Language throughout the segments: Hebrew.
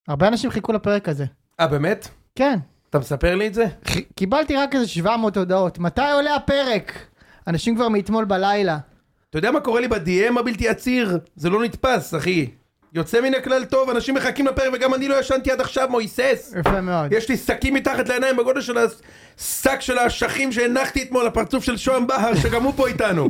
הרבה אנשים חיכו לפרק הזה. באמת? כן. אתה מספר לי את זה? קיבלתי רק איזה 700 הודעות. מתי עולה הפרק? אנשים כבר מאתמול בלילה. אתה יודע מה קורה לי ב-DM הבלתי עציר? זה לא נתפס, אחי. יוצא מן הכלל טוב, אנשים מחכים לפרק, וגם אני לא ישנתי עד עכשיו, מויסס. יפה מאוד. יש לי שקים מתחת לעיניים בגודל של השק של השכים שהנחתי אתמול, הפרצוף של שוהם בהר, שגם הוא פה איתנו.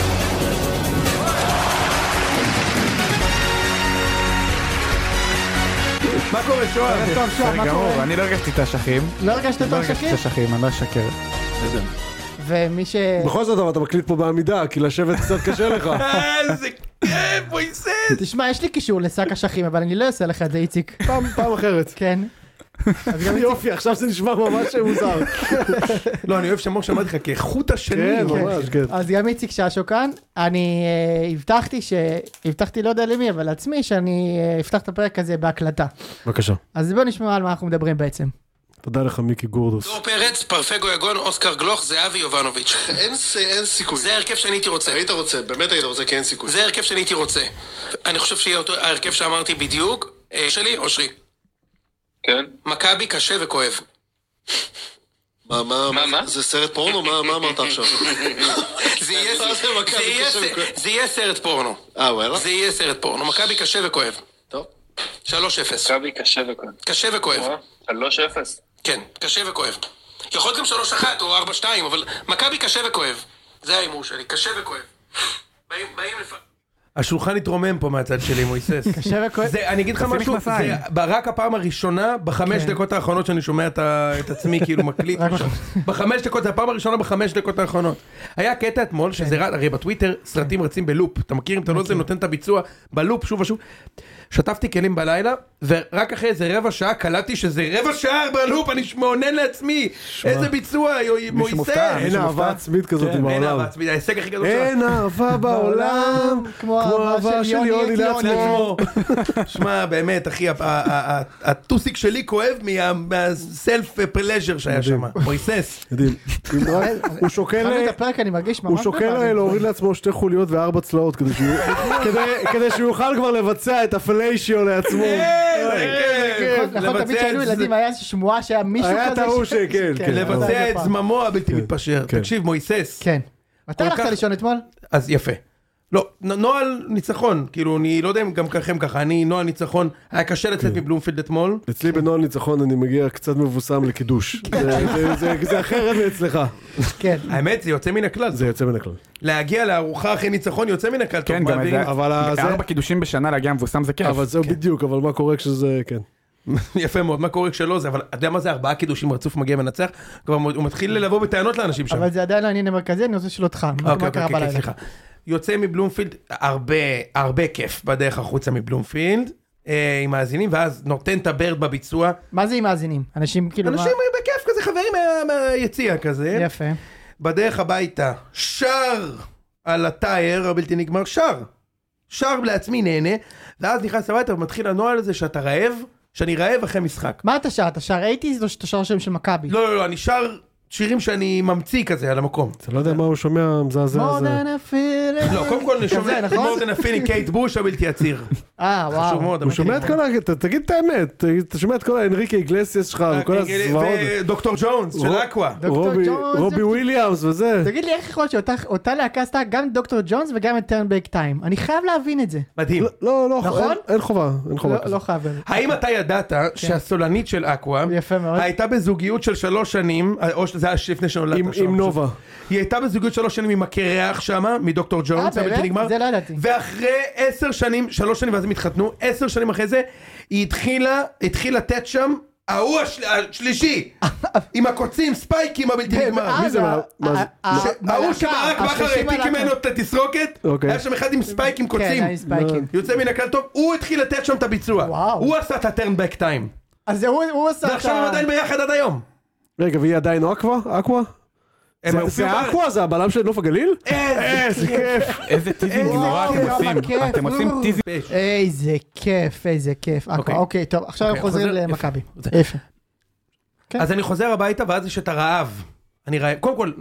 מה קורה, שוהם? טוב, שוהם, מה קורה? אני לא הרגשתי את השכים. לא הרגשת את השכים? אני לא אשקר. ומי ש... בכל זאת, אבל אתה מקליט פה בעמידה, כי לשבת קצת קשה לך. איזה כיף, מויסס. תשמע, יש לי קישור לשק השכים, אבל אני לא אעשה לך את זה, איציק. פעם אחרת. כן. יופי, עכשיו זה נשמע ממש מוזר. לא, אני אוהב שמור שמעתי לך כאיכות השני. כן, ממש, כן. אז גם איציק ששו כאן, אני הבטחתי לא יודע למי, אבל לעצמי, שאני אפתח את הפרק הזה בהקלטה. בבקשה. אז בואו נשמע על מה אנחנו מדברים בעצם. תודה לך מיקי גורדוס. דור פרץ, פרפגו יגון, אוסקר גלוך, זהבי יובנוביץ'. אין סיכוי. זה ההרכב שאני הייתי רוצה. היית רוצה, באמת היית רוצה, כי אין סיכוי. זה ההרכב שאני הייתי רוצה. אני חושב שיהיה אותו ההרכב שאמרתי בדיוק. שלי, אושרי. כן? מכבי קשה וכואב. מה? זה סרט פורנו? מה אמרת עכשיו? זה יהיה סרט פורנו. וואלה? זה יהיה סרט פורנו. מכבי קשה וכואב. טוב. 3-0. מכבי קשה וכואב. קשה וכואב. 3-0. כן, קשה וכואב. יכול להיות גם 3-1 או 4-2, אבל מכבי קשה וכואב. זה האימור שלי, קשה וכואב. באים השולחן התרומם פה מהצד שלי, מויסס. קשה וכואב. אני אגיד לך משהו, זה רק הפעם הראשונה, בחמש דקות האחרונות שאני שומע את עצמי כאילו מקליט. בחמש דקות, זה הפעם הראשונה בחמש דקות האחרונות. היה קטע אתמול, שזה הרי בטוויטר סרטים רצים בלופ. אתה מכיר אם אתה לא זה נותן את הביצוע בלופ שוב ושוב. שטפתי כלים בלילה, ורק אחרי איזה רבע שעה קלטתי שזה רבע שעה בלופ, אני מעונן לעצמי. איזה ביצוע, מויסס. אין אהבה עצמית כזאת בעולם. אין אהבה עצמית, ההישג הכי גדול שלה. אין אהבה בעולם, כמו אהבה של יוני לעצמו. שמע, באמת, אחי, הטוסיק שלי כואב מהסלף פלז'ר שהיה שם. מויסס. מדהים. הוא שוקל להוריד לעצמו 2 חוליות ו4 צלעות, כדי שהוא יוכל כבר לבצע את הפליישיו לעצמו. נכון, תמיד שהיינו ילדים, היה שמועה שהיה מישהו כזה. היה טעו שכן. לבצע את זממו הבלתי מתפשר. תקשיב, מויסס. כן. מתי הלכת לישון אתמול? אז יפה. לא, נועל ניצחון, כאילו אני לא יודע אם גם ככם ככה, אני נועל ניצחון, היה קשה לצאת מבלומפילד אתמול. אצלי בנועל ניצחון אני מגיע קצת מבוסם לקידוש, זה אחרת מאצלך. כן. האמת זה יוצא מן הכלל. זה יוצא מן הכלל. להגיע לארוחה אחרי ניצחון יוצא מן הכלל. כן, גם אבל 4 קידושים בשנה להגיע מבוסם זה כיף. אבל זהו בדיוק, אבל מה קורה כשזה, כן. יפה מאוד, מה קורה כשלא זה, אבל אתה יודע מה זה 4 קידושים רצוף מגיע מנצח, כבר הוא מתחיל לבוא בטענות לאנשים שם. אבל זה עדיין העניין המרכזי, אני רוצה לשאול אותך, מה קרה בלילה? יוצא מבלומפילד, הרבה כיף בדרך החוצה מבלומפילד, עם מאזינים, ואז נותן את הברד בביצוע. מה זה עם מאזינים? אנשים כאילו... אנשים בכיף כזה, חברים מהיציע כזה. יפה. בדרך הביתה, שר על הטייר הבלתי נגמר, שר לעצמי נהנה, ואז נכנס הביתה ומתחיל הנועל הזה שאתה רעב, שאני רעב אחרי משחק. מה אתה שר? אתה שר 80s או שאתה שר שם של מכבי? לא, אני שר שירים שאני ממציא כזה על המקום. אתה לא יודע מה הוא שומע, מזעזע הזה. More than a feeling. לא, קודם כל אני שומע More than a feeling, קייט בוש הבלתי עציר. וואו. הוא שומע את כל תגיד את האמת, אתה שומע את כל האנריקה איגלסיאס שלך, וכל הזוועות. ודוקטור ג'ונס של אקווה. רובי וויליאמס וזה. תגיד לי איך יכול להיות שאותה להקה עשתה גם דוקטור ג'ונס וגם את טרנבק טיים. אני חייב להבין את זה. מדהים. לא, נכון? אין חובה. לא חייב. האם אתה ידעת שהסולנית של אקווה הייתה בזוגיות של 3 שנים, או שזה היה לפני שנולדת עם נובה. היא הייתה בזוגיות 3 שנים עם הקרח שמה, מדוקטור ג'ונס, זה לא ידעתי. ואחרי 10 שנים, 3 שנים ואז הם התחתנו, 10 שנים אחרי זה, היא התחילה לתת שם, ההוא השלישי, עם הקוצים, ספייקים הבלתי נגמר. מי זה? ההוא שברק בכר העתיק ממנו את התסרוקת, היה שם אחד עם ספייקים קוצים, יוצא מן הכלל טוב, הוא התחיל לתת שם את הביצוע, הוא עשה את הטרנבק טיים. אז הוא עשה את ועכשיו הם עדיין ביחד עד היום. רגע, והיא עדיין אקווה? זה אקווה, זה הבלם של נוף הגליל? איזה כיף. איזה טיזים גמורה אתם עושים טיזים. איזה כיף. אוקיי, טוב, עכשיו הם חוזרים למכבי. יפה. אז אני חוזר הביתה, ואז יש את הרעב. קודם כל,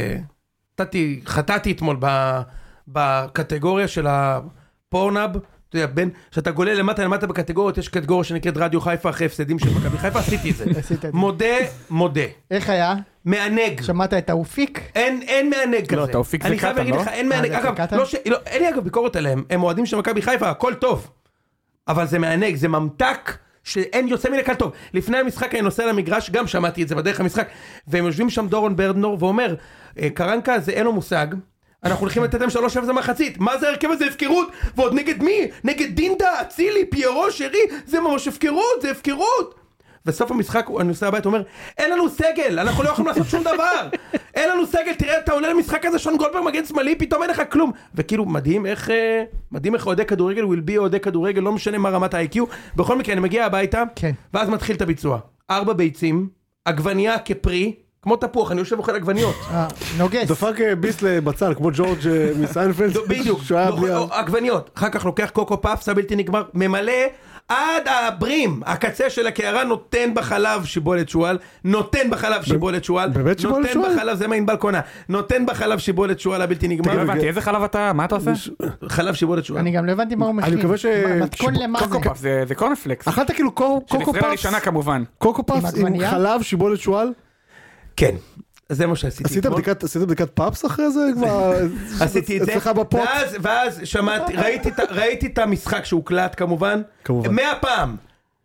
חטאתי אתמול בקטגוריה של הפורנאב, שאתה גולל למטה בקטגוריות, יש קטגוריה שנקראת רדיו חיפה אחרי הפסדים של מכבי חיפה, עשיתי את זה. מודה. איך היה? מענג. שמעת את האופיק? אין מענג כזה. לא, את האופיק זה קטן, לא? אני חייב להגיד לך, אין מענג. אגב, אין לי אגב ביקורת עליהם, הם אוהדים של מכבי חיפה, הכל טוב. אבל זה מענג, זה ממתק שאין יוצא מן הכלל טוב. לפני המשחק אני נוסע למגרש, גם שמעתי את זה בדרך המשחק, והם יושבים שם דורון ברדנור ואומר, קרנקה זה אין לו מושג, אנחנו הולכים לתת להם 3-0 מחצית, מה זה הרכב הזה? הפקרות, ועוד נגד מי? נגד דינדה, צילי, פיירו, שרי, זה ממש הפקרות, זה הפקרות. וסוף המשחק אני נוסע הבית, אומר, אין לנו סגל, אנחנו לא יכולים לעשות שום דבר, אין לנו סגל, תראה, אתה עולה למשחק הזה, שון גולדברג מגן שמאלי, פתאום אין לך כלום, וכאילו מדהים איך אוהדי כדורגל, will be אוהדי כדורגל, לא משנה מה רמת ה-IQ, בכל מקרה אני מגיע הביתה, ואז מתחיל את הביצוע, 4 ביצים, עגבנייה כפרי, כמו תפוח, אני יושב אוכל עגבניות. נוגס. דפק ביס לבצל, כמו ג'ורג' מסיינפלד. בדיוק, עגבניות, אחר כך לוקח קוקו פאף, סע בלתי נגמר, ממלא עד הברים, הקצה של הקערה נותן בחלב שיבולת שואל, נותן בחלב שיבולת שואל, באמת שיבולת שואל? נותן בחלב, זה מה ענבל קונה, נותן בחלב שיבולת שואל הבלתי נגמר. לא הבנתי, איזה חלב אתה, מה אתה עושה? חלב שיבולת שואל. אני גם לא הבנתי מה הוא מכין. אני מקווה ש... מתכון למה זה? קוקו פאף, זה קורנפלקס. אכלת כאילו קוקו של ישראל פאפס? הראשונה כמובן. קוקו פאפס עם חלב שיבולת שואל? כן. זה מה שעשיתי. עשית בדיקת פאפס אחרי זה? עשיתי את זה. אצלך בפוט? ואז שמעתי, ראיתי את המשחק שהוקלט כמובן. 100 פעם.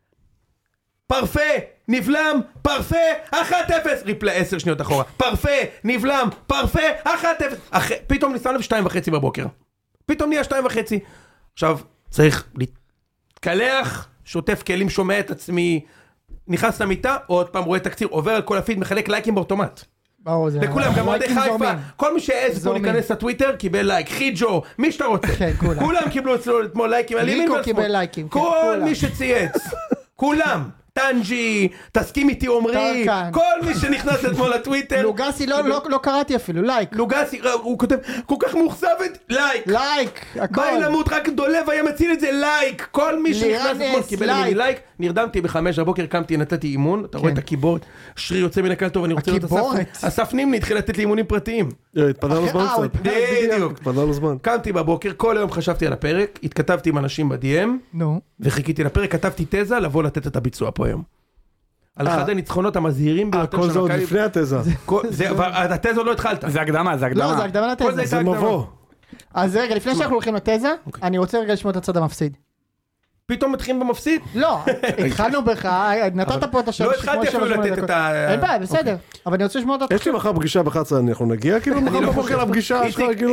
פרפה, נבלם, פרפה, 1-0. ריפלי 10 שניות אחורה. פרפה, נבלם, פרפה, 1-0. פתאום נסתם לב 2:30 בבוקר. פתאום נהיה 2:30. עכשיו, צריך להתקלח, שוטף כלים, שומע את עצמי, נכנס למיטה, עוד פעם רואה תקציר, עובר על כל הפיד, מחלק לייקים באוטומט. לכולם, גם אוהדי חיפה, כל מי שהעז פה להיכנס לטוויטר קיבל לייק, חיג'ו, מי שאתה רוצה, כולם קיבלו אתמול לייקים, ליקו קיבל לייקים, כל מי שצייץ, כולם, טנג'י, תסכים איתי עומרי, כל מי שנכנס אתמול לטוויטר, לוגסי לא קראתי אפילו, לייק, לוגסי, הוא כותב, כל כך מוחסבת, לייק, הכל, ביי למות, רק דולב היה מציל את זה, לייק, כל מי שנכנס אתמול קיבל ממני לייק, נרדמתי ב5 בבוקר, קמתי, נתתי אימון, אתה רואה את הקיבורת, שרי יוצא מן הקל טוב, אני רוצה לראות אסף נימני, התחיל לתת לי אימונים פרטיים. התפנה לו זמן קצת. בדיוק. התפנה לו זמן. קמתי בבוקר, כל היום חשבתי על הפרק, התכתבתי עם אנשים ב-DM, וחיכיתי לפרק, כתבתי תזה, לבוא לתת את הביצוע פה היום. על אחד הניצחונות המזהירים ביותר כל זה עוד לפני התזה. התזה עוד לא התחלת. זה הקדמה, זה הקדמה. לא, זה הקדמה לתזה. זה מבוא. אז רגע, לפני שאנחנו הולכים לתזה, אני רוצה רגע לשמוע את הצד המפסיד. פתאום מתחילים במפסיד? לא, התחלנו בך, נתת פה את השם. לא התחלתי אפילו לתת את ה... אין בעיה, בסדר. אבל אני רוצה לשמוע אותך. יש לי מחר פגישה ב-11, אנחנו נגיע כאילו מחר בבוקר לפגישה,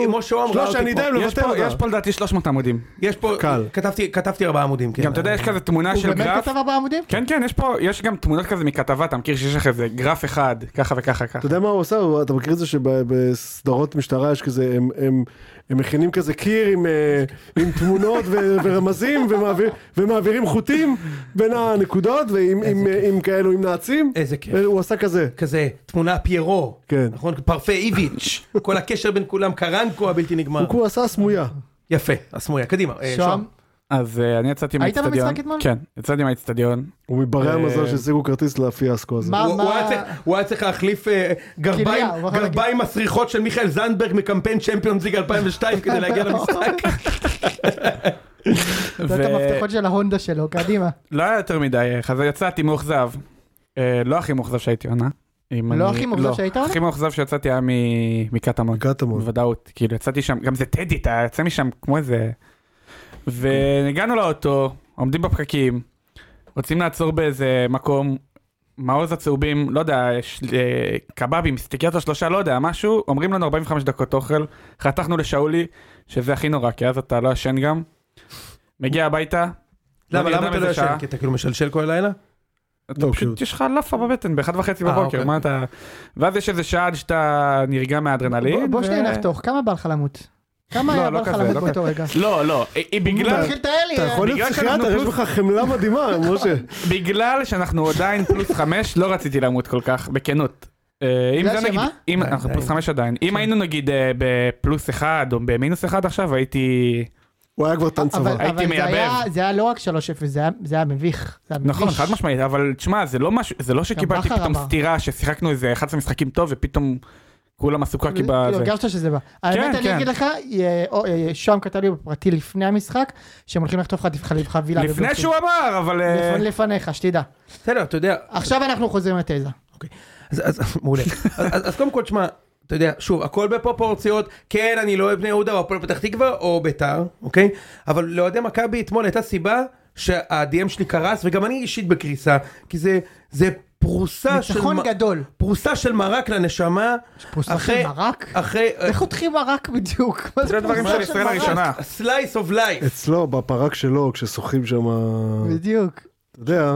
יש פה לדעתי 300 עמודים. יש פה, כתבתי 4 עמודים. גם אתה יודע, יש כזה תמונה של גרף. הוא באמת כתב 4 עמודים? כן, כן, יש גם תמונות כזה מכתבה, אתה מכיר שיש לך איזה גרף אחד, ככה וככה ככה. אתה יודע מה הוא עושה? אתה מכיר את זה שבסדרות משטרה יש כזה, הם מכינים כזה קיר עם תמונות ורמזים ומעבירים חוטים בין הנקודות ועם כאלו, עם נעצים. איזה כיף. הוא עשה כזה. כזה, תמונה פיירו. כן. נכון? פרפה איביץ'. כל הקשר בין כולם, קרנקו הבלתי נגמר. הוא עשה סמויה. יפה, הסמויה. קדימה. שום. אז אני יצאתי מהאצטדיון. היית במשחק אתמול? כן, יצאתי מהאצטדיון. הוא מברי המזל שהשיגו כרטיס לפיאסקו הזה. הוא היה צריך להחליף גרביים מסריחות של מיכאל זנדברג מקמפיין צ'מפיונס ליג 2002 כדי להגיע למשחק. זה את המפתחות של ההונדה שלו, קדימה. לא היה יותר מדי, אז יצאתי מאוכזב. לא הכי מאוכזב שהייתי עונה. לא הכי מאוכזב שהיית עונה? הכי מאוכזב שיצאתי היה מקטמון. בוודאות, כאילו יצאתי שם, גם זה טדי, אתה יצא משם כמו איזה... והגענו לאוטו, עומדים בפקקים, רוצים לעצור באיזה מקום, מעוז הצהובים, לא יודע, קבבים, סטיקיות השלושה, לא יודע, משהו, אומרים לנו 45 דקות אוכל, חתכנו לשאולי, שזה הכי נורא, כי אז אתה לא ישן גם, מגיע הביתה, למה אתה לא ישן? כי אתה כאילו משלשל כל הלילה? פשוט יש לך לפה בבטן, ב1:30 בבוקר, מה אתה... ואז יש איזה שעה שאתה נרגע מהאדרנלין. בוא שנייה נחתוך, כמה בא לך למות? כמה היה בא לך למות באותו רגע? לא, היא בגלל... אתה יכול להיות פסיכיאטר, יש לך חמלה מדהימה, משה. בגלל שאנחנו עדיין +5, לא רציתי למות כל כך, בכנות. בגלל שמה? אנחנו +5 עדיין. אם היינו נגיד ב+1 או ב-1- עכשיו, הייתי... הוא היה כבר תן צבא. הייתי מייבב. זה היה לא רק 3-0, זה היה מביך. נכון, חד משמעית, אבל תשמע, זה לא שקיבלתי פתאום סתירה, ששיחקנו איזה 11 משחקים טוב, ופתאום כולם עשו קקי בזה. הרגשת שזה בא. האמת אני אגיד לך, שם כתב לי בפרטי לפני המשחק, שהם הולכים לכתוב חבילה. לפני שהוא אמר, אבל... לפניך, שתדע. בסדר, אתה יודע. עכשיו אנחנו חוזרים לתזה. אוקיי, אז מעולה. אז קודם כל, תשמע, אתה יודע, שוב, הכל בפרופורציות, כן, אני לא אוהב בני יהודה, או הפועל פתח תקווה, או ביתר, אוקיי? אבל לאוהדי מכבי אתמול הייתה סיבה שה-DM שלי קרס, וגם אני אישית בקריסה, כי זה פרוסה של... ניצחון גדול. פרוסה של מרק לנשמה. פרוסה של מרק? איך חותכים מרק בדיוק? זה דברים של ישראל הראשונה. slice of life. אצלו, בפרק שלו, כששוחים שם... בדיוק. אתה יודע...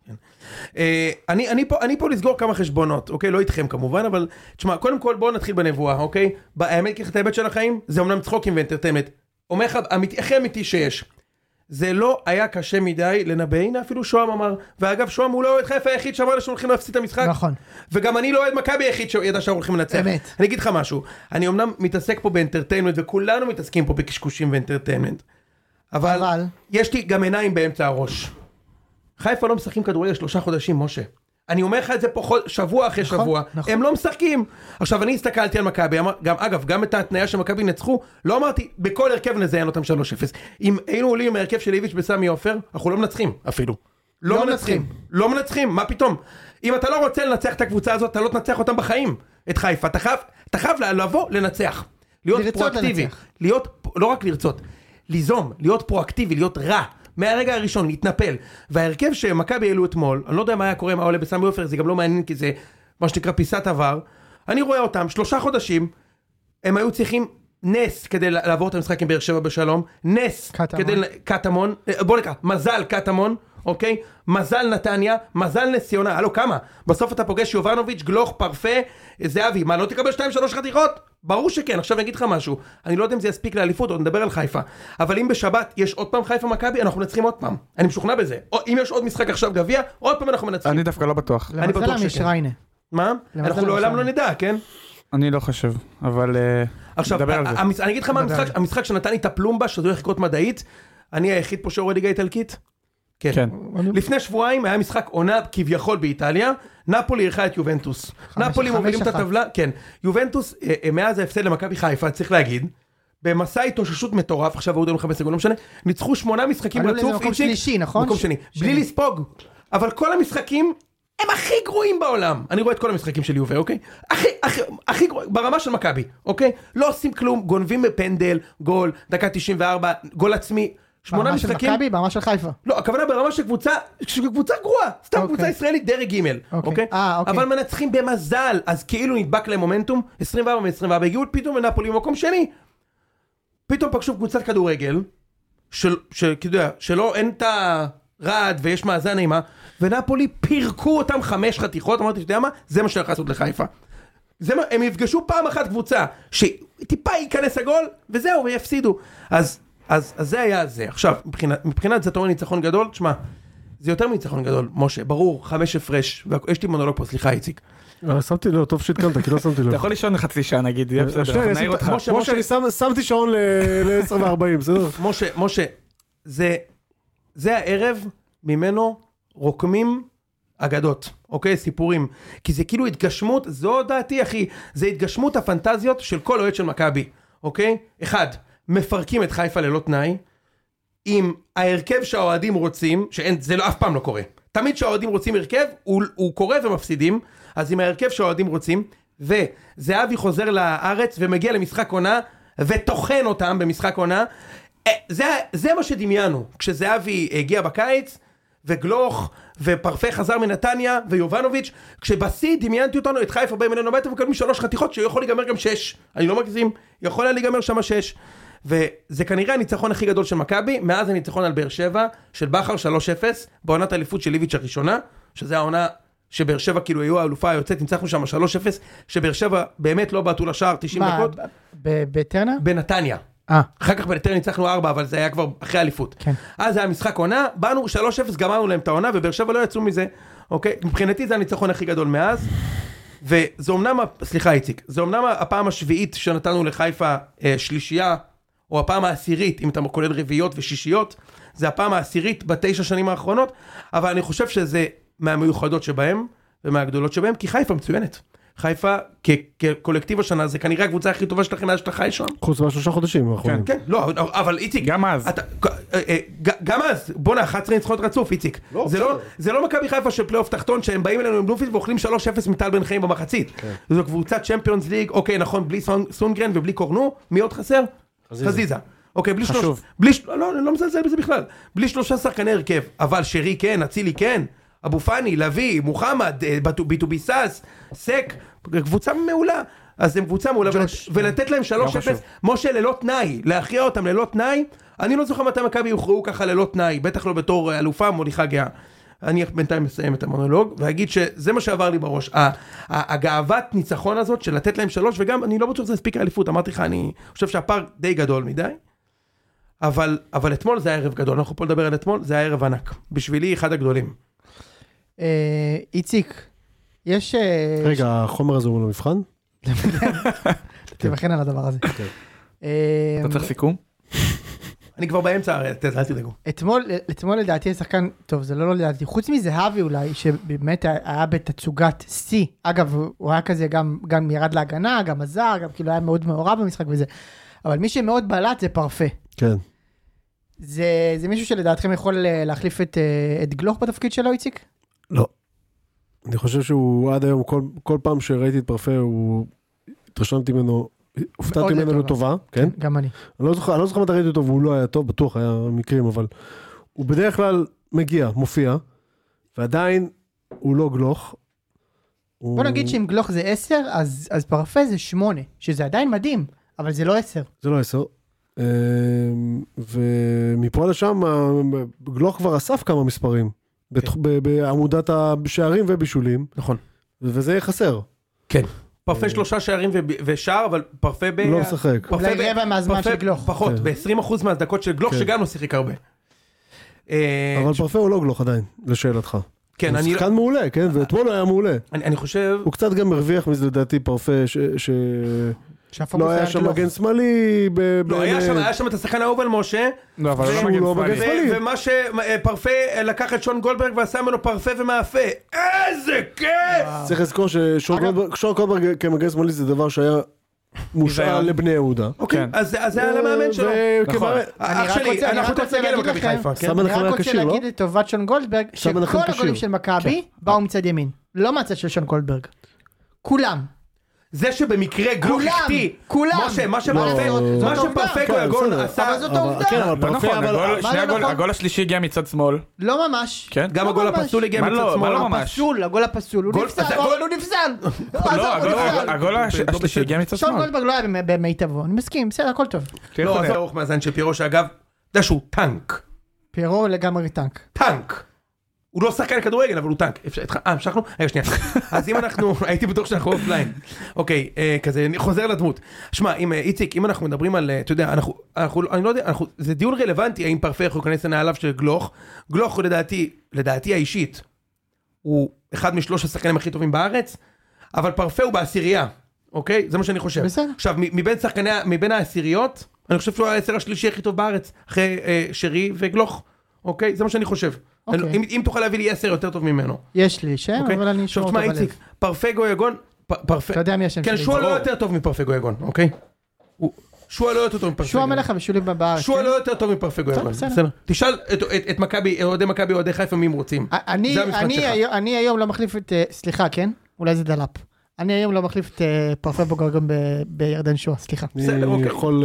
אני פה לסגור כמה חשבונות, אוקיי? לא איתכם כמובן, אבל תשמע, קודם כל בואו נתחיל בנבואה, אוקיי? האמת ככה את האמת של החיים, זה אומנם צחוקים ואנטרטיימנט. אומר לך, הכי אמיתי שיש. זה לא היה קשה מדי לנבא, הנה אפילו שוהם אמר, ואגב שוהם הוא לא אוהד חיפה היחיד שאמר לה שהולכים להפסיד את המשחק. נכון. וגם אני לא אוהד מכבי היחיד שידע שהולכים לנצח. אמת. אני אגיד לך משהו, אני אמנם מתעסק פה באנטרטיימנט, וכולנו מתעסקים פה בקשקושים ואנטרטיימנט. אבל יש לי גם עיניים באמצע הראש. חיפה לא משחקים כדורגל 3 חודשים, משה. אני אומר לך את זה פה שבוע אחרי שבוע, הם לא משחקים. עכשיו אני הסתכלתי על מכבי, אגב, גם את ההתניה שמכבי נצחו, לא אמרתי, בכל הרכב נזיין אותם 3-0. אם היינו עולים מהרכב של איביץ' בסמי עופר, אנחנו לא מנצחים אפילו. לא מנצחים, מה פתאום? אם אתה לא רוצה לנצח את הקבוצה הזאת, אתה לא תנצח אותם בחיים, את חיפה. אתה חייב לבוא לנצח. להיות פרואקטיבי. לא רק לרצות, ליזום, להיות פרואקטיבי, להיות רע. מהרגע הראשון, להתנפל. וההרכב שמכבי העלו אתמול, אני לא יודע מה היה קורה עם העולה בסמי עופר, זה גם לא מעניין כי זה מה שנקרא פיסת עבר. אני רואה אותם, 3 חודשים, הם היו צריכים נס כדי לעבור את המשחק עם באר שבע בשלום, נס כדי קטמון, בוא נקרא, מזל קטמון, אוקיי? מזל נתניה, מזל נס ציונה, הלו כמה? בסוף אתה פוגש יובנוביץ', גלוך, פרפה, זהבי, מה לא תקבל 2-3 חתיכות? ברור שכן, עכשיו אני אגיד לך משהו, אני לא יודע אם זה יספיק לאליפות, עוד נדבר על חיפה, אבל אם בשבת יש עוד פעם חיפה מכבי, אנחנו מנצחים עוד פעם, אני משוכנע בזה, או אם יש עוד משחק עכשיו גביע, עוד פעם אנחנו מנצחים. אני דווקא לא בטוח. אני בטוח שכן. מה? אנחנו לעולם לא נדע, כן? אני לא חושב, אבל עכשיו, אני אגיד לך מה המשחק שנתן לי את הפלומבה, שזה הולך לקרות מדעית, אני היחיד פה שהורד ליגה איטלקית? כן. לפני שבועיים היה משחק עונה כביכול באיטליה, נפולי אירחה את יובנטוס. נפולי מובילים את הטבלה, כן. יובנטוס, מאז ההפסד למכבי חיפה, צריך להגיד, במסע התאוששות מטורף, עכשיו הוא דומה 15 גול, לא משנה, ניצחו 8 משחקים רצוף, מקום שלישי, נכון? מקום שני, בלי לספוג. אבל כל המשחקים הם הכי גרועים בעולם. אני רואה את כל המשחקים של יובה, אוקיי? הכי גרועים, ברמה של מכבי, אוקיי? לא עושים כלום, גונבים בפנדל, גול, דקה 94, גול עצמי. 8 משחקים. ברמה של מכבי, ברמה של חיפה. לא, הכוונה ברמה של קבוצה גרועה, סתם קבוצה ישראלית דרג ג', אוקיי? אבל מנצחים במזל, אז כאילו נדבק להם מומנטום, 24 מ-24, הגיעו פתאום לנפולי במקום שני. פתאום פגשו קבוצת כדורגל, שלא אין את הרעד ויש מאזן נעימה, ונפולי פירקו אותם 5 חתיכות, אמרתי, אתה יודע מה? זה מה שהולך לעשות לחיפה. הם יפגשו פעם אחת קבוצה, שטיפה ייכנס הגול, וזהו, ויפסידו. אז זה היה זה. עכשיו, מבחינת זה אתה אומר ניצחון גדול, תשמע, זה יותר מניצחון גדול, משה, ברור, 5 הפרש, יש לי מונולוג פה, סליחה, איציק. שמתי לו, טוב שהתקנת, כי לא שמתי לו. אתה יכול לישון חצי שעה, נגיד, בסדר, נעיר אותך. משה, אני שמתי שעון ל-10:40, בסדר? משה, זה הערב ממנו רוקמים אגדות, אוקיי? סיפורים. כי זה כאילו התגשמות, זו דעתי, אחי, זה התגשמות הפנטזיות של כל אוהד של מכבי, אוקיי? 1, מפרקים את חיפה ללא תנאי, עם ההרכב שהאוהדים רוצים, זה לא, אף פעם לא קורה. תמיד שהאוהדים רוצים הרכב, הוא קורה ומפסידים, אז עם ההרכב שהאוהדים רוצים, וזהבי חוזר לארץ ומגיע למשחק עונה, ותוכן אותם במשחק עונה, זה מה שדמיינו, כשזהבי הגיע בקיץ, וגלוך, ופרפה חזר מנתניה, ויובנוביץ', כשבסי דמיינתי אותנו את חיפה 40 מיליון מטר, וקדמי 3 חתיכות, שיכול להיגמר גם 6, אני לא מגזים, יכול היה להיגמר שם 6, וזה כנראה הניצחון הכי גדול של מכבי, מאז הניצחון על באר שבע, של בכר 3-0, בעונת האליפות של ליביץ' הראשונה, שזה העונה שבאר שבע כאילו היו האלופה היוצאת, ניצחנו שם 3-0, שבאר שבע באמת לא בעטו לשער 90 דקות. בטרנה? בנתניה. אחר כך בנתניה ניצחנו 4, אבל זה היה כבר אחרי האליפות. כן. אז היה משחק עונה, באנו 3-0, גמרנו להם את העונה, ובאר שבע לא יצאו מזה, אוקיי? מבחינתי זה הניצחון הכי גדול מאז, וזה אומנם, סליחה איציק, זה אומנם הפעם השביעית שנתנו לחיפה שלישייה, או הפעם העשירית, אם אתה כולל רביעיות ושישיות, זה הפעם העשירית ב9 שנים האחרונות, אבל אני חושב שזה מהמיוחדות שבהם, ומהגדולות שבהם, כי חיפה מצוינת. חיפה כקולקטיב השנה, זה כנראה הקבוצה הכי טובה שלכם מאז שאתה חי שם. חוץ מה3 חודשים האחרונים. כן, לא, אבל איציק. גם אז. גם אז, בוא 11 ניצחונות רצוף, איציק. זה לא מכבי חיפה של פלייאוף תחתון, שהם באים אלינו עם בלומפילד ואוכלים 3-0 מטל בן חיים במחצית. זו קבוצת צ'מפיונס ליג, אוקיי, נכון, בלי סונגרן ובלי קורנו, מי עוד חסר? חזיזה. אוקיי, לא מזלזל בזה בכלל. בלי 3 שחקני הרכב, אבל שרי כן, אצילי כן, אבו פאני, לוי, מוחמד, ביטוביסס, סק, קבוצה מעולה. אז הם קבוצה מעולה, ולתת להם 3-0, משה ללא תנאי, להכריע אותם ללא תנאי, אני לא זוכר מתי מכבי יוכרעו ככה ללא תנאי, בטח לא בתור אלופה מוליכה גאה. אני בינתיים מסיים את המונולוג, ואגיד שזה מה שעבר לי בראש, הגאוות ניצחון הזאת של לתת להם 3, וגם אני לא בטוח שזה הספיק האליפות, אמרתי לך, אני חושב שהפער די גדול מדי, אבל אתמול זה היה ערב גדול, אנחנו פה לדבר על אתמול, זה היה ערב ענק, בשבילי אחד הגדולים. איציק, יש... רגע, החומר הזה הוא למבחן? תבחן על הדבר הזה. אתה צריך סיכום? אני כבר באמצע, אל תדאגו. אתמול לדעתי השחקן, טוב זה לא לדעתי, חוץ מזהבי אולי, שבאמת היה בתצוגת C, אגב הוא היה כזה גם ירד להגנה, גם עזר, גם כאילו היה מאוד מעורב במשחק וזה, אבל מי שמאוד בלט זה פרפה. כן. זה מישהו שלדעתכם יכול להחליף את גלוך בתפקיד שלו, איציק? לא. אני חושב שהוא עד היום, כל פעם שראיתי את פרפה, הוא התרשמתי ממנו, הופתעתי ממנו לטובה, כן? גם אני. אני לא זוכר מתי ראיתי אותו, והוא לא היה טוב, בטוח היה מקרים, אבל הוא בדרך כלל מגיע, מופיע, ועדיין הוא לא גלוך. בוא נגיד שאם גלוך זה 10, אז פרפה זה 8, שזה עדיין מדהים, אבל זה לא 10. זה לא 10. ומפה לשם, גלוך כבר אסף כמה מספרים, בעמודת השערים ובישולים. נכון. וזה יהיה חסר. כן. פרפה 3 שערים ושער, אבל פרפה לא משחק. אולי רבע מהזמן של גלוך. פחות, ב-20% מהדקות של גלוך, שגם לא שיחק הרבה. אבל פרפה הוא לא גלוך עדיין, לשאלתך. כן, הוא שחקן מעולה, כן? ואתמול הוא היה מעולה. אני חושב... הוא קצת גם מרוויח מזה לדעתי פרפה לא היה שם מגן שמאלי. לא, היה שם את השחקן האהוב על משה. לא, אבל לא מגן שמאלי. ומה שפרפה לקח את שון גולדברג ועשה ממנו פרפה ומאפה. איזה כיף! צריך לזכור ששון גולדברג כמגן שמאלי זה דבר שהיה מושאל לבני יהודה. אוקיי, אז זה היה למאמן שלו. נכון. אח שלי, אנחנו תצגל למכבי חיפה. אני רק רוצה להגיד לטובת שון גולדברג, שכל הגולים של מכבי באו מצד ימין. לא מהצד של שון גולדברג. כולם. זה שבמקרה גלוך החטיא, משה, מה שפרפקו הגול עשה, אבל זאת העובדה. לא נכון, הגול השלישי הגיע מצד שמאל. לא ממש. גם הגול הפסול הגיע מצד שמאל. לא ממש. הגול הפסול, הוא נפסל. הגול השלישי הגיע מצד שמאל. שון גולדברג לא היה במיטבו, אני מסכים, בסדר, הכל טוב. לא, זה ארוך מהזן של פירו, שאגב, זה שהוא טנק. פירו לגמרי טנק. טנק. הוא לא שחקן כדורגל, אבל הוא טנק. המשכנו? רגע, שנייה. אז אם אנחנו, הייתי בטוח שאנחנו אופליין. אוקיי, כזה, חוזר לדמות. שמע, איציק, אם אנחנו מדברים על, אתה יודע, אני לא יודע, זה דיון רלוונטי, האם פרפה יכול להיכנס לנעליו של גלוך. גלוך, לדעתי האישית, הוא אחד משלוש השחקנים הכי טובים בארץ, אבל פרפה הוא בעשירייה. אוקיי? זה מה שאני חושב. בסדר. עכשיו, מבין העשיריות, אני חושב שהוא העשר השלישי הכי טוב בארץ, אחרי שרי וגלוך. אוקיי? זה מה שאני חושב. אם תוכל להביא לי 10 יותר טוב ממנו. יש לי שם, אבל אני אשמור אותו בלב. פרפה גויגון, אתה יודע מי השם שלי. כן, שועה לא יותר טוב מפרפה גויגון, אוקיי? שועה לא יותר טוב מפרפה שועה מלך ושולי בארץ. שועה לא יותר טוב מפרפה גויגון. תשאל את מכבי, אוהדי מכבי, אוהדי חיפה, מי הם רוצים. אני היום לא מחליף את, סליחה, כן? אולי זה דלאפ. אני היום לא מחליף את פרפה גויגון בירדן שועה, סליחה. אני יכול...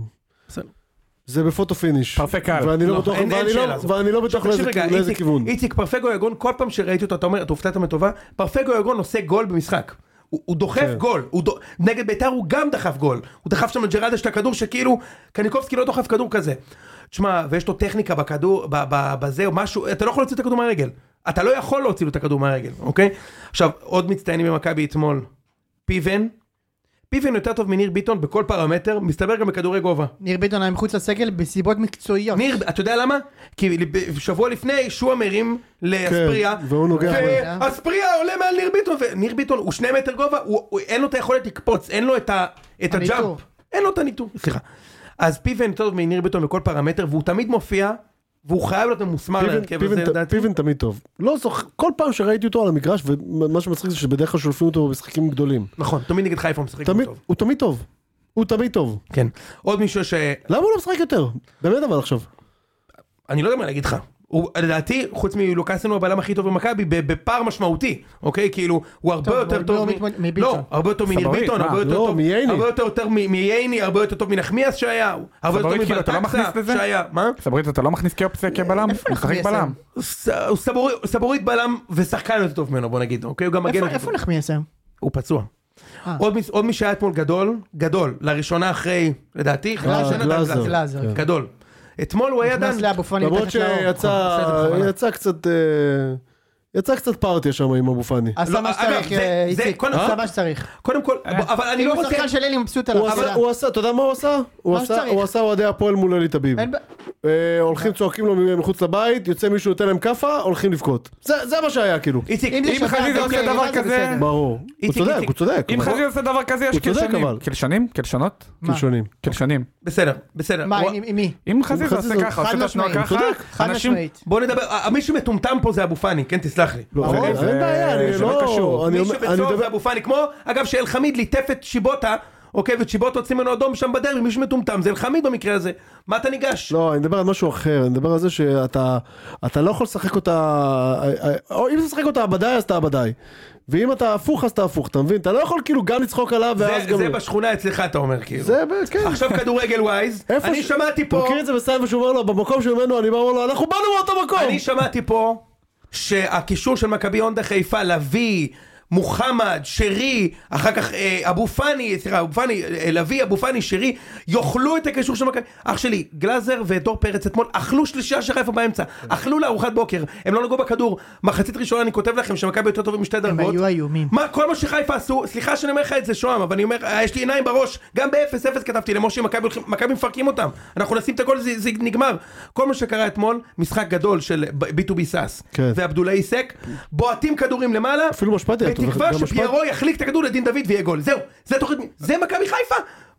זה בפוטו פיניש. פרפקל. ואני לא בטוח לאיזה כיוון. איציק, פרפגו יגון, כל פעם שראיתי אותו, אתה אומר, אתה הופתעת מטובה, פרפגו יגון עושה גול במשחק. הוא דוחף גול. נגד בית"ר הוא גם דחף גול. הוא דחף שם לג'רדה של הכדור שכאילו, קניקובסקי לא דוחף כדור כזה. תשמע, ויש לו טכניקה בכדור, בזה או משהו, אתה לא יכול להוציא את הכדור מהרגל. אתה לא יכול להוציא לו את הכדור מהרגל, אוקיי? עכשיו, עוד מצטיינים במכבי אתמול. פיבן יותר טוב מניר ביטון בכל פרמטר, מסתבר גם בכדורי גובה. ניר ביטון היה מחוץ לסגל בסיבות מקצועיות. ניר, אתה יודע למה? כי שבוע לפני שועה מרים לאספריה, ואספריה עולה מעל ניר ביטון, וניר ביטון הוא 2 מטר גובה, אין לו את היכולת לקפוץ, אין לו את הג'אמפ, אין לו את הניטור, סליחה. אז פיבן יותר טוב מניר ביטון בכל פרמטר, והוא תמיד מופיע והוא חייב להיות ממוסמר להרכב הזה לדעתי. פיבן תמיד טוב. לא זוכר, כל פעם שראיתי אותו על המגרש, ומה שמצחיק זה שבדרך כלל שולפים אותו במשחקים גדולים. נכון, תמיד נגד חיפה הוא משחק טוב. הוא תמיד טוב. הוא תמיד טוב. כן. עוד מישהו למה הוא לא משחק יותר? באמת אבל עכשיו. אני לא יודע מה להגיד לך. לדעתי, חוץ מלוקאסן הוא הבלם הכי טוב במכבי, בפער משמעותי, אוקיי? כאילו, הוא הרבה יותר טוב מביטון. לא, הרבה יותר מניר ביטון, הרבה יותר טוב מייני, הרבה יותר טוב מנחמיאס שהיה, הרבה יותר טוב מבלטקסה שהיה. מה? סבורית, אתה לא מכניס כאופציה כבלם? הוא משחק בלם. סבורית בלם ושחקן יותר טוב ממנו, בוא נגיד, אוקיי? הוא גם מגן. איפה נחמיאס היום? הוא פצוע. עוד מי שהיה אתמול גדול, לראשונה אחרי, לדעתי, גלאזר. גדול. אתמול הוא היה דן. למרות שיצא קצת פארטיה שם עם אבו פאני. עשה מה שצריך, איציק, עשה מה שצריך. קודם כל, אבל אני לא רוצה... הוא שחקן של אלי מבסוט עליו. הוא עשה, אתה יודע מה הוא עשה? הוא עשה אוהדי הפועל מול אלי טביב. הולכים צועקים לו מחוץ לבית, יוצא מישהו נותן להם כפה, הולכים לבכות. זה מה שהיה כאילו. איציק, אם חזיזה עושה דבר כזה... ברור. הוא צודק. אם חזיזה עושה דבר כזה, יש קלשנים? קלשנות? קלשנים. בסדר. מה, עם מי? אם חזיזה עושה ככה, עושה את התנועה ככה, אנשים... בוא נדבר, מי שמטומטם פה זה אבו פאני, כן, תסלח לי. אין בעיה, אני לא... מי שבצור זה אבו פאני, כמו, אגב, שאל חמיד ליטף את שיבוטה, אוקיי, וצ'יבוט הוציא ממנו אדום שם בדרבי, מישהו מטומטם, זה אל חמיד במקרה הזה. מה אתה ניגש? לא, אני מדבר על משהו אחר, אני מדבר על זה שאתה לא יכול לשחק אותה, או אם אתה שחק אותה הבדאי, אז אתה הבדאי. ואם אתה הפוך, אז אתה הפוך, אתה מבין? אתה לא יכול כאילו גם לצחוק עליו, ואז גם... זה בשכונה אצלך, אתה אומר, כאילו. זה, כן. עכשיו כדורגל ווייז, אני שמעתי פה... מכיר את זה בסייב ושהוא אומר לו, במקום שממנו, אני אומר לו, אנחנו באנו מאותו מקום! אני שמעתי פה שהקישור של מכבי הונדה חיפה להביא מוחמד, שרי, אחר כך אבו פאני, אבו פאני, שרי, יאכלו את הקישור של מכבי. אח שלי, גלאזר ודור פרץ אתמול אכלו שלישייה של חיפה באמצע, אכלו לארוחת בוקר, הם לא נגעו בכדור. מחצית ראשונה אני כותב לכם שמכבי יותר טובים משתי דרגות. הם היו איומים. מה, כל מה שחיפה עשו, סליחה שאני אומר לך את זה שוהם, אבל אני אומר, יש לי עיניים בראש, גם ב-0-0 כתבתי למשה, מכבי מפרקים אותם. אנחנו נשים את הכל, זה נגמר. כל מה שקרה אתמול, משחק גדול של ביטובי סאס ועבדולאי סק, בועטים כדורים למעלה, בתקווה שפיירו יחליק את הכדור לדין דוד ויהיה גול. זהו, זה תוכנית, זה מכבי חיפה.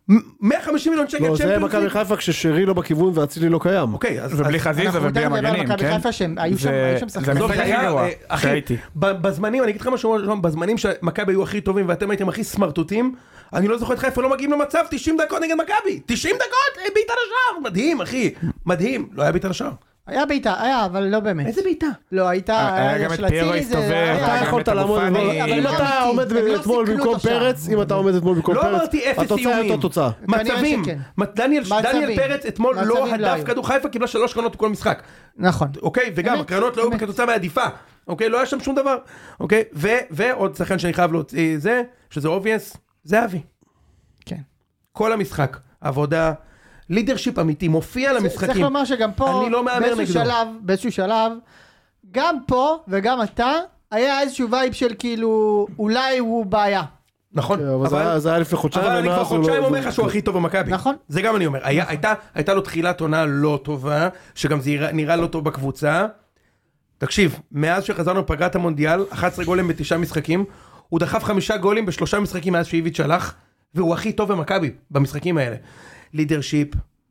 150 מיליון שקל. לא, זה מכבי חיפה כששרי לא בכיוון והצילי לא קיים. אוקיי, אז ובלי חזיזה ובלי המגנים, כן? מכבי חיפה שהם היו שם שחקנים. זה משחק גרוע. אחי, בזמנים, אני אגיד לך משהו, בזמנים שמכבי היו הכי טובים ואתם הייתם הכי סמרטוטים, אני לא זוכר את חיפה לא מגיעים למצב 90 דקות נגד מכבי. 90 דקות, בעיטה לשער. מדהים, אחי. מדהים. לא היה בעיטה לשער. היה בעיטה, אבל לא באמת. איזה בעיטה? לא, הייתה... גם את פיירו הסתובב, אתה יכולת לעמוד, אם אתה עומד אתמול במקום פרץ, לא אמרתי אפס איומים. התוצאה. מצבים. דניאל פרץ אתמול לא הדף כדור חיפה, קיבלה 3 קרנות כל משחק. נכון. אוקיי, וגם הקרנות לא היו כתוצאה מהעדיפה. אוקיי, לא היה שם שום דבר. אוקיי, ועוד שחקן שאני חייב להוציא זה, שזה obvious, זה אבי. כן. כל המשחק, עבודה, לידרשיפ אמיתי, מופיע למשחקים. צריך לומר שגם פה, באיזשהו שלב, גם פה וגם אתה, היה איזשהו וייב של כאילו, אולי הוא בעיה. נכון. אבל זה היה לפני חודשיים. אבל אני כבר חודשיים אומר לך שהוא הכי טוב במכבי. נכון. זה גם אני אומר. הייתה לו תחילת עונה לא טובה, שגם זה נראה לא טוב בקבוצה. תקשיב, מאז שחזרנו פגרת המונדיאל, 11 גולים ב9 משחקים, הוא דחף 5 גולים ב3 משחקים מאז שאיביץ' הלך, והוא הכי טוב במכבי במשחקים האלה. לידרשיפ,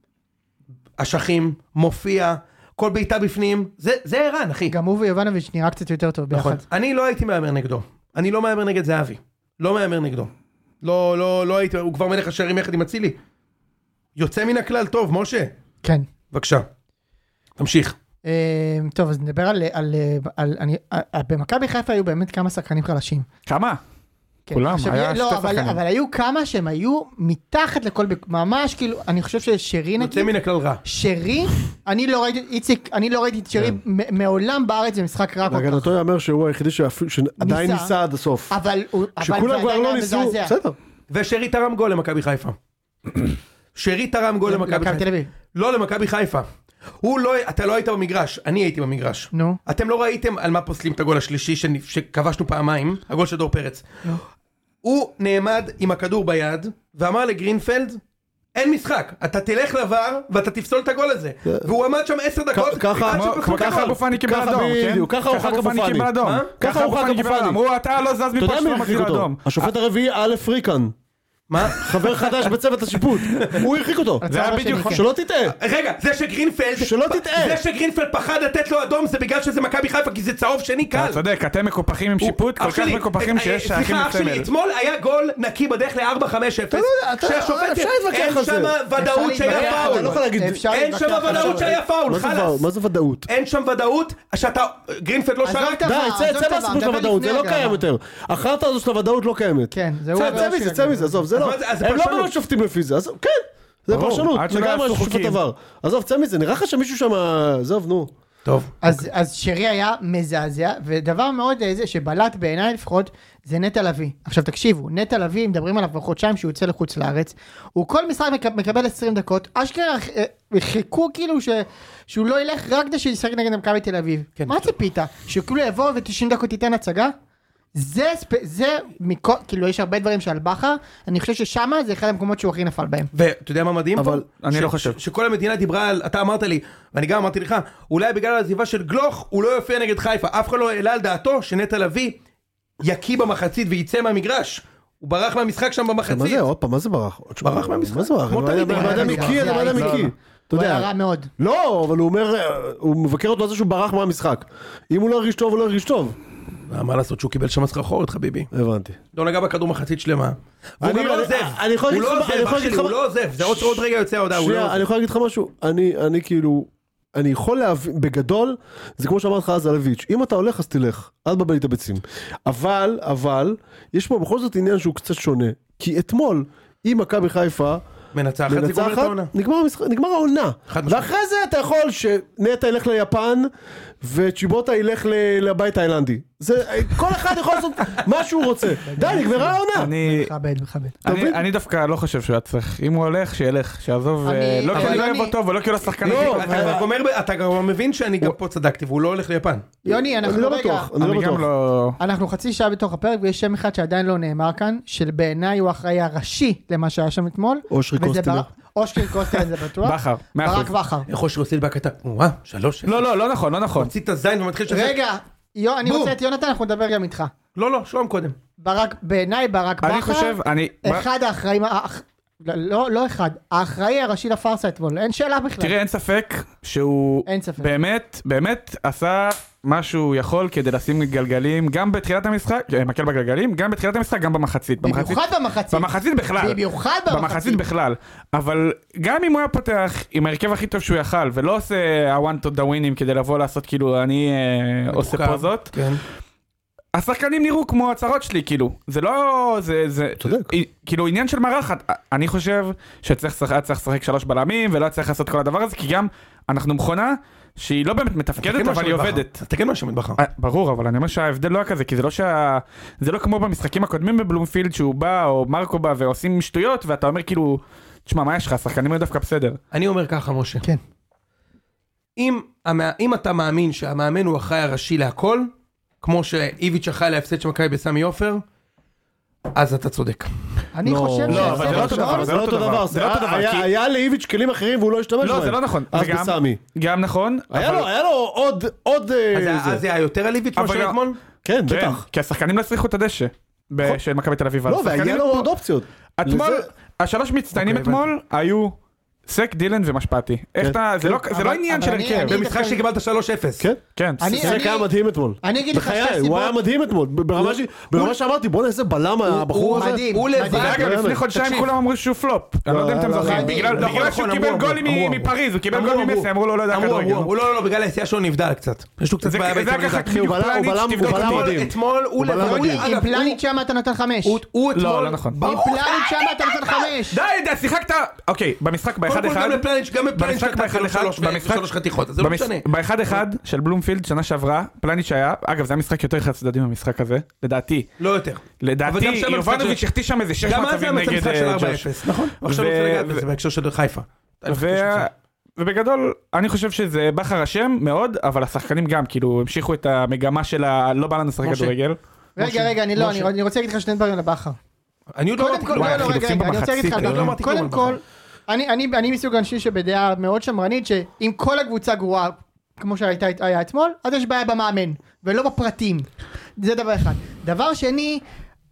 אשכים, מופיע, כל בעיטה בפנים, זה ערן, אחי. גם הוא ויובנוביץ' נראה קצת יותר טוב ביחד. אני לא הייתי מאמר נגדו. אני לא מאמר נגד זהבי. לא מאמר נגדו. לא הייתי, הוא כבר מלך השערים יחד עם אצילי. יוצא מן הכלל, טוב, משה. כן. בבקשה. תמשיך. טוב, אז נדבר במכבי חיפה היו באמת כמה שחקנים חלשים. כמה? כולם, היה שתי שחקנים. אבל היו כמה שהם היו מתחת לכל, ממש כאילו, אני חושב ששרי נגיד, יוצא מן הכלל רע. שרי, אני לא ראיתי את שרי מעולם בארץ במשחק רע כל כך. להגנתו יאמר שהוא היחידי שעדיין ניסה עד הסוף. אבל שכולם כבר לא ניסו, בסדר. ושרי תרם גול למכבי חיפה. שרי תרם גול למכבי חיפה. לא למכבי חיפה. אתה לא היית במגרש, אני הייתי במגרש. נו. אתם לא ראיתם על מה פוסלים את הגול השלישי שכבשנו פעמיים, הגול של דור פרץ. הוא נעמד עם הכדור ביד, ואמר לגרינפלד, אין משחק, אתה תלך לבר, ואתה תפסול את הגול הזה. והוא עמד שם 10 דקות, ככה אבו פאני קיבל אדום, כן? ככה אבו פאני קיבל אדום. ככה אבו פאני קיבל אדום. הוא, אתה לא זז מפה שלא מתחיל אדום. השופט הרביעי א' פריקן. מה? חבר חדש בצוות השיפוט, הוא הרחיק אותו. זה היה בדיוק, שלא תטעה. רגע, זה שגרינפלד פחד לתת לו אדום זה בגלל שזה מכבי חיפה, כי זה צהוב שני קל. אתה צודק, אתם מקופחים עם שיפוט, כל כך מקופחים שיש שייכים סליחה, אח שלי, לצמל. אתמול היה גול נקי בדרך ל-4-5-0, שהשופט, אין שם ודאות שהיה פאול. אין שם ודאות שהיה פאול, חלאס. מה זה ודאות? אין שם ודאות, שאתה, גרינפלד לא שרק. די, צא מהסיפור של הוודאות, זה לא קיים יותר. החרטה הזו של הוודאות לא קיימת. כן, צא מזה, עזוב, זה לא. הם לא באמת שופטים לפי זה, כן, זה פרשנות, לגמרי שופט עבר. עזוב, צא מזה, נראה לך שמישהו שם, עזוב, נו. טוב. אז שרי היה מזעזע, ודבר מאוד זה שבלט בעיניי לפחות, זה נטע לביא. עכשיו תקשיבו, נטע לביא, מדברים עליו בחודשיים שהוא יוצא לחוץ לארץ, הוא כל משחק מקבל 20 דקות, אשכרה חיכו כאילו שהוא לא ילך רק כדי שישחק נגד מכבי תל אביב. מה ציפית? שהוא כאילו יבוא ו90 דקות תיתן הצגה? זה כאילו יש הרבה דברים שעל בכר, אני חושב ששמה זה אחד המקומות שהוא הכי נפל בהם. ואתה יודע מה מדהים פה? אבל אני לא חושב. שכל המדינה דיברה על, אתה אמרת לי, ואני גם אמרתי לך, אולי בגלל העזיבה של גלוך, הוא לא יופיע נגד חיפה, אף אחד לא העלה על דעתו שנטע לביא יקיא במחצית וייצא מהמגרש. הוא ברח מהמשחק שם במחצית. מה זה? עוד פעם, מה זה ברח? ברח מהמשחק. מה זה ברח? כמו תמיד. הוא היה רע מאוד. לא, אבל הוא אומר, הוא מבקר אותו על זה שהוא ברח מהמשחק. אם הוא לא הרגיש טוב, הוא לא הרגיש טוב. מה לעשות שהוא קיבל שם סחרחורת חביבי. הבנתי. לא נגע בכדור מחצית שלמה. והוא גם לא עוזב. הוא לא עוזב. זה עוד רגע יוצא ההודעה. אני יכול להגיד לך משהו. אני כאילו, אני יכול להבין, בגדול, זה כמו שאמרת לך אז אלביץ', אם אתה הולך אז תלך, אל תבלבל את הביצים. אבל, יש פה בכל זאת עניין שהוא קצת שונה. כי אתמול, אם מכבי חיפה מנצחת, נגמר העונה. ואחרי זה אתה יכול שנטע ילך ליפן, וצ'יבוטה ילך לבית האילנדי. כל אחד יכול לעשות מה שהוא רוצה. די, נגמרה העונה. מכבד. אני דווקא לא חושב שהוא יצריך. אם הוא הולך, שילך, שיעזוב, לא כי אני לא אוהב אותו, ולא כי הוא לא שחקן. אתה גם מבין שאני גם פה צדקתי, והוא לא הולך ליפן. יוני, אנחנו חצי שעה בתוך הפרק, ויש שם אחד שעדיין לא נאמר כאן, שבעיניי הוא האחראי הראשי למה שהיה שם אתמול. אושרי קוסטלר זה בטוח. בכר, ברק בכר. איך אושרי עושה בקטע? 3-0. לא נכון. הוציא את הזין ומתחיל שזה... רגע, אני רוצה את יונתן, אנחנו נדבר גם איתך. לא, שלום קודם. בעיניי ברק בכר, אחד האחראים, לא אחד, האחראי הראשי לפרסה אתמול, אין שאלה בכלל. תראה, אין ספק שהוא באמת עשה מה שהוא יכול כדי לשים גלגלים, גם בתחילת המשחק, מקל בגלגלים, גם בתחילת המשחק, גם במחצית. במיוחד במחצית בכלל. אבל גם אם הוא היה פותח עם ההרכב הכי טוב שהוא יכל, ולא עושה ה-one to the winning כדי לבוא לעשות כאילו, אני עושה פה זאת, השחקנים נראו כמו הצהרות שלי, כאילו, זה לא, זה, כאילו עניין של מערכת, אני חושב שצריך לשחק 3 בלמים, ולא צריך לעשות כל הדבר הזה, כי גם אנחנו מכונה שהיא לא באמת מתפקדת, אבל היא עובדת. אתה כן משהו מטבחר. ברור, אבל אני אומר שההבדל לא היה כזה, כי זה לא כמו במשחקים הקודמים בבלומפילד, שהוא בא, או מרקו בא, ועושים שטויות, ואתה אומר כאילו, תשמע, מה יש לך? השחקנים היו דווקא בסדר. אני אומר ככה, משה. כן. אם אתה מאמין שהמאמן הוא אחראי הראשי להכל, כמו שאיביץ' אחראי להפסד של מכבי בסמי עופר, אז אתה צודק. אני חושב לא, אבל זה לא אותו דבר. היה לאיביץ' כלים אחרים והוא לא השתמש בהם. לא, זה לא נכון. אז בסמי. גם נכון. היה לו עוד... אז זה היה יותר על איביץ' כמו אתמול? כן, בטח. כי השחקנים לא הצליחו את הדשא של מכבי תל אביב. לא, והיה לו עוד אופציות. אתמול, 3 מצטיינים אתמול היו... סק, דילן ומשפטי. זה לא עניין של הרכב. במשחק שקיבלת 3-0. כן. סק היה מדהים אתמול. אני אגיד לך שתי סיבות. הוא היה מדהים אתמול. ברמה שאמרתי, בוא נעשה בלם הבחור הזה. הוא לבד. אגב, לפני חודשיים כולם אמרו שהוא פלופ. אני לא יודע אם אתם זוכרים. בגלל שהוא קיבל גולים מפריז, הוא קיבל גולים ממסי, אמרו לו לא יודע כדורגל. לא, בגלל היציאה שלו נבדל קצת. יש לו קצת בעיה אתמול הוא לבד. עם פלניץ' שם אתה נותן 5. לא, לא נכון. עם פלניץ' שם אתה נותן 5. די, שיחקת. אוקיי, במשחק ב-1-1 של בלומפילד שנה שעברה, פלניץ' היה, אגב זה היה משחק יותר חד צדדי במשחק הזה, לדעתי. לא יותר. לדעתי, יובנוביץ' החטיא שם איזה 6 מצבים נגד ג'וש. נכון, עכשיו אני רוצה לגעת בזה בהקשר של חיפה. ובגדול, אני חושב שזה בכר אשם מאוד, אבל השחקנים גם, כאילו, המשיכו את המגמה של לא בא לנו לשחק כדורגל. רגע, אני רוצה להגיד לך שני דברים לבכר. אני רוצה להגיד לך, קודם כל, אני מסוג אנשי שבדעה מאוד שמרנית, שאם כל הקבוצה גרועה, כמו שהיה אתמול, אז יש בעיה במאמן, ולא בפרטים. זה דבר אחד. דבר שני,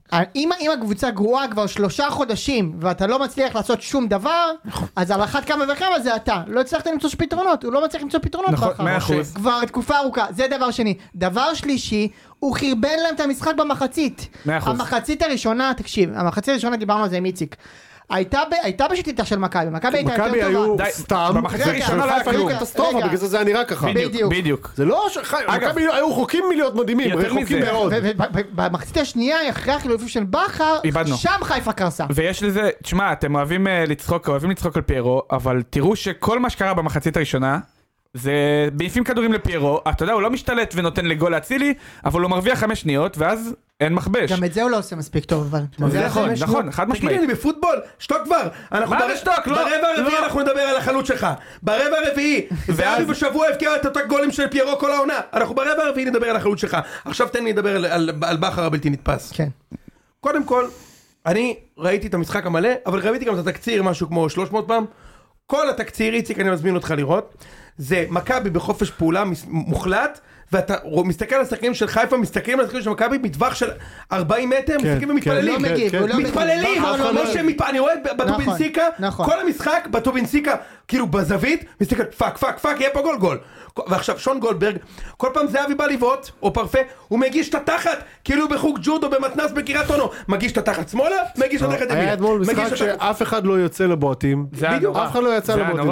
אם הקבוצה גרועה כבר 3 חודשים, ואתה לא מצליח לעשות שום דבר, אז על אחת כמה וכמה זה אתה. לא הצלחת למצוא פתרונות, הוא לא מצליח למצוא פתרונות. נכון, 100%. כבר תקופה ארוכה, זה דבר שני. דבר שלישי, הוא חרבן להם את המשחק במחצית. 100%. המחצית הראשונה, תקשיב, המחצית הראשונה דיברנו על זה עם איציק. הייתה בשליטה של מכבי, מכבי הייתה יותר מכבי טובה. היו סתם, במחצית הראשונה לא היה כלום. קטסטרופה, בגלל זה זה היה נראה ככה. בדיוק. זה לא מכבי היו רחוקים מלהיות מדהימים, רחוקים מאוד. במחצית השנייה, אחרי החילופים של בכר, שם חיפה קרסה. ויש לזה, תשמע, אתם אוהבים לצחוק על פיירו, אבל תראו שכל מה שקרה במחצית הראשונה, זה בעיפים כדורים לפיירו, אתה יודע, הוא לא משתלט ונותן לגול להצילי, אבל הוא מרוויח 5 שניות, ואז אין מחבש. גם את זה הוא לא עושה מספיק טוב, אבל... זה נכון, חד משמעית. תגיד לי, בפוטבול, שתוק כבר. מה לשתוק? ברבע הרביעי אנחנו נדבר על החלוץ שלך. ברבע הרביעי, זהבי בשבוע הבקיע את אותה גולים של פיירו כל העונה. אנחנו ברבע הרביעי נדבר על החלוץ שלך. עכשיו תן לי לדבר על בכר הבלתי נתפס. כן. קודם כל, אני ראיתי את המשחק המלא, אבל ראיתי גם את התקציר משהו כמו 300 פעם. כל התקציר, איציק, אני מזמין אותך לראות. זה מכבי בחופש פעולה מוחלט, ואתה מסתכל על השחקנים של חיפה, מסתכלים על השחקנים של מכבי מטווח של 40 מטר, מסתכלים ומתפללים. מתפללים, אני רואה בטובינסיקה, כל המשחק בטובינסיקה, כאילו בזווית, מסתכל פאק, יהיה פה גול. ועכשיו שון גולדברג, כל פעם זהבי בא לבעוט, או פרפה, הוא מגיש את התחת, כאילו בחוג ג'ודו במתנס בקריית אונו, מגיש את התחת שמאלה, מגיש את התחת ימינה. היה אתמול משחק שאף אחד לא יוצא לבועטים, אף אחד לא יצא לבועטים.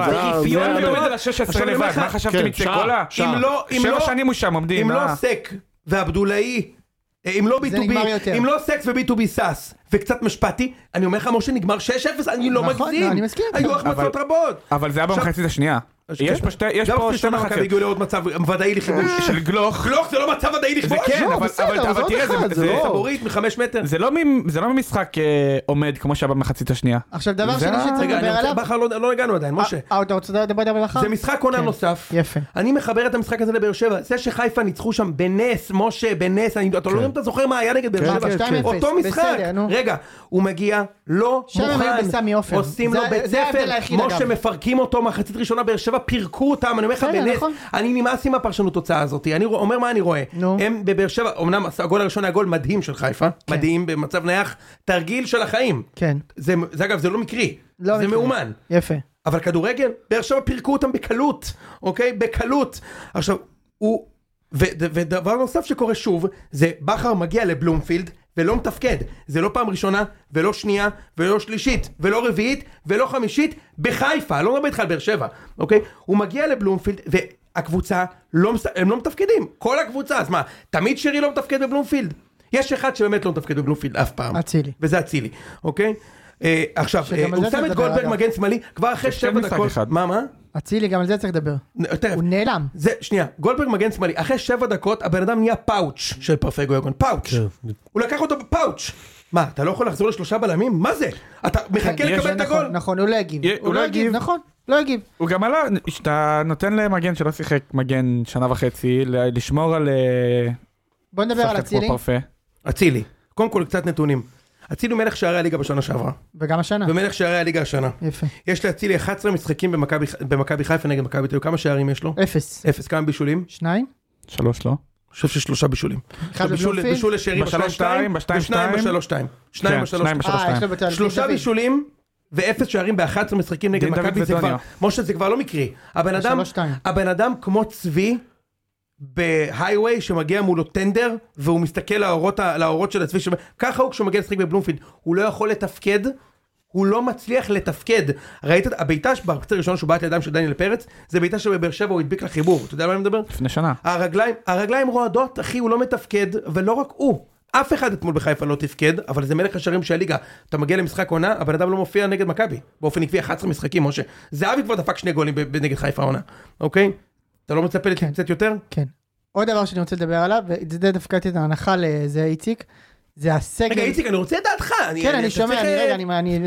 מה חשבתם מצקולה? 7 שנים הוא שם עומדים. אם לא סק ועבדולאי, אם לא סקס ובי-טו-בי סאס וקצת משפטי, אני אומר לך משה נגמר 6-0, אני לא מגזים, היו החמצות רבות. אבל זה היה במחצית השנייה. יש פה שתי מחציות. הגיעו לעוד מצב ודאי לכיבוש של גלוך. גלוך זה לא מצב ודאי לכיבוש. זה כן, אבל תראה, זה סבורית מ5 מטר. זה לא משחק עומד כמו שהיה במחצית השנייה. עכשיו דבר שני שצריך לדבר עליו. בכר לא הגענו עדיין, משה. אתה רוצה לדבר בכר? זה משחק עונה נוסף. יפה. אני מחבר את המשחק הזה לבאר שבע. זה שחיפה ניצחו שם בנס, משה, בנס. אתה לא יודע אם אתה זוכר מה היה נגד באר שבע. אותו משחק. רגע, הוא מגיע לא מוכן. עושים לו בית ספר. משה מפרקים אותו מחצית ראשונה באר שבע, פירקו אותם, אני אומר לך בנס, אני נמאס עם הפרשנות תוצאה הזאת, אני אומר מה אני רואה, הם בבאר שבע, אמנם הגול הראשון היה גול מדהים של חיפה, מדהים במצב נייח, תרגיל של החיים, זה אגב זה לא מקרי, זה מאומן, יפה, אבל כדורגל, באר שבע פירקו אותם בקלות, אוקיי, בקלות, עכשיו, ודבר נוסף שקורה שוב, זה בכר מגיע לבלומפילד, ולא מתפקד, זה לא פעם ראשונה, ולא שנייה, ולא שלישית, ולא רביעית, ולא חמישית, בחיפה, לא מדבר איתך על באר שבע, אוקיי? הוא מגיע לבלומפילד, והקבוצה, הם לא מתפקדים, כל הקבוצה, אז מה, תמיד שרי לא מתפקד בבלומפילד? יש אחד שבאמת לא מתפקד בבלומפילד אף פעם. אצילי. וזה אצילי, אוקיי? עכשיו, הוא שם את גולדברג מגן שמאלי, כבר אחרי 7 דקות, מה? אצילי, גם על זה צריך לדבר. הוא נעלם. זה, שנייה, גולדברג מגן שמאלי, אחרי 7 דקות, הבן אדם נהיה פאוץ' של פרפגו יגון, פאוץ'. הוא לקח אותו בפאוץ'. מה, אתה לא יכול לחזור ל3 בלמים? מה זה? אתה מחכה לקבל את הגול? נכון, הוא לא הגיב. הוא לא הגיב, נכון, לא הגיב. הוא גם עלה, שאתה נותן למגן שלא שיחק מגן 1.5 שנה, לשמור על... בוא נדבר על אצילי. אצילי, קודם כל קצת נתונים. אצילי הוא מלך שערי הליגה בשנה שעברה. וגם השנה. ומלך שערי הליגה השנה. יפה. יש לאצילי 11 משחקים במכבי חיפה נגד מכבי תל אביב. כמה שערים יש לו? 0. 0. כמה בישולים? 2. 3 לא. אני חושב ש3 בישולים. בישול לשרי ב2-2. ב3-2. 2 ב3-2. 3 בישולים ו0 שערים ב11 משחקים נגד מכבי. משה, זה כבר לא מקרי. הבן אדם כמו צבי בהייווי שמגיע מולו טנדר והוא מסתכל לאורות של הצבי ככה הוא כשהוא מגיע לשחק בבלומפילד הוא לא יכול לתפקד, הוא לא מצליח לתפקד. ראית הביתה בקצת הראשון שהוא באת לידיים של דניאל פרץ, זה ביתה שבבאר שבע הוא הדביק לחיבור, אתה יודע מה אני מדבר? לפני שנה. הרגליים רועדות, אחי, הוא לא מתפקד, ולא רק הוא, אף אחד אתמול בחיפה לא תפקד, אבל זה מלך השערים של הליגה. אתה מגיע למשחק עונה, הבן אדם לא מופיע נגד מכבי באופן עקבי 11 משחקים, משה. זהבי כבר דפק 2 גולים נגד חיפה עונה, אוקיי? אתה לא מצפה קצת יותר? כן. עוד דבר שאני רוצה לדבר עליו, וזה דווקא את ההנחה לזה איציק, זה הסגל... רגע איציק, אני רוצה את דעתך. כן, אני שומע, אני...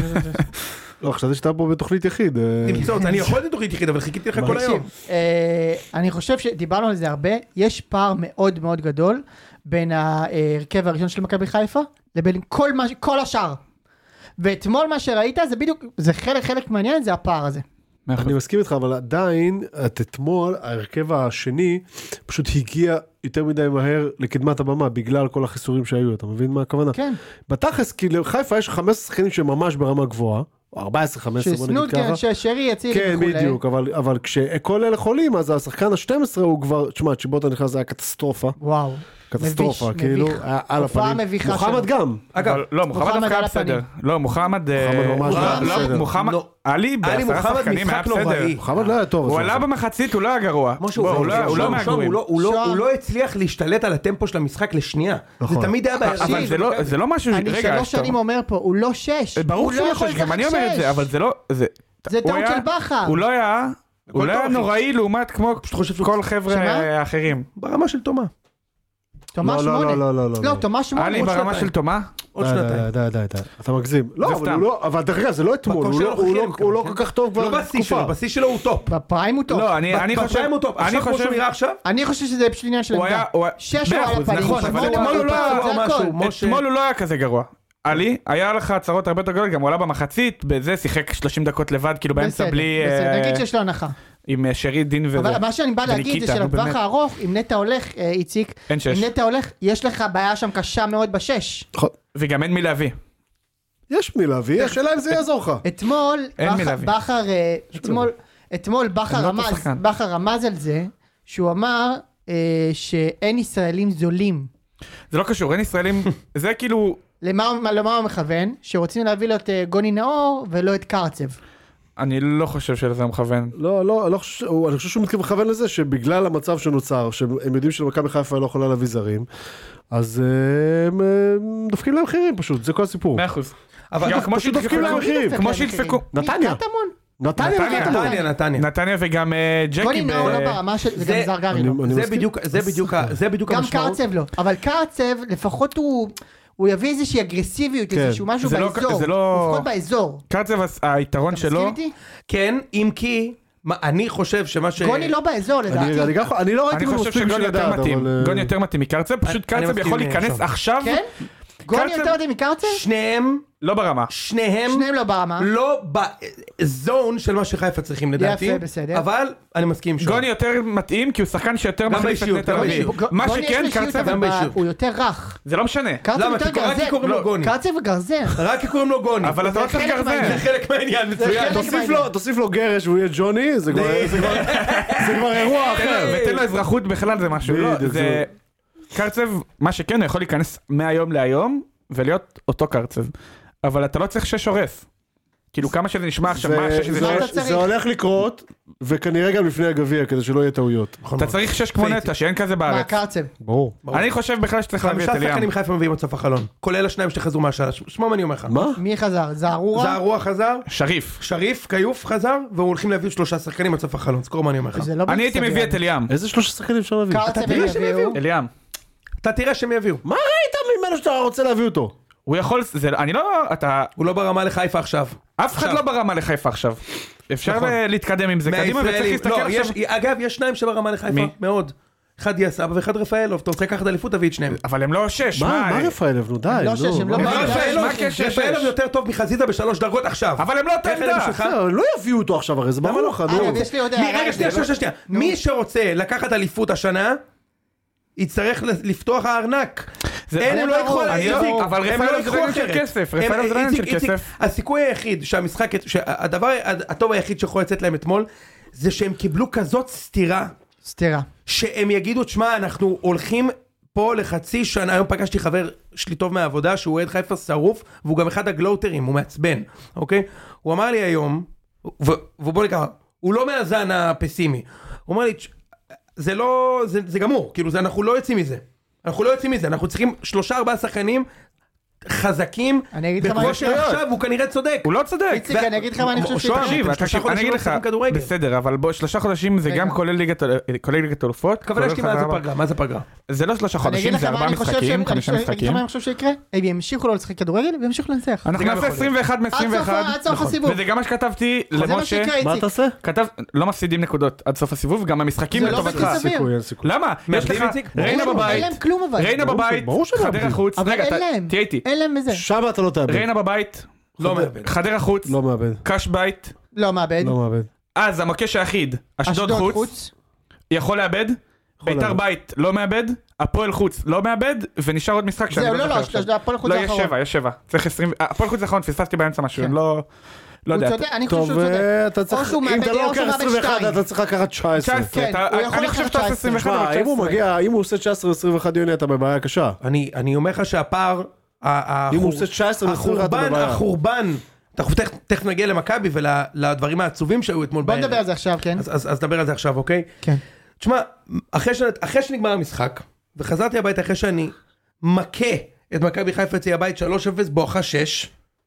לא, חשבתי שאתה פה בתוכנית יחיד. אני יכול להיות בתוכנית יחיד, אבל חיכיתי לך כל היום. אני חושב שדיברנו על זה הרבה, יש פער מאוד מאוד גדול, בין ההרכב הראשון של מכבי חיפה, לבין כל השאר. ואתמול מה שראית, זה בדיוק, זה חלק מעניין, זה הפער הזה. אני מסכים איתך, אבל עדיין, אתמול, ההרכב השני, פשוט הגיע יותר מדי מהר לקדמת הבמה, בגלל כל החיסורים שהיו, אתה מבין מה הכוונה? כן. בתכלס, כי לחיפה יש 15 שחקנים שממש ברמה גבוהה, או 14-15, בוא נגיד ככה. ששרי יציל כן, וכולי. בדיוק, אבל כשכל אלה חולים, אז השחקן ה-12 הוא כבר, תשמע, צ'יבוטה נכנס, זה היה קטסטרופה. וואו. קטסטרופה, כאילו, על הפנים. מוחמד גם. אגב, לא, מוחמד דווקא היה בסדר. לא, מוחמד... ממש לא בסדר. מוחמד... עלי בעשרה שחקנים היה בסדר. מוחמד לא היה טוב. הוא עלה במחצית, הוא לא היה גרוע. הוא לא מהגרועים. הוא לא הצליח להשתלט על הטמפו של המשחק לשנייה. זה תמיד היה בעיה. אבל זה לא משהו... אני 3 שנים אומר פה, הוא לא 6. ברור שהוא לא 6, גם אני אומר את זה, אבל זה לא... זה טעות של בכר. הוא לא היה נוראי לעומת כמו כל חבר'ה האחרים. ברמה של תומה. תומה 8. לא, תומה 8. עלי ברמה של תומה? עוד שנתיים. די, אתה מגזים. אבל דרך אגב, זה לא אתמול, הוא לא כל כך טוב כבר תקופה. בשיא שלו הוא טופ. בפריים הוא טופ. לא, אני חושב... בפריים הוא טופ. עכשיו כמו שהוא נראה עכשיו? אני חושב שזה פשוט עניין של עמדה. 6 הוא היה פנים. נכון, אבל אתמול הוא לא היה כזה גרוע. עלי, היה לך הצהרות הרבה יותר גדולות, גם הוא עלה במחצית, בזה שיחק 30 דקות לבד, כאילו באמצע בלי... בסדר, נגיד שיש לו הנחה. עם שרי דין וזה. אבל מה שאני בא להגיד זה שלטווח הארוך, אם נטע הולך, איציק, אם נטע הולך, יש לך בעיה שם קשה מאוד בשש. וגם אין מי להביא. יש מי להביא, השאלה אם זה יעזור לך. אתמול בכר רמז על זה, שהוא אמר שאין ישראלים זולים. זה לא קשור, אין ישראלים, זה כאילו... למה הוא מכוון? שרוצים להביא לו את גוני נאור ולא את קרצב. אני לא חושב שלזה הוא מכוון. לא חושב, אני חושב שהוא מכוון לזה שבגלל המצב שנוצר, שהם יודעים שלמכבי חיפה לא יכולה להביא זרים, אז הם דופקים להם מחירים פשוט, זה כל הסיפור. 100%. אבל כמו שדופקים להם מחירים. כמו שידפקו. נתניה וגם ג'קי. גוני נאור לא ברמה של, זה גם זרגרי לא. זה בדיוק גם המשמעות. קרצב לא, אבל קרצב לפחות הוא יביא איזושהי אגרסיביות, איזשהו משהו באזור, לפחות באזור. קרצב היתרון שלו, כן, אם כי, אני חושב שמה ש... גוני לא באזור לדעתי. אני לא ראיתי אני חושב שגוני יותר מתאים, גוני יותר מתאים מקרצב, פשוט קרצב יכול להיכנס עכשיו. כן? גוני יותר מתאים מקרצב? שניהם לא ברמה. שניהם לא ברמה. לא בזון של מה שחיפה צריכים לדעתי. יפה, בסדר. אבל אני מסכים שוב. גוני יותר מתאים כי הוא שחקן שיותר מחליף את נטע לביא. מה שכן, קרצב הוא יותר רך. זה לא משנה. למה? רק כי קוראים לו גוני. קרצב וגרזן. רק כי קוראים לו גוני. אבל אתה לא צריך גרזן. זה חלק מהעניין, מצוין. תוסיף לו גרש והוא יהיה ג'וני, זה כבר אירוע אחר. ותן לו אזרחות בכלל זה משהו. קרצב, מה שכן, הוא יכול להיכנס מהיום להיום ולהיות אותו קרצב. אבל אתה לא צריך שש הורס. כאילו כמה שזה נשמע עכשיו, זה הולך לקרות, וכנראה גם לפני הגביע, כדי שלא יהיה טעויות. אתה צריך שש כמו נטע, שאין כזה בארץ. מה, קרצב? ברור. אני חושב בכלל שצריך להביא את אליאם. 5 שחקנים חיפה מביאים עד סוף החלון. כולל השניים שחזרו מהשאלה. שמום אני אומר לך. מה? מי חזר? זערורה? זערורה חזר. שריף, קיוף חזר, והוא הולכים להביא 3 שחקנים עד סוף החלון. זכור מה אני אומר לך. אני הייתי מביא את אליאם. איזה 3 שחקנים אפשר להביא? אליאם. אתה תראה שהם יביאו. מה ראית ממנו שאתה רוצה להביא אותו? הוא יכול, אני לא, הוא לא ברמה לחיפה עכשיו. אף אחד לא ברמה לחיפה עכשיו. אפשר להתקדם עם זה קדימה וצריך להסתכל עכשיו. אגב, יש 2 שברמה לחיפה, מאוד. אחד יסאב ואחד רפאלוב, אתה רוצה לקחת אליפות, תביא את שניהם. אבל הם לא 6, מה רפאלוב? נו די. לא 6, הם לא רפאלוב יותר טוב מחזיזה ב3 דרגות עכשיו. אבל הם לא יותר דרך. לא יביאו אותו עכשיו, הרי זה ברור לך. יש לי עוד שנייה. מי שרוצה לקחת אליפות השנה, יצטרך לפתוח הארנק. הוא לא יכול, אבל רפאלוב זה רעיון של כסף. רפאלוב זה רעיון של כסף. הסיכוי היחיד שהמשחק, שהדבר הטוב היחיד שיכול לצאת להם אתמול, זה שהם קיבלו כזאת סתירה. שהם יגידו, תשמע, אנחנו הולכים פה לחצי שנה. היום פגשתי חבר שלי טוב מהעבודה, שהוא אוהד חיפה שרוף, והוא גם אחד הגלוטרים, הוא מעצבן, אוקיי? הוא אמר לי היום, ובוא נקרא, הוא לא מהזן הפסימי. הוא אמר לי, זה לא, זה גמור, כאילו אנחנו לא יוצאים מזה. אנחנו צריכים 3-4 שחקנים חזקים, בכושר עכשיו, הוא כנראה צודק. הוא לא צודק. איציק, אני אגיד לך מה אני חושב תקשיב, אני אגיד לך, בסדר, אבל 3 חודשים זה גם כולל ליגת אלופות. כולל יש לי מה זה פגרה? זה לא 3 חודשים, זה 4 משחקים, 5 משחקים. אני אגיד לך מה אני חושב שיקרה? הם ימשיכו לא לשחק כדורגל וימשיכו לנצח. אנחנו נעשה 21 מ-21. עד סוף הסיבוב. וזה גם מה שכתבתי למשה. מה אתה עושה? לא מפסידים נקודות עד סוף הסיבוב, גם המשחקים לטובתך. למה? יש לך ריינה בבית, חדרה חוץ. רגע, תהיה איתי. שם אתה לא תאבד. ריינה בבית, לא מאבד. חדרה חוץ, לא מאבד. קש בית, לא מאבד. אז המוקש היחיד, אשדוד חוץ, יכול לאבד, ביתר בית לא מאבד, הפועל חוץ לא מאבד, ונשאר עוד משחק שאני לא, הפועל חוץ האחרון. לא, יש 7, צריך 20, הפועל חוץ האחרון, פספסתי באמצע משהו, לא יודע. אני חושב שהוא צודק. אם אתה לא לוקח 21, אתה צריך לקחת 19. אני חושב שאתה עושה 21, אם הוא עושה 19 או 21 יוני, אתה בבעיה קשה. אני אומר לך שהפער, אם הוא עושה 19 או 21, אתה בבעיה. החורבן, תכף נגיע למכבי ולדברים העצובים שהיו אתמול בערב. בוא נדבר על זה עכשיו, כן. אז נדבר על זה עכשיו, אוקיי? כן. תשמע, אחרי שנגמר המשחק, וחזרתי הביתה אחרי שאני מכה את מכבי חיפה אצלי הבית 3-0 בואכה 6,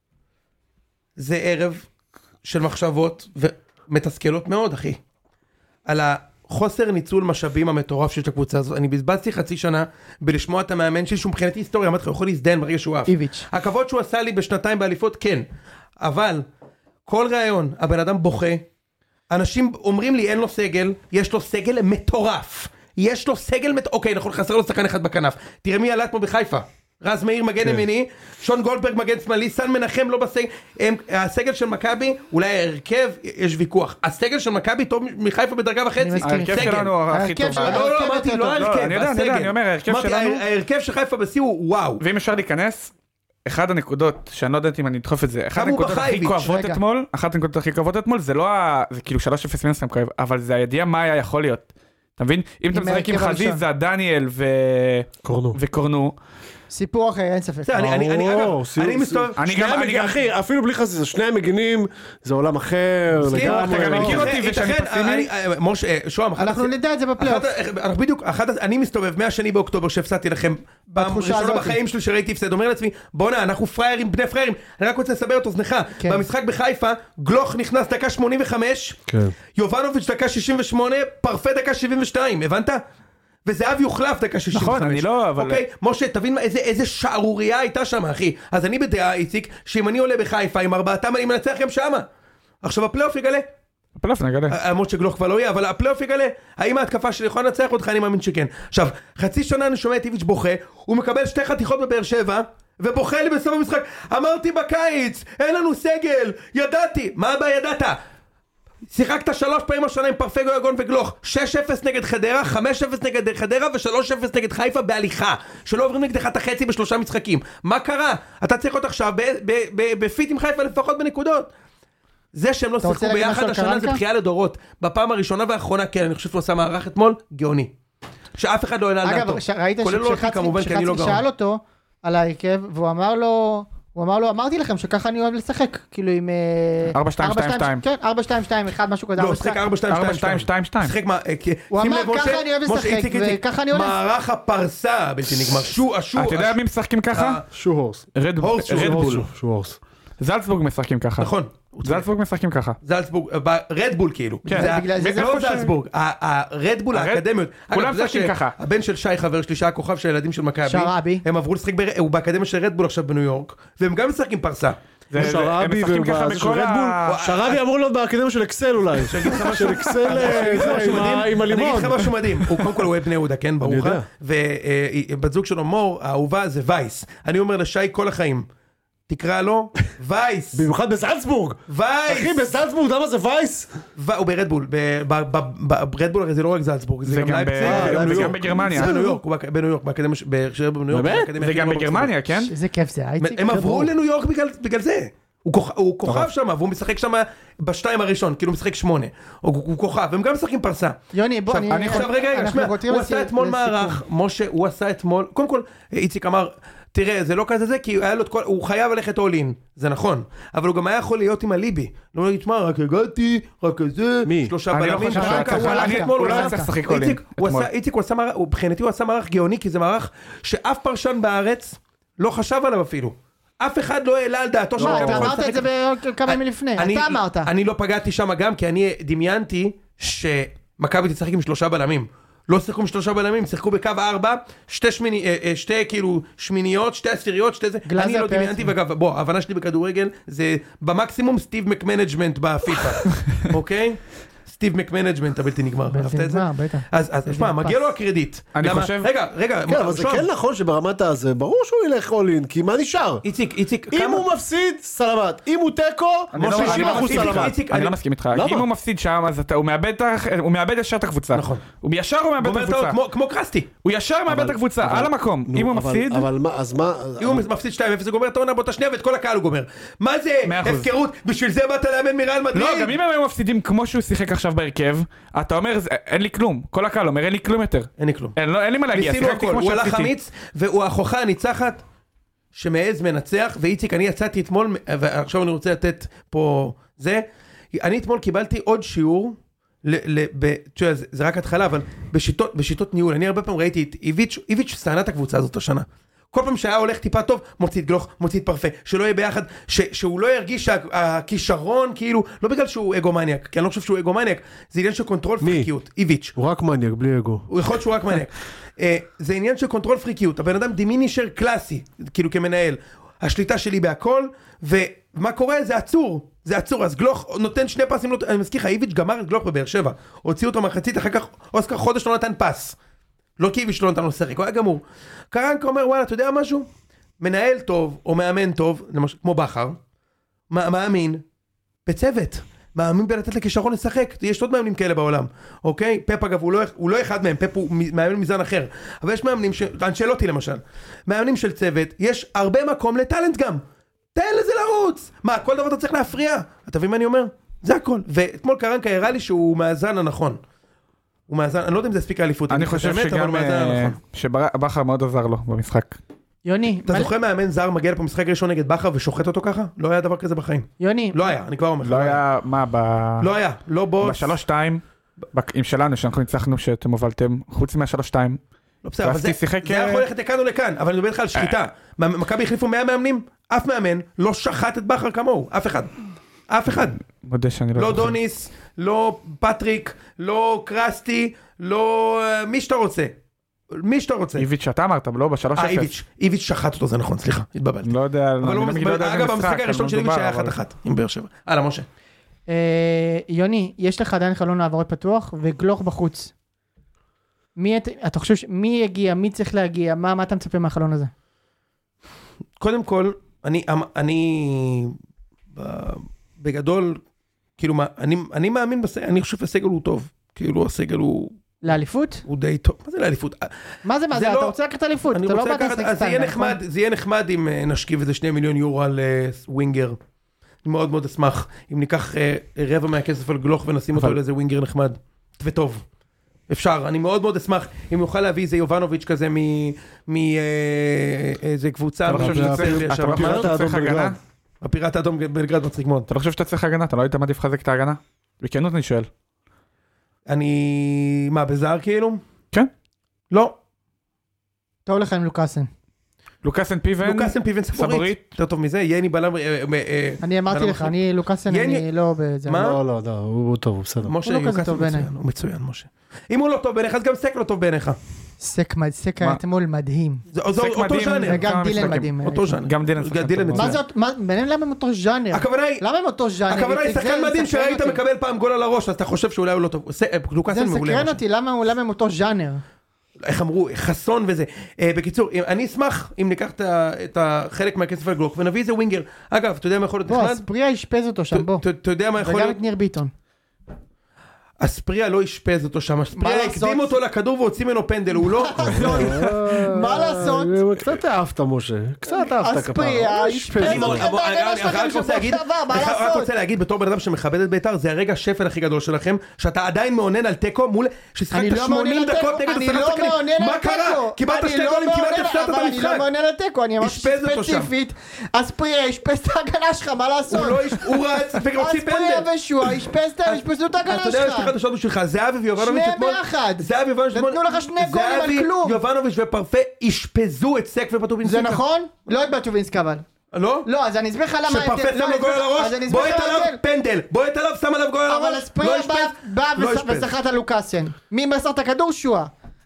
זה ערב של מחשבות ומתסכלות מאוד, אחי. על החוסר ניצול משאבים המטורף שיש לקבוצה הזאת. אני בזבזתי חצי שנה בלשמוע את המאמן שלי, שהוא מבחינתי היסטוריה, אמרתי לך, הוא יכול להזדהן ברגע שהוא אף. איביץ'. הכבוד שהוא עשה לי בשנתיים באליפות, כן. אבל כל ראיון, הבן אדם בוכה, אנשים אומרים לי אין לו סגל, יש לו סגל מטורף. יש לו סגל אוקיי, נכון, חסר לו שחקן אחד בכנף. תראה מי עלה פה בחיפה. רז מאיר מגן ימיני, שון גולדברג מגן שמאלי, סן מנחם לא בסגל. הסגל של מכבי, אולי ההרכב, יש ויכוח. הסגל של מכבי טוב מחיפה בדרגה וחצי. ההרכב שלנו הכי טוב. לא, אמרתי, לא ההרכב, הסגל. אני אומר, ההרכב שלנו... ההרכב של חיפה בשיא הוא וואו. ואם אפשר להיכנס, אחד הנקודות, שאני לא יודעת אם אני אדחוף את זה, אחת הנקודות הכי כואבות אתמול, זה לא, זה כאילו 3-0 מנסתם כואב, אבל זה הידיעה מה היה יכול להיות. אתה מבין? אם אתה משחק עם חזיזה, דניאל וקורנו, סיפור אחר, אין ספק. אני מסתובב, אחי, אפילו בלי חזיזה, שני המגינים, זה עולם אחר, אתה גם מכיר אותי ושאני פסימי? שוהם, אנחנו נדע את זה בפלייאוף. בדיוק, אני מסתובב מהשני באוקטובר שהפסדתי לכם, בראשונה בחיים שלי שראיתי הפסד, אומר לעצמי, בוא'נה, אנחנו פריירים, בני פריירים, אני רק רוצה לסבר את אוזנך, במשחק בחיפה, גלוך נכנס דקה 85, יובנוביץ' דקה 68, פרפה דקה 72, הבנת? וזהב יוחלף דקה 65. נכון, אני לא, אבל... אוקיי, משה, תבין איזה שערוריה הייתה שם, אחי. אז אני בדעה, איציק, שאם אני עולה בחיפה עם 4, אני מנצח גם שמה. עכשיו הפלייאוף יגלה. הפלייאוף נגלה. למרות שגלוך כבר לא יהיה, אבל הפלייאוף יגלה. האם ההתקפה שלי יכולה לנצח אותך? אני מאמין שכן. עכשיו, חצי שנה אני שומע את איביץ' בוכה, הוא מקבל 2 חתיכות בבאר שבע, ובוכה לי בסוף המשחק. אמרתי בקיץ, אין לנו סגל, ידעתי. מה הבא ידעת? שיחקת 3 פעמים השנה עם פרפגו יגון וגלוך, 6-0 נגד חדרה, 5-0 נגד חדרה ו3-0 נגד חיפה בהליכה, שלא עוברים נגדך את החצי ב3 משחקים. מה קרה? אתה צריך להיות עכשיו בפיט עם חיפה לפחות בנקודות. זה שהם לא שיחקו ביחד השנה זה בחייה לדורות. בפעם הראשונה והאחרונה, כן, אני חושב שהוא עשה מערך אתמול, גאוני. שאף אחד לא העלה על דעתו. אגב, ראית שחצי שאל אותו על ההרכב, והוא אמר לו, אמרתי לכם שככה אני אוהב לשחק, כאילו עם 4-2-2-2. כן, 4-2-2-1, משהו כזה. לא, שחק 4-2-2-2. הוא אמר, ככה אני אוהב לשחק, וככה אני הולך. מערך הפרסה בלתי נגמר. אתה יודע מי משחקים ככה? שו-הורס. רדבול. שו-הורס. זלצבורג משחקים ככה. נכון. זלצבורג משחקים ככה. זלצבורג, רדבול כאילו. זה לא זלצבורג, הרדבול האקדמיות. כולם משחקים ככה. הבן של שי חבר שלי, שהיה כוכב של הילדים של מכבי. שרבי. הם עברו לשחק, הוא באקדמיה של רדבול עכשיו בניו יורק, והם גם משחקים פרסה. שרבי שרבי אמור להיות באקדמיה של אקסל אולי. של אקסל עם הלימון. אני אגיד לך משהו מדהים. קודם כל הוא אוהב בני יהודה, כן? ברוך. ובת זוג שלו מור, האהובה זה וייס. אני אומר לשי כל החיים. תקרא לו וייס. במיוחד בסלצבורג. וייס. אחי, בסלצבורג, למה זה וייס? הוא ברדבול. ברדבול הרי זה לא רק זלצבורג. זה גם בגרמניה. זה בניו יורק. בניו יורק. בניו יורק. באמת? זה גם בגרמניה, כן? איזה כיף זה. הם עברו לניו יורק בגלל זה. הוא כוכב שם, והוא משחק שם בשתיים הראשון, כאילו משחק 8. הוא כוכב, והם גם משחקים פרסה. יוני, בוא, עכשיו רגע, הוא עשה אתמול מערך, משה, הוא עשה אתמול, קודם כל, איציק אמר, תראה, זה לא כזה זה, כי הוא חייב ללכת אולין, זה נכון, אבל הוא גם היה יכול להיות עם הליבי. לא להגיד, תשמע, רק הגעתי, רק כזה, 3 בלמים, הוא לא היה צריך לשחק אולין. איציק, מבחינתי הוא עשה מערך גאוני, כי זה מערך שאף פרשן בארץ לא חשב עליו אפילו. אף אחד לא העלה על דעתו מה, אתה אמרת את זה כמה ימים לפני, אתה אמרת. אני לא פגעתי שם גם, כי אני דמיינתי שמכבי תשחק עם 3 בלמים. לא שיחקו עם 3 בלמים, שיחקו בקו 4, 2 כאילו שמיניות, 2 עשיריות, 2 זה. אני לא דמיינתי, ואגב, בוא, ההבנה שלי בכדורגל זה במקסימום סטיב מקמנג'מנט בפיפה, אוקיי? סטיב מקמנג'מנט הבלתי נגמר, אהבת את זה? בטח. אז תשמע, מגיע לו הקרדיט. אני חושב... רגע, כן, אבל זה כן נכון שברמת הזה, ברור שהוא ילך אולין, כי מה נשאר? איציק, אם הוא מפסיד, סלמת. אם הוא תקו, 30% סלמת. אני לא מסכים איתך. אם הוא מפסיד שם, אז הוא מאבד ישר את הקבוצה. נכון. הוא ישר הוא מאבד את הקבוצה. כמו קרסטי. הוא ישר מאבד את הקבוצה, על המקום. אם הוא מפסיד... אבל מה, אז מה... אם הוא מפסיד 2-0, זה גומר את העונה באותה שנייה ואת כל הקהל הוא גומר. מה זה? הפקרות? בשביל זה באת לאמן מריאל מדריד? לא, גם אם הם מפסידים כמו שהוא שיחק עכשיו בהרכב, אתה אומר, אין לי כלום. כל הקהל אומר, אין לי כלום יותר. אין לי כלום. אין לי מה להגיע. ניסינו הכל, הוא הלך אמיץ, והוא ההוכחה הניצחת שמעז מנצח, ואיציק, אני יצאתי אתמול, ועכשיו אני רוצה לתת פה זה, אני אתמול קיבלתי עוד שיעור, זה רק התחלה, אבל בשיטות ניהול, אני הרבה פעמים ראיתי את איביץ' סענת הקבוצה הזאת השנה. כל פעם שהיה הולך טיפה טוב, מוציא את גלוך, מוציא את פרפה, שלא יהיה ביחד, שהוא לא ירגיש שהכישרון, כאילו, לא בגלל שהוא אגומניאק, כי אני לא חושב שהוא אגומניאק, זה עניין של קונטרול פריקיות, איביץ'. הוא רק מניאק, בלי אגו. הוא יכול להיות שהוא רק מניאק. זה עניין של קונטרול פריקיות, הבן אדם דימינישר קלאסי, כאילו כמנהל, השליטה שלי בהכל, ומה קורה? זה עצור, אז גלוך נותן 2 פסים, אני מזכיר לך, איביץ' גמר את גלוך בבאר שבע, הוציא אותו מחצית, אחר כך אוסקר חודש לא נתן פס. לא כי איביץ' לא נתן לו שחק, הוא היה גמור. קרנקה אומר, וואלה, אתה יודע משהו? מנהל טוב, או מאמן טוב, למשל, כמו בחר, מאמין, בצוות, מאמין בלתת לכישרון לשחק, יש עוד מאמנים כאלה בעולם, אוקיי? פפ אגב, הוא לא אחד מהם, פפ הוא מאמן מזן אחר, אבל יש מאמנים, אנשלוטי למשל, מאמנים של צוות, יש הרבה מקום לטלנט גם, תן לזה לרוץ, מה, כל דבר אתה צריך להפריע, אתה מבין מה אני אומר? זה הכל, ואתמול קרנקה הראה לי שהוא מאזן הנכון, הוא מאזן, אני לא יודע אם זה הספיק האליפות, אני חושב שבחר מאוד עזר לו במשחק. יוני, אתה זוכר מאמן זר מגיע לפה משחק ראשון נגד בחר ושוחט אותו ככה? לא היה דבר כזה בחיים. יוני. לא היה, אני כבר אומר. לא היה, מה, לא היה, לא בוס. ב3-2, עם שלנו, שאנחנו ניצחנו, שאתם הובלתם, חוץ מה3-2. לא בסדר, אבל זה יכול ללכת לכאן או לכאן, אבל אני מדבר לך על שחיטה. מכבי החליפו 100 מאמנים, אף מאמן לא שחט את בחר כמוהו, אף אחד. מודה שאני לא זוכר. לא דוניס, לא פטריק, לא קרסטי, לא מי שאתה רוצה. איביץ' אתה אמרת, לא ב3-0. איביץ' שחט אותו, זה נכון, סליחה, התבלבלתי. לא יודע, אגב, במשחק הראשון של איביץ' היה 1-1 עם באר שבע. הלאה, משה. יוני, יש לך עדיין חלון העברות פתוח, וגלוך בחוץ. אתה חושב, מי יגיע, מי צריך להגיע, מה אתה מצפה מהחלון הזה? קודם כל, אני בגדול, כאילו, אני מאמין בסגל, אני חושב שהסגל הוא טוב. כאילו, הסגל הוא... לאליפות? הוא די טוב. מה זה לאליפות? מה זה? אתה רוצה לקחת אליפות? אתה לא באת לשחק סטנד. זה יהיה נחמד אם נשקיב איזה 2 מיליון יורו על ווינגר. אני מאוד מאוד אשמח אם ניקח רבע מהכסף על גלוך ונשים אותו לאיזה ווינגר נחמד וטוב. אפשר, אני מאוד מאוד אשמח אם יוכל להביא איזה יובנוביץ' כזה מאיזה קבוצה. הפיראט האדום בלגרד מצחיק מאוד. אתה לא חושב שאתה צריך הגנה? אתה לא היית מעדיף לחזק את ההגנה? בכנות אני שואל. מה, בזר כאילו? כן. לא. טוב לך עם לוקאסן. לוקאסן פיבן סבורית. יותר טוב מזה, יני בלם... אני אמרתי לך, לוקאסן אני לא בזה. מה? לא, הוא טוב, הוא בסדר. משה, לוקאסן הוא מצוין, משה. אם הוא לא טוב בעיניך, אז גם סק לא טוב בעיניך. סק היה אתמול מדהים. זה אותו ז'אנר. וגם דילן מדהים. אותו ז'אנר. גם דילן מצוין. ביניהם למה הם אותו ז'אנר? למה הם אותו ז'אנר? הכוונה היא שחקן מדהים שראית מקבל פעם גול על הראש, אז אתה חושב שאולי הוא לא טוב. לוקאסן מעולה. זה סקרן אותי, למה הם אותו ז'אנר? איך אמרו, חסון וזה. בקיצור, אני אשמח אם ניקח את החלק מהכסף על גלוק ונביא איזה ווינגר. אגב, אתה יודע מה יכול להיות נחמד? אספריה ישפז אותו שם, בוא. אתה יודע מה יכול וגם להיות? את ניר ביטון. אספריה לא ישפז אותו שם, אספריה הקדים אותו לכדור והוציא ממנו פנדל, הוא לא... מה לעשות? קצת אהבת, משה. קצת אהבת כפר. אספריה ישפז אותו. אני רק רוצה להגיד, בתור בן אדם שמכבד את בית"ר, זה הרגע השפל הכי גדול שלכם, שאתה עדיין מעונן על טקו מול... ששיחקת 80 דקות נגד אני לא מעונן על טקו. מה קרה? קיבלת 2 גולים, כמעט הפסדת את המשחק. אני לא מעונן על טקו, אני אמרתי ספציפית. אספריה ישפז את ההגנה שלך, מה לעשות? הוא רץ והוציא פנדל. אספריה ושועה ישפזו את ההגנה שלך. חשבנו שלך, זהבי ויובנוביץ' שניהם ביחד. נתנו לך 2 גולים על כלום. יובנוביץ' ופרפה ישפזו את סק ופטובינסקי. זה נכון? לא את בטובינסקי אבל. לא? לא, אז אני אסביר לך למה... שפרפה שם לו גול על הראש, בועט עליו פנדל, בועט עליו, שם עליו גול על הראש. אבל אספריה בא וסחט על לוקאסן. מי מסר את הכדור? שועה.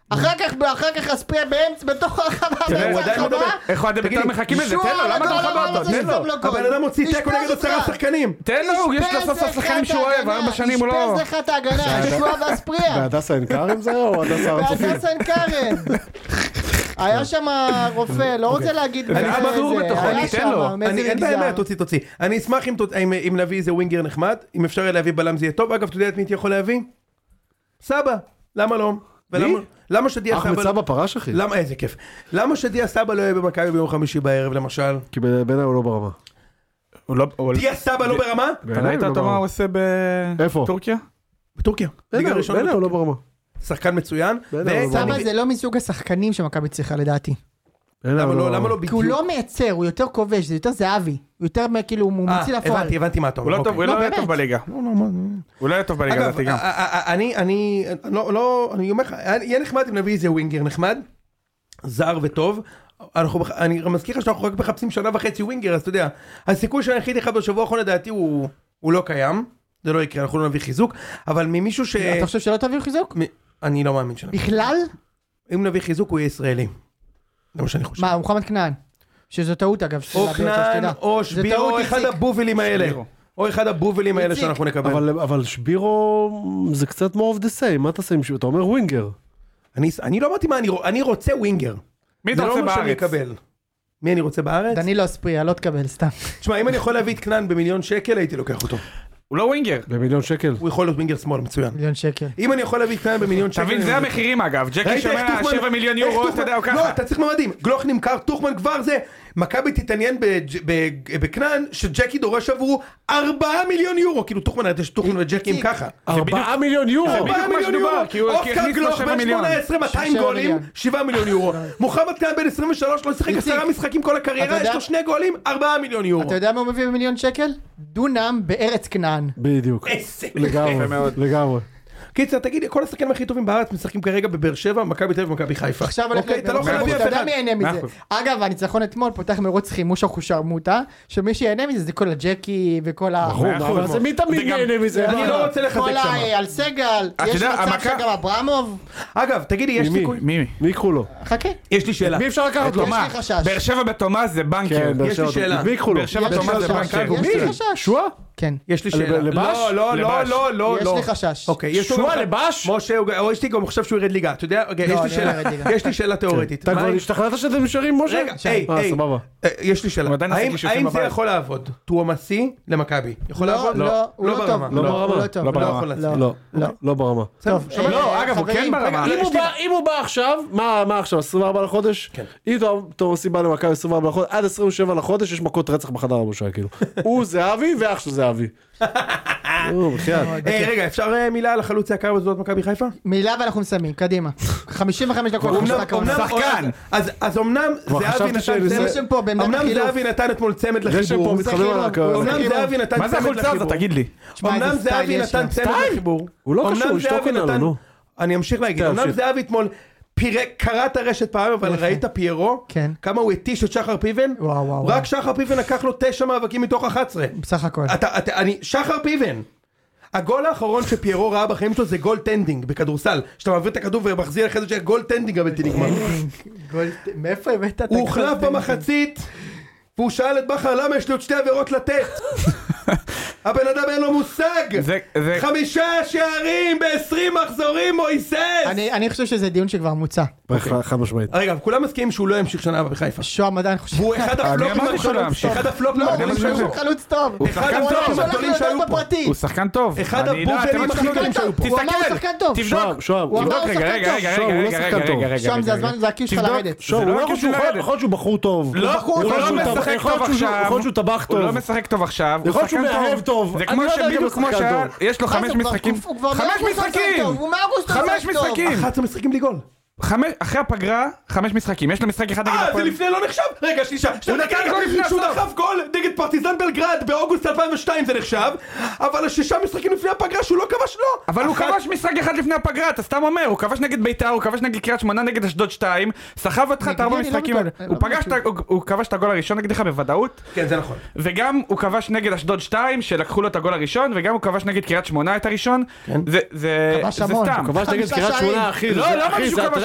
אחר כך אספריה בתוך הרחבה, איך אוהדי בית"ר מחכים לזה? תן לו, למה אתה מחבר אותו? תן לו. הבן אדם מוציא תיקו נגד 10 שחקנים. תן לו, יש לו סוף שחקנים שהוא אוהב, 4 שנים הוא לא... אשפז לך את ההגנה, שועה ואספריה. בהדסה עין כרם זה או הדסה הר הצופים? בהדסה עין כרם. היה שם רופא, לא רוצה להגיד אני אבדור בתוכו, היה שם, אין בעיה, תוציא. אני אשמח אם להביא איזה ווינגר נחמד, אם אפשר להביא בלם זה יהיה טוב. אגב, אתה יודע את מי יכול להביא? סבא, למה לא? למה שדיה סבא... אחמד סבא פרש אחי. למה, איזה כיף. למה שדיה סבא לא יהיה במכבי ביום חמישי בערב למשל? כי בעיניי הוא לא ברמה. דיה סבא לא ברמה? ראית אותו מה הוא עושה בטורקיה? בטורקיה. בעיניי הוא לא ברמה. שחקן מצוין. סבא זה לא מסוג השחקנים שמכבי צריכה לדעתי. למה לא בדיוק? כי הוא לא מייצר, הוא יותר כובש, זה יותר זהבי. הוא יותר כאילו, הוא מוציא לפועל. הבנתי מה אתה אומר. הוא לא היה טוב בליגה. הוא לא היה טוב בליגה, לדעתי גם. אני אומר לך, יהיה נחמד אם נביא איזה ווינגר נחמד, זר וטוב. אני מזכיר לך שאנחנו רק מחפשים 1.5 ווינגר, אז אתה יודע, הסיכוי שהיחיד אחד בשבוע האחרון לדעתי הוא לא קיים. זה לא יקרה, אנחנו לא נביא חיזוק, אבל ממישהו ש... אתה חושב שלא תביא חיזוק? אני לא מאמין שלנו. בכלל? אם נביא חיזוק הוא יהיה ישראלי. זה מה שאני חושב. מה, מוחמד כנען? שזו טעות אגב. או כנען, או שבירו, או אחד הבובלים האלה. או אחד הבובלים האלה שאנחנו נקבל. אבל שבירו זה קצת more of the same, מה אתה עושה עם שבירו? אתה אומר ווינגר. אני לא אמרתי מה, אני רוצה ווינגר. מי אתה רוצה בארץ? מי אני רוצה בארץ? דנילו אספריה, לא תקבל, סתם. תשמע, אם אני יכול להביא את כנען ב1,000,000 הייתי לוקח אותו. הוא לא ווינגר. ב1,000,000 הוא יכול להיות ווינגר שמאל, מצוין. 1,000,000. אם אני יכול להביא את כנען ב1,000,000 תבין, זה המחירים אגב. ג'קי שומע 7 מיליון יורו, אתה יודע, או ככה. לא, אתה צריך ממדים. גלוך נמכר, טוחמן כבר זה. מכבי תתעניין בכנען, שג'קי דורש עבורו 4 מיליון יורו. כאילו טוחמן וג'קים ככה. 4 מיליון יורו. 4 מיליון יורו. אוסקר גלוך בן 18, 200 גולים, 7 מיליון יורו. מוחמד כנען בן 23, לא שיחק 10 משחקים כל הקריירה, יש לו 2 גולים, 4 מיליון יורו. אתה יודע מה הוא מביא ב1,000,000 שקל? דונם בארץ כנען. בדיוק. לגמרי. קיצר, תגיד, כל השחקנים הכי טובים בארץ משחקים כרגע בבאר שבע, מכבי תל אביב ומכבי חיפה. עכשיו הולך אתה לא יכול להביא אף אתה יודע אחד. מי ייהנה מזה. אגב, הניצחון אתמול פותח מרוץ חימוש אחושרמוטה, שמי שיהנה מזה זה כל הג'קי וכל אבל זה מי תמיד ייהנה מזה? אני לא רוצה לחזק כל שם. על סגל, יש מצב שגם אברמוב. אגב, תגידי, יש סיכוי? מי? מי יקחו לו? חכה. יש לי שאלה. מי אפשר לקחת לו? יש לי חשש. באר שבע בתומאס זה בנקר. יש לי שאלה. מי יקחו לו? באר שבע בתומאס זה בנקר. יש לי חשש. שועה? כן. יש לי שאלה. לבש? לא. יש לי חשש. אוקיי, יש שועה לבש? משה, או יש לי גם חושב שהוא ירד ליגה, אתה יודע? יש לי שאלה תיאורטית. אתה כבר השתכנעת שאתם נשארים משה? רגע, סבבה. יש לי שאלה. האם זה יכול לעבוד? טוואמסי למכבי. יכול לעבוד? לא, הוא לא טוב. לא ברמה. הוא לא טוב. לא יכול להצליח. לא ברמה. טוב, לא, אגב, הוא כן ברמה. אם הוא בא עכשיו, מה עכשיו, 24 לחודש? כן. אם תומסי בא למכבי 24 לחודש, עד 27 לחודש יש מכות רצח בחדר המשה, כאילו. הוא זהבי ואח של זהבי. רגע, אפשר מילה על החלוץ היקר בזאת מכבי חיפה? מילה ואנחנו מסיימים, קדימה. 55 דקות. שחקן. אז אמנם זהבי נתן אתמול צמד לחיבור. אמנם זהבי נתן מה זה צמד החולצה הזאת, לחיבור. תגיד לי. אמנם זהבי נתן צמד לחיבור. הוא לא קשור, אשתוק עלינו, נו. אני אמשיך להגיד, אמנם זהבי אתמול קראת הרשת פעם, אבל ראית פיירו? כן. כמה הוא התיש את שחר פיבן? וואו. רק שחר פיבן לקח לו 9 מאבקים מתוך 11. בסך הכל. שחר פיבן. הגול האחרון שפיירו ראה בחיים שלו זה גול טנדינג בכדורסל. שאתה מעביר את הכדור ומחזיר אחרי זה שגול טנדינג הבלתי נגמר. מאיפה הבאת את הוא הוחלף במחצית, והוא שאל את בכר למה יש לי עוד 2 עבירות לתת. הבן אדם אין לו מושג. 5 שערים ב20 מחזורים מויסס. אני חושב שזה דיון שכבר מוצא. חד משמעית. רגע, כולם מסכימים שהוא לא ימשיך שנה בחיפה. שוהם עדיין חושב. והוא אחד הפלופים הוא חלוץ טוב. הוא שחקן טוב. הוא שחקן טוב. אחד הבופלים הכי גדולים שהיו פה. הוא אמר הוא שחקן טוב. תבדוק רגע. שוהם זה הזמן, זה הקיו שלך לרדת. שוהם, הוא לא יכול להיות שהוא בחור טוב. הוא לא משחק טוב עכשיו. יכול להיות שהוא טבח טוב. הוא לא משחק טוב עכשיו. יכול להיות שהוא מאהב טוב. זה כמו שבדיוק כמו שיש לו 5 משחקים. 5 משחקים! הוא מאוגוסט 5 משחקים! 11 משחקים בלי גול. אחרי הפגרה, 5 משחקים. יש לו משחק אחד נגד זה לפני לא נחשב? רגע, שהוא דחף גול נגד פרטיזן בלגרד באוגוסט 2002 זה נחשב, אבל 6 משחקים לפני הפגרה שהוא לא כבש לו. אבל הוא כבש משחק אחד לפני הפגרה, אתה סתם אומר, הוא כבש נגד בית"ר, הוא כבש נגד קריית שמונה, נגד אשדוד 2, סחב אותך את 4 משחקים. הוא כבש את הגול הראשון נגדך בוודאות. כן, זה נכון. וגם הוא כבש נגד אשדוד 2 שלקחו לו את הגול הראשון, וגם הוא כבש נגד קריית שמונה את הראשון. זה סתם. הוא כבש נגד קריית שמונה, אחי. לא אמרתי שהוא כבש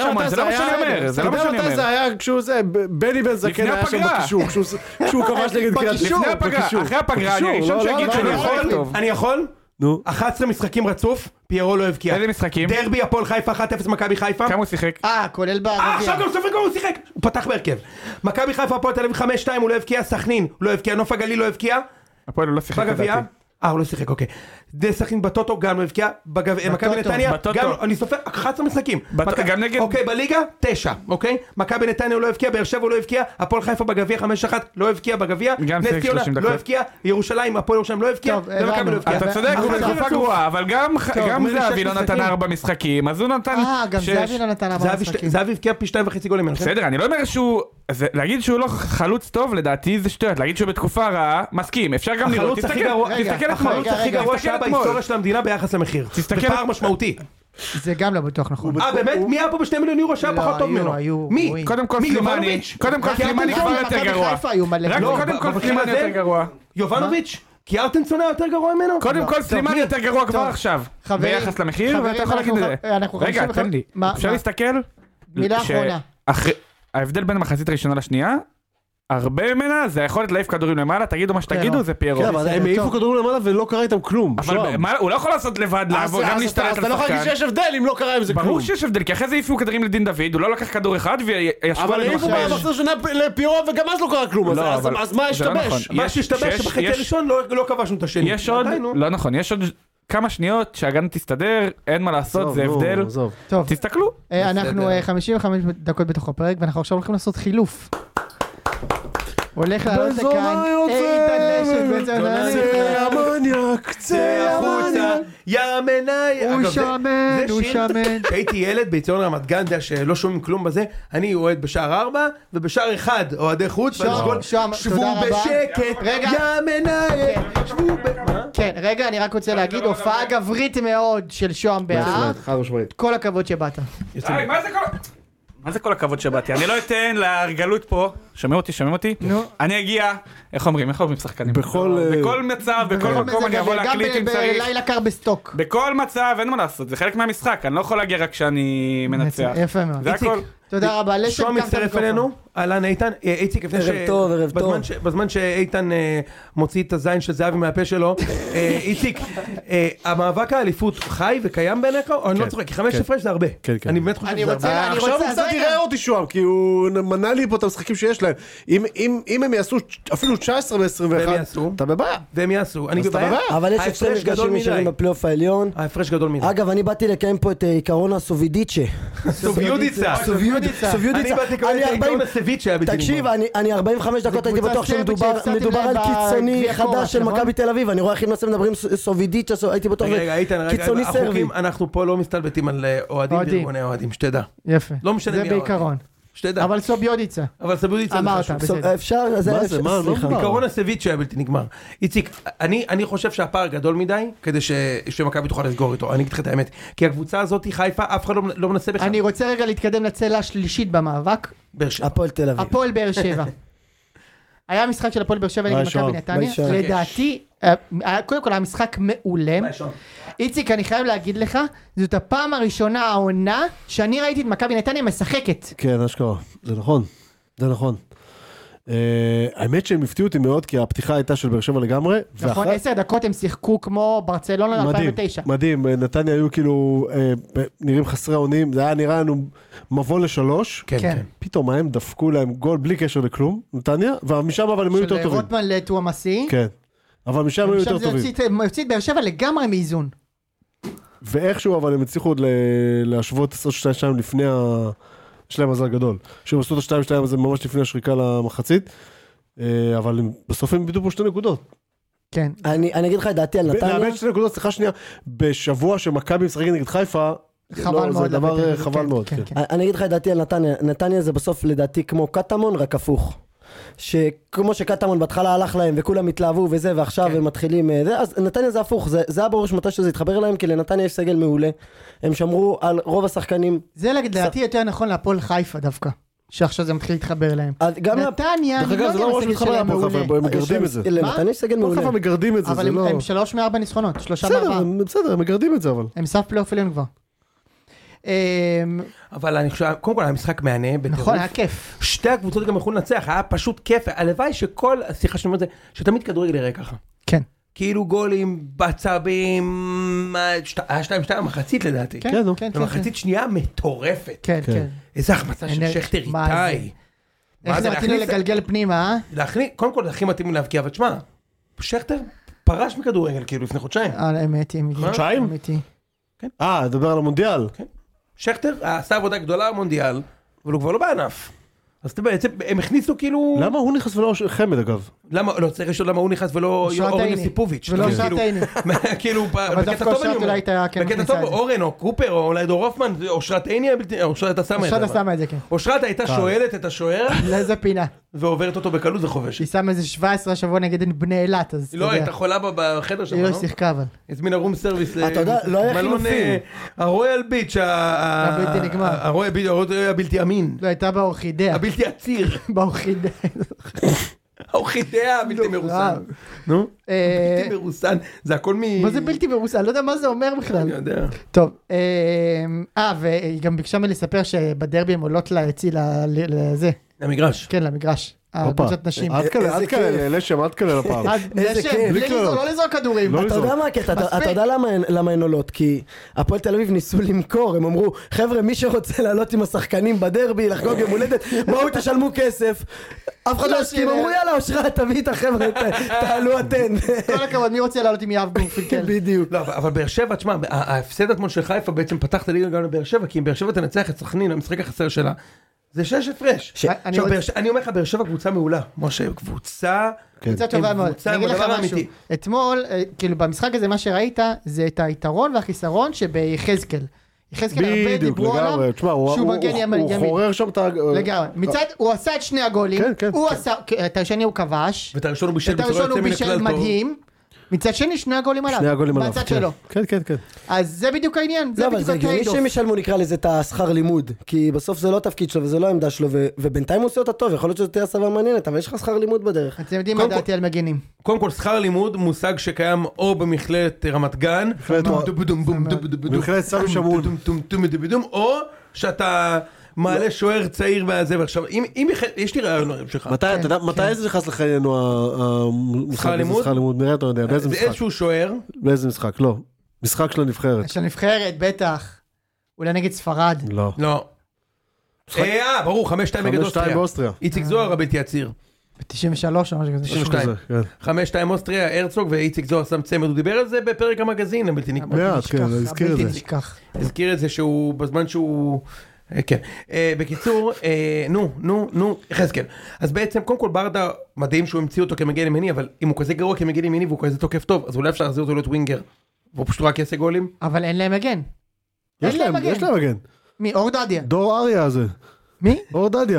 המון, זה לא מה שאני אומר, זה לא מה שאני אומר. זה היה כשהוא זה, בני בן זקן היה שם בקישור, כשהוא כבש נגד קריית שמונה. לפני הפגרה, אחרי הפגרה, אני ראשון שיגיד שאני יכול טוב. אני יכול? נו. 11 משחקים רצוף, פיירו לא הבקיע. איזה משחקים? דרבי, הפועל חיפה, 1-0 מכבי חיפה. כמה הוא שיחק? כולל בגביע. עכשיו גם סופר גול הוא שיחק, הוא פתח בהרכב. מכבי חיפה, הפועל תל אביב 5-2, הוא לא הבקיע, סכנין, הוא לא הבקיע, נוף הגליל לא הבקיע. הפועל לא שיחק בגביע. לדעתי. הוא לא שיחק, אוקיי. סכנין בטוטו גם לא הבקיע, מכבי נתניה, גם, אני סופר 11 משחקים. גם נגד... אוקיי, בליגה, 9, אוקיי? מכבי נתניה הוא לא הבקיע, באר שבע הוא לא הבקיע, הפועל חיפה בגביע 5-1, לא הבקיע בגביע, נס ציונה לא הבקיע, ירושלים, הפועל ירושלים לא הבקיע, ומכבי לא הבקיע. אתה צודק, הוא בתקופה גרועה, אבל גם זהבי לא נתן 4 משחקים, אז הוא נתן 6. גם זהבי לא נתן 4 משחקים. זהבי הבקיע פי 2.5 גולים. בסדר, אני לא אומר שהוא... להגיד שהוא לא חלוץ טוב, לדעתי זה שטויות. להגיד שהוא בתקופה רעה, מסכים. אפשר גם לראות. תסתכל החלוץ הכי גרוע שהיה בהיסטוריה של המדינה ביחס למחיר. בפער משמעותי. זה גם לא בטוח נכון. באמת? מי היה פה ב2 מיליון יורו שהיה פחות טוב ממנו? מי? קודם כל סלימני. קודם כל סלימני כבר יותר גרוע. רק קודם כל סלימני יותר גררוע. יובנוביץ'? כי ארטנסון היה יותר גרוע ממנו? קודם כל סלימני יותר גרוע כבר עכשיו. ביחס למחיר, ואתה יכול להגיד את זה. רגע, תן לי. אפשר להסתכל? מילה אחרונה. ההבדל בין המחצית הראשונה לשנייה, הרבה ממנה זה היכולת להעיף כדורים למעלה, תגידו מה שתגידו, זה פיירו. כן, אבל הם העיפו כדורים למעלה ולא קרה איתם כלום. אבל הוא לא יכול לעשות לבד, לעבור, גם להשתלט על שחקן. אתה לא יכול להגיד שיש הבדל אם לא קרה עם זה כלום. ברור שיש הבדל, כי אחרי זה העיפו כדורים לדין דוד, הוא לא לקח כדור אחד וישבו אבל העיפו במחצית הראשונה לפיירו וגם אז לא קרה כלום, אז מה השתבש? מה שהשתבש שבחצי הראשון לא כבשנו את השני. יש עוד, לא נכון, יש עוד כמה שניות שהגנה תסתדר, אין מה לעשות, זה הבדל. טוב, תסתכלו. אנחנו 55 דקות בתוך הפרק ואנחנו עכשיו הולכים לעשות חילוף. הולך לעלות לכאן איתן לשת, צא המניאק, צא המניאק, יא מנאי. הוא שמן, הוא שמן. הייתי ילד ביציון רמת גן, שלא שומעים כלום בזה, אני אוהד בשער 4 ובשער 1 אוהדי חוץ, שבו בשקט, יא מנאי. כן, רגע, אני רק רוצה להגיד, הופעה גברית מאוד של שוהם בהר. כל הכבוד שבאת. מה זה כל הכבוד שבאתי? אני לא אתן להרגלות פה, שומעים אותי? אני אגיע, איך אומרים שחקנים? בכל מצב, בכל מקום אני אבוא להקליט אם צריך. בלילה קר בסטוק. בכל מצב, אין מה לעשות, זה חלק מהמשחק, אני לא יכול להגיע רק כשאני מנצח. יפה מאוד. זה הכל. תודה רבה. שום מצטרף אלינו, אהלן איתן, איציק, בזמן שאיתן מוציא את הזין של זהבי מהפה שלו, איציק, המאבק האליפות חי וקיים בעיניך, או אני לא צוחק, כי 5 הפרש זה הרבה. אני באמת חושב שזה הרבה. עכשיו הוא קצת יראה אותי שום, כי הוא מנה לי פה את המשחקים שיש להם. אם הם יעשו אפילו 19 ב-21, אתה בבעיה. והם יעשו, אני בבעיה. אבל יש הפרש גדול מדי. בפלייאוף העליון. ההפרש גדול מדי. אגב, אני באתי לקיים פה את עיקרון הסובידיצ'ה. סוביודיצה. תקשיב, אני 45 דקות הייתי בטוח שמדובר על קיצוני חדש של מכבי תל אביב. אני רואה איך אם מדברים סובידיצ'ה, הייתי בטוח קיצוני סרבי. אנחנו פה לא מסתלבטים על אוהדים וארגוני אוהדים, שתדע. יפה. לא משנה מי זה בעיקרון. שתדע. אבל סוביודיצה. אמרת, בסדר. אפשר, סליחה. עיקרון הסביץ' היה בלתי נגמר. איציק, אני חושב שהפער גדול מדי, כדי שמכבי תוכל לסגור איתו. אני אגיד לך את האמת. כי הקבוצה הזאת היא חיפה, אף אחד לא מנסה בכלל. אני רוצה רגע להתקדם לצלע השלישית במאבק. הפועל תל אביב. הפועל באר שבע. היה משחק של הפועל באר שבע נגד מכבי נתניה. לדעתי, קודם כל היה משחק מעולה. איציק, אני חייב להגיד לך, זאת הפעם הראשונה העונה שאני ראיתי את מכבי נתניה משחקת. כן, אשכרה, זה נכון, זה נכון. האמת שהם הפתיעו אותי מאוד, כי הפתיחה הייתה של באר שבע לגמרי. נכון, 10 דקות הם שיחקו כמו ברצלונה 2009. מדהים, נתניה היו כאילו נראים חסרי אונים, זה היה נראה לנו מבוא ל3. כן. פתאום הם דפקו להם גול בלי קשר לכלום, נתניה, ומשם אבל הם היו יותר טובים. של רוטמן לטועמסי. כן, אבל משם הם היו יותר טובים. הם הוציא את באר שבע לגמרי מאיזון. ואיכשהו אבל הם הצליחו להשוות 22 לפני יש להם מזל גדול. שהם עשו את ה-2-2 הזה ממש לפני השריקה למחצית, אבל בסוף הם בידו פה 2 נקודות. כן. אני אגיד לך את דעתי על נתניה. לאבד 2 נקודות, סליחה שנייה, בשבוע שמכבי משחקים נגד חיפה, זה דבר חבל מאוד. אני אגיד לך את דעתי על נתניה. נתניה זה בסוף לדעתי כמו קטמון, רק הפוך. שכמו שקטמון בהתחלה הלך להם וכולם התלהבו וזה, ועכשיו הם מתחילים אז נתניה זה הפוך, זה היה ברור שמתי שזה יתחבר להם, כי לנתניה יש סגל מעולה, הם שמרו על רוב השחקנים. זה לדעתי יותר נכון להפועל חיפה דווקא, שעכשיו זה מתחיל להתחבר להם. נתניה, אני לא יודע אם הסגל שלהם מעולה. הם מגרדים את זה. לנתניה יש סגל מעולה. חיפה מגרדים את זה. אבל הם 3 מ-4 ניצחונות, 3 מ-4. בסדר, הם מגרדים את זה אבל. הם סף פלייאוף עליון כבר. אבל אני חושב, קודם כל היה משחק מהנה, בטירוף. נכון, היה כיף. שתי הקבוצות גם יכולו לנצח, היה פשוט כיף, הלוואי שכל, סליחה שאני אומר את זה, שתמיד כדורגל יראה ככה. כן. כאילו גולים, בצבים, היה 2-2 מחצית לדעתי. כן, כן. ומחצית שנייה מטורפת. כן, כן. איזה החמצה של שכטר איתי. איך זה מתאים לגלגל פנימה, קודם כל, הכי מתאים להבקיע, אבל תשמע, שכטר פרש מכדורגל, כאילו, לפני חודשיים. האמת היא. חודשיים? דבר על המונדיאל. שכטר עשה עבודה גדולה במונדיאל, אבל הוא כבר לא בענף. אז בעצם, הם הכניסו כאילו... למה הוא נכנס ולא חמד אגב? למה, לא, צריך לשאול למה הוא נכנס ולא אורן יסיפוביץ'. ולא שרטייני. כאילו, אבל דווקא אושרת אולי הייתה כן מכניסה את זה. אורן או קופר או אולי דור הופמן, אושרת עיני, אושרת שמה את זה. אושרת שמה את זה, כן. אושרת הייתה שואלת את השוער. לאיזה פינה. ועוברת אותו בקלות וחובש. היא שמה איזה 17 שבוע נגד בני אילת, אז... לא, הייתה חולה בחדר שלנו. היא לא שיחקה אבל. הזמינה רום סרוויס. אתה יודע, לא היה חילופים. הרויאל ביץ' הבלתי נגמר. הרויאל הבלתי אמין. לא, הייתה באורחידאה. הבלתי עציר. באורחידאה. האורחידאה הבלתי מרוסן. נו? בלתי מרוסן. זה הכל מה זה בלתי מרוסן? לא יודע מה זה אומר בכלל. אני יודע. טוב. והיא גם ביקשה לי לספר שבדרבי הם עולות ליציא לזה. למגרש. כן, למגרש. קבוצת נשים. עד כאלה, לשם, עד כאלה לפעם. לא לזרוק כדורים. אתה יודע מה הקטע? אתה יודע למה הן עולות? כי הפועל תל אביב ניסו למכור, הם אמרו, חבר'ה, מי שרוצה לעלות עם השחקנים בדרבי, לחגוג יום הולדת, בואו תשלמו כסף. אף אחד לא הסכים, אמרו יאללה, אושרה, תביא את החבר'ה, תעלו אתן. כל הכבוד, מי רוצה לעלות עם יאב גורפינקל? בדיוק. לא, אבל באר שבע, תשמע, ההפסד אתמול של חיפה בעצם פתח את הליגה גם לבאר שבע, כי אם באר שבע תנצח את סכנין, המשחק החסר שלה, זה 6 הפרש. אני אומר לך, באר שבע קבוצה מעולה. משה, קבוצה טובה מאוד. אני אגיד לך משהו. אתמול, כאילו במשחק הזה מה שראית, זה את היתרון והחיסרון שביחזקאל. יחזקאל הרבה דיברו עליו, שהוא מגן ימין. הוא חורר שם את לגמרי. מצד, הוא עשה את שני הגולים, הוא עשה, את השני הוא כבש, ואת הראשון הוא בישל את הראשון הוא בישל מדהים, מצד שני שני הגולים עליו, בצד שלו. כן. אז זה בדיוק העניין, זה לא, אבל בדיוק זה הגיוני הטרייד-אוף. שהם ישלמו נקרא לזה את השכר לימוד, כי בסוף זה לא התפקיד שלו וזה לא העמדה שלו, ובינתיים הוא עושה אותה טוב, יכול להיות שזו תהיה הסבה מעניינת, אבל יש לך שכר לימוד בדרך. אתם יודעים מה דעתי על מגנים. קודם כל, שכר לימוד מושג שקיים או במכללת רמת גן, במכללת סמי שמון, או שאתה מעלה שוער צעיר מהזה, ועכשיו, אם יש לי רעיון שלך. מתי זה נכנס לחיינו שכר לימוד? שכר לימוד, נראה אתה יודע, באיזה זה משחק? איזשהו שוער. באיזה משחק? לא. משחק של הנבחרת. של הנבחרת, בטח. אולי נגד ספרד. לא. לא. ברור, 5-2 נגד אוסטריה. איציק זוהר הבלתי עציר. ב-93 או משהו כזה. 5-2 אוסטריה, הרצוג ואיציק זוהר שם צמד, הוא דיבר על זה בפרק המגזין, הבלתי נגמר. כן, הזכיר את זה. הזכיר את זה שהוא, בזמן שהוא... כן. בקיצור, יחזקאל. אז בעצם, קודם כל ברדה, מדהים שהוא המציא אותו כמגן ימיני, אבל אם הוא כזה גרוע כמגן ימיני והוא כזה תוקף טוב, אז אולי אפשר להחזיר אותו להיות ווינגר, והוא פשוט רק יעשה גולים. אבל אין להם מגן. יש להם מגן. מי? אור דדיה. דור אריה הזה. מי? אור דדיה.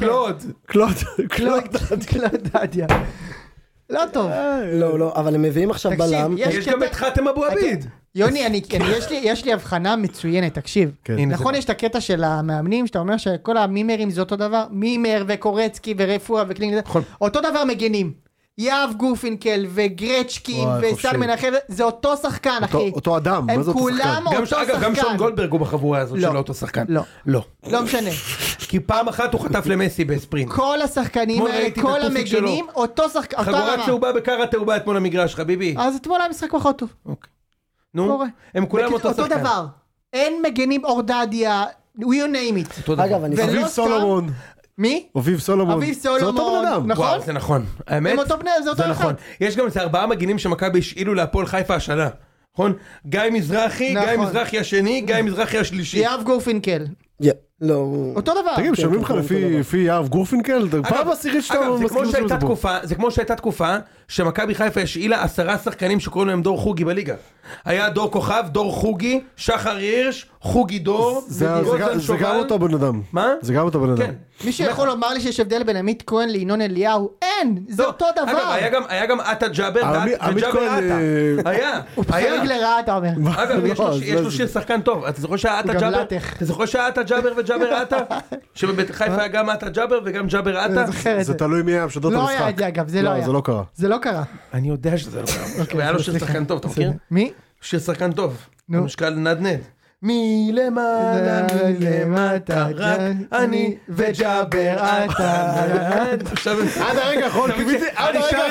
קלוד דדיה. לא טוב. לא, אבל הם מביאים עכשיו בלם. יש גם את חתם אבו עביד. יוני, יש לי הבחנה מצוינת, תקשיב. נכון, יש את הקטע של המאמנים, שאתה אומר שכל המימרים זה אותו דבר, מימר וקורצקי ורפואה וקלינג, אותו דבר מגנים. יאב גורפינקל וגרצ'קין וסל מנחם, זה אותו שחקן, אחי. אותו אדם, מה זה אותו שחקן? אגב, גם שון גולדברג הוא בחבורה הזאת של אותו שחקן. לא משנה. כי פעם אחת הוא חטף למסי בספרינט. כל השחקנים האלה, כל המגנים, אותו שחקן. חגורה צהובה בקארטה הוא בא אתמול למגרש, חביבי. אז אתמול היה משחק פחות טוב. נו, הם כולם אותו שחקן. אותו דבר. אין מגנים אורדדיה, you name it. אגב, אני אביב סולומון. מי? אביב סולומון. זה אותו בן אדם. וואו, זה נכון. האמת, זה נכון. יש גם 4 מגינים שמכבי השאילו להפועל חיפה השנה. נכון? גיא מזרחי השני, גיא מזרחי השלישי. יאב גורפינקל. לא. אותו דבר. תגיד, משלמים לך לפי יאב גורפינקל? פעם עשירית שאתה מסכים זה כמו שהייתה תקופה שמכבי חיפה השאילה 10 שחקנים שקוראים להם דור חוגי בליגה. היה דור כוכב, דור חוגי, שחר הירש, חוגי דור. זה גם אותו בן אדם. מה? זה גם אותו בן אדם. מי שיכול לומר לי שיש הבדל בין עמית כהן לינון אליהו? אין, זה אותו דבר. אגב, היה גם עטה ג'אבר, וג'אבר עטה. היה. הוא פחד לרעה, אתה אומר. אגב, יש לו שיר שחקן טוב. אתה זוכר שעטה ג'אבר וג'אבר עטה? שבחיפה היה גם עטה ג'אבר וגם ג'אבר עטה? זה תלוי מי היה משדות המשחק. לא היה את זה אגב, זה לא היה. זה לא קרה. זה לא קרה. אני יודע שזה לא קרה. היה לו שיר שחקן טוב, אתה מכיר? מי? שיר שחקן טוב. משקל נדנד. מלמעלה מלמטה רק אני וג'אבר אתה. עד הרגע האחרון קיוויתי, עד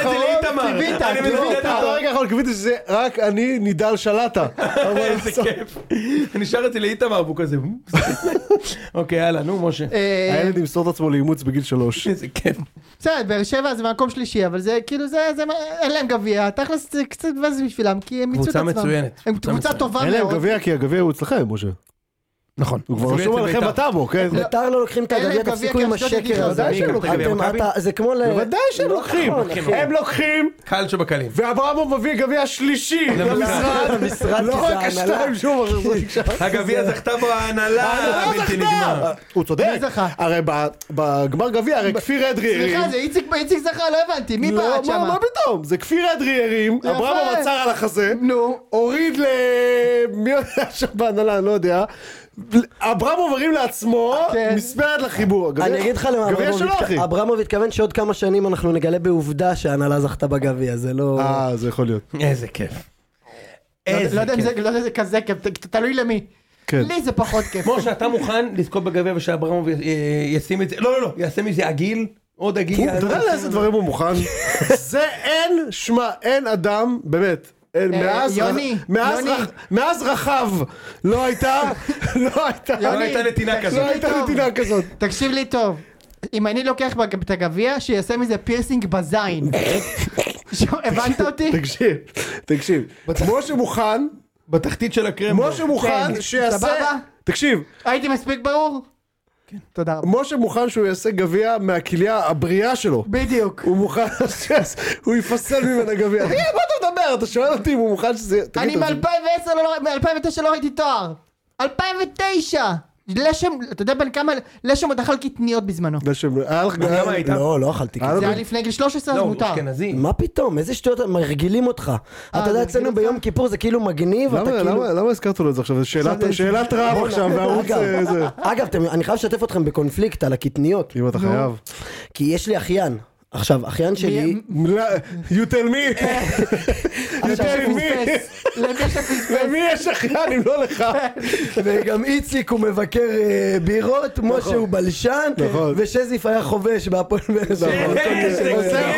הרגע האחרון קיוויתי שזה רק אני נידל שלטה. איזה כיף. אני שר את זה לאיתמר והוא כזה. אוקיי, יאללה, נו משה. הילד ימסור את עצמו לאימוץ בגיל 3. איזה כיף. בסדר, באר שבע זה מקום שלישי, אבל זה כאילו זה, אין להם גביע, תכלס זה קצת בז בשבילם, כי הם מיצו את עצמם. קבוצה מצוינת. הם קבוצה טובה מאוד. אין להם גביע כי הגביע הוא אצלכם, משה. נכון. הוא כבר רשום עליכם בטאבו, כן? בית"ר לא לוקחים את הגביע, תפסיקו עם השקר הזה. זה כמו בוודאי שהם לוקחים. הם לוקחים. קל שבקלים. ואברמוב מביא גביע שלישי למשרד. לא רק השתיים שוב. הגביע זכתה בו ההנהלה הבלתי נגמר. הוא צודק. הרי בגמר גביע, הרי כפיר אדרי הרים. סליחה, זה איציק זכה, לא הבנתי, מי בעד שם? מה פתאום? זה כפיר אדרי הרים, אברמוב עצר על החזה, הוריד מי יודע שם בהנהלה, אני לא יודע. אברמוב הרים לעצמו מספרת לחיבור. אני אגיד לך למה אברמוב התכוון שעוד כמה שנים אנחנו נגלה בעובדה שההנהלה זכתה בגביע, זה לא... זה יכול להיות. איזה כיף. לא יודע אם זה כזה כיף, תלוי למי. לי זה פחות כיף. משה, אתה מוכן לזכות בגביע ושאברמוב ישים את זה, לא, ישים את זה עגיל, עוד עגיל. אתה יודע לאיזה דברים הוא מוכן? זה אין, שמע, אין אדם, באמת. מאז רחב לא הייתה נתינה כזאת. תקשיב לי טוב, אם אני לוקח את הגביע שיעשה מזה פירסינג בזין. הבנת אותי? תקשיב, משה מוכן בתחתית של הקרם, משה מוכן שיעשה, תקשיב, הייתי מספיק ברור? תודה רבה. משה מוכן שהוא יעשה גביע מהכליה הבריאה שלו. בדיוק. הוא מוכן הוא יפסל ממנה גביע. מה אתה מדבר? אתה שואל אותי אם הוא מוכן שזה... אני מ-2009 לא ראיתי תואר. 2009! לשם, אתה יודע בין כמה, לשם עוד אכל קטניות בזמנו. לשם, לא אכלתי קטניות. זה היה לפני גיל 13, אז מותר. מה פתאום? איזה שטויות, מרגילים אותך. אתה יודע, אצלנו ביום כיפור זה כאילו מגניב. למה הזכרת לו את זה עכשיו? זה שאלת רב עכשיו, בערוץ זה. אגב, אני חייב לשתף אתכם בקונפליקט על הקטניות. אם אתה חייב. כי יש לי אחיין. עכשיו, אחיין שלי... You tell me. למי יש אחיין אם לא לך? וגם איציק הוא מבקר בירות, משה הוא בלשן, ושזיף היה חובש בהפועל באר שבע. עוזר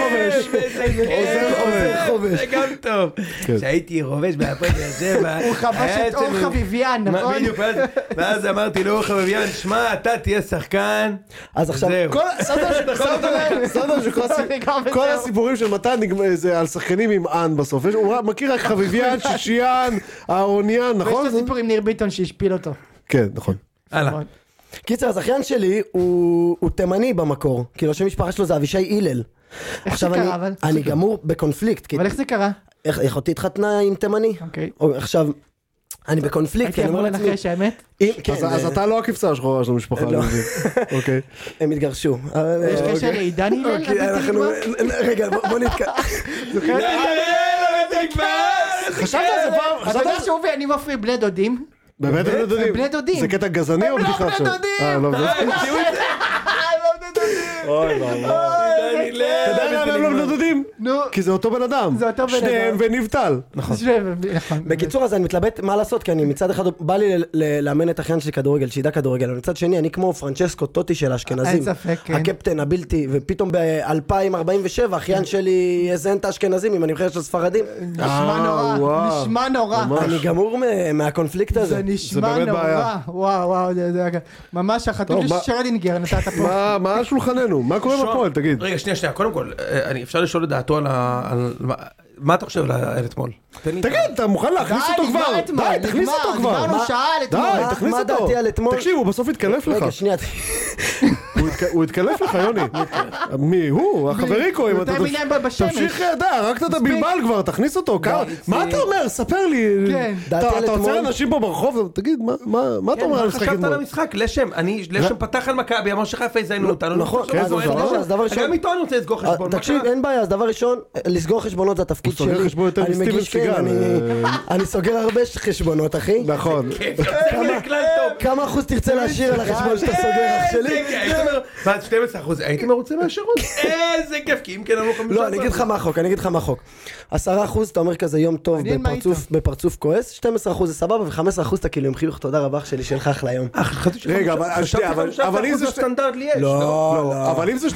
חובש. זה גם טוב. כשהייתי חובש בהפועל באר שבע, הוא חבש את אור חביביאן, נכון? בדיוק, ואז אמרתי לאור חביביאן, שמע, אתה תהיה שחקן. אז עכשיו... כל הסיפורים של מתן זה על שחקנים עם אן בסוף. הוא מכיר רק חביביאן, שישיאן, אהרוניאן, נכון? ויש את הסיפור עם ניר ביטון שהשפיל אותו. כן, נכון. קיצר, הזכיין שלי הוא תימני במקור, כאילו שם משפחה שלו זה אבישי אילל. איך זה קרה אבל? אני גמור בקונפליקט. אבל איך זה קרה? איך אותי התחתנה עם תימני. עכשיו... אני בקונפליקט. הייתי אמור לנחש האמת? אז אתה לא הכבשה השחורה של המשפחה. אוקיי. הם התגרשו. יש קשר לעידן הלל? רגע בוא נתקע. חשבת על זה פעם? אתה יודע שהוא ואני מפריע בני דודים? באמת בני דודים? זה קטע גזעני או בדיחה עכשיו? לא בני דודים! אוי ואוי. אתה יודע למה הם לא בני דודים? כי זה אותו בן אדם. שניהם ונבטל. נכון. בקיצור אז אני מתלבט מה לעשות, כי אני מצד אחד בא לי לאמן את אחיין שלי כדורגל, שידע כדורגל, ומצד שני אני כמו פרנצ'סקו טוטי של האשכנזים. הקפטן הבלתי, ופתאום ב-2047 אחיין שלי יזן את האשכנזים עם הנבחרת של הספרדים. נשמע נורא. אני גמור מהקונפליקט הזה. זה נשמע נורא. וואו, ממש החתול שרדינגר נתת פה. מה על שולחננו? מה קורה בפועל, תגיד? רגע, שנייה, קודם כל, אפשר לשאול את דעתו על... מה אתה חושב על אתמול? תגיד, אתה מוכן להכניס אותו כבר? די, תכניס אותו כבר. נגמרנו שעה על אתמול. די, תכניס מה אותו. דעתי על אתמול? תקשיב, הוא בסוף יתקלף לך. רגע, שנייה. הוא יתקלף לך, יוני. מי? הוא, החבריקו. תמשיך, די, רק אתה בלבל כבר, תכניס אותו. מה אתה אומר? ספר לי. אתה עוצר אנשים פה ברחוב, תגיד, מה אתה אומר על המשחק אתמול? חשבת על המשחק, לשם פתח על מכבי, אמר שחיפה יזיינו אותנו. נכון, גם איתו אני רוצה לסגור חשבון. תקשיב, אין בעיה, אז דבר ראשון, לסגור חשבונות זה התפקיד שלי. סוגר חשבון יותר מסטיבן סיגל. אני סוגר הרבה חשבונות, אחי. נכון. כמה אחוז תרצה להשאיר על החשבון שאתה סוגר, אח שלי? ואז 12%, הייתי מרוצה מהשירות? איזה כיף, כי אם כן אמרו 15%. לא, אני אגיד לך מה החוק. 10% אתה אומר כזה יום טוב בפרצוף כועס, 12% זה סבבה, ו15% אתה כאילו עם חיוך, תודה רבה שלי, שלך אחלה יום. רגע, אבל אם זה סטנדרט לי יש. לא, אבל אם זה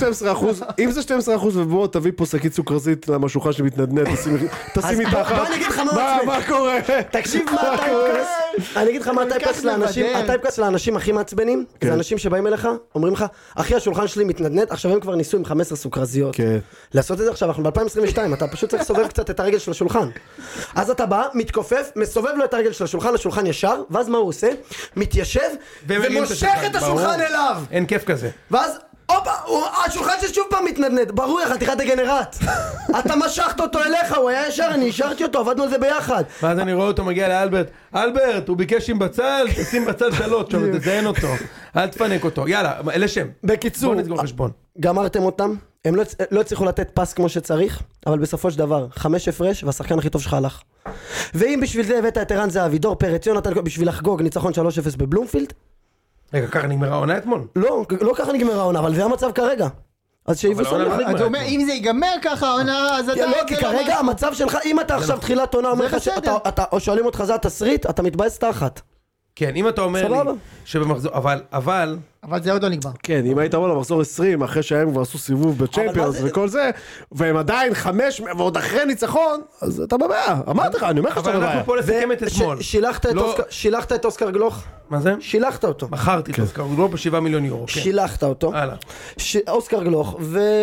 12%, ובוא תביא פה שקית סוכרזית למשוכה שמתנדנד, תשים מתחת. בוא אני אגיד לך מה קורה? תקשיב מה הטייפקאסט. אני אגיד לך מה הטייפקאסט לאנשים הכי מעצבנים, זה אנשים שבאים אליך, אומרים לך, אחי השולחן שלי מתנדנד, עכשיו הם כבר ניסו עם 15 סוכרזיות. לעשות את זה עכשיו, אנחנו ב-2022, אתה פשוט צריך לסובב קצת את הרגל של השולחן. אז אתה בא, מתכופף, מסובב לו את הרגל של השולחן, לשולחן ישר, ואז מה הוא עושה? מתיישב ומושך את השולחן אליו. אין כיף כזה. ואז הופה, השולחן ששוב פעם מתנדנד, ברור לך, חתיכת דגנרט. אתה משכת אותו אליך, הוא היה ישר, אני השארתי אותו, עבדנו על זה ביחד. ואז אני רואה אותו מגיע לאלברט, אלברט, הוא ביקש עם בצל, תשים בצל שלוש, תזיין אותו, אל תפנק אותו, יאללה, לשם. בקיצור, בוא נסגור חשבון. גמרתם אותם, הם לא הצליחו לתת פס כמו שצריך, אבל בסופו של דבר, 5 הפרש, והשחקן הכי טוב שלך הלך. ואם בשביל זה הבאת את ערן זהבי, דור פרץ, יונתן, בשביל לחגוג ניצחון 3-0 בבלומפילד, רגע, ככה נגמר העונה אתמול? לא ככה נגמר העונה, אבל זה המצב כרגע. אז שיבוסו לך. אתה אומר, אם זה ייגמר ככה העונה, אז עדיין... לא, כי כרגע המצב שלך, אם אתה עכשיו תחילת עונה, או שואלים אותך זה התסריט, אתה מתבאס תחת. כן, אם אתה אומר לי שבמחזור, אבל זה עוד לא נגמר. כן, אם היית אומר למחזור 20, אחרי שהם כבר עשו סיבוב בצ'מפיונס וכל זה, והם עדיין 5 ועוד אחרי ניצחון, אז אתה בבעיה. אמרתי לך, אני אומר לך שאתה בבעיה. אבל אנחנו פה לסכם את אתמול. שילחת את אוסקר גלוך? מה זה? שילחת אותו. מכרתי את אוסקר גלוך ב7 מיליון יורו. שילחת אותו. אוסקר גלוך,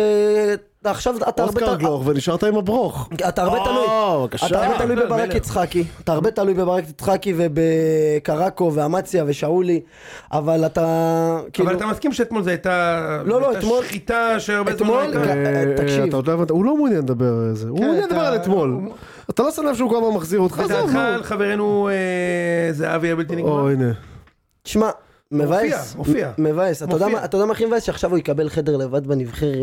ועכשיו אתה הרבה... אוסקר גלוך, ונשארת עם הברוך. אתה הרבה תלוי בברק יצחקי. אתה הרבה תלוי בברק יצחקי ובקרקו ואמציה ושאולי, אבל אתה... אבל אתה מסכים שאתמול זה הייתה... לא, אתמול... שחיטה שהרבה זמן הייתה. תקשיב. הוא לא מעוניין לדבר על זה. הוא מעוניין לדבר על אתמול. אתה לא שם לב שהוא כבר מחזיר אותך. ודעתך על חברנו זהבי הבלתי נגמר? או, הנה. תשמע, מבאס. מופיע. מבאס. אתה יודע מה הכי מבאס? שעכשיו הוא יקבל חדר לבד בנבחרת,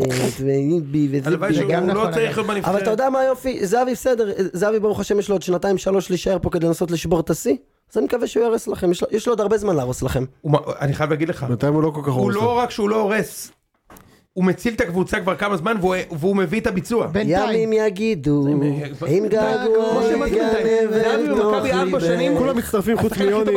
הלוואי שגם הוא לא צריך להיות בנבחרת. אבל אתה יודע מה היופי? זהבי בסדר. זהבי ברוך השם יש לו עוד 2-3 להישאר פה כדי לנסות לשבור את השיא. אז אני מקווה שהוא ירס לכם. יש לו עוד הרבה זמן להרוס לכם. אני חייב להגיד לך. בינתיים הוא לא כל כך הורס. הוא לא רק שהוא לא הורס. הוא מציל את הקבוצה כבר כמה זמן והוא מביא את הביצוע. ימים יגידו, אם געגוע, זהבי במכבי 4 שנים. כולם מצטרפים חוץ מיוני.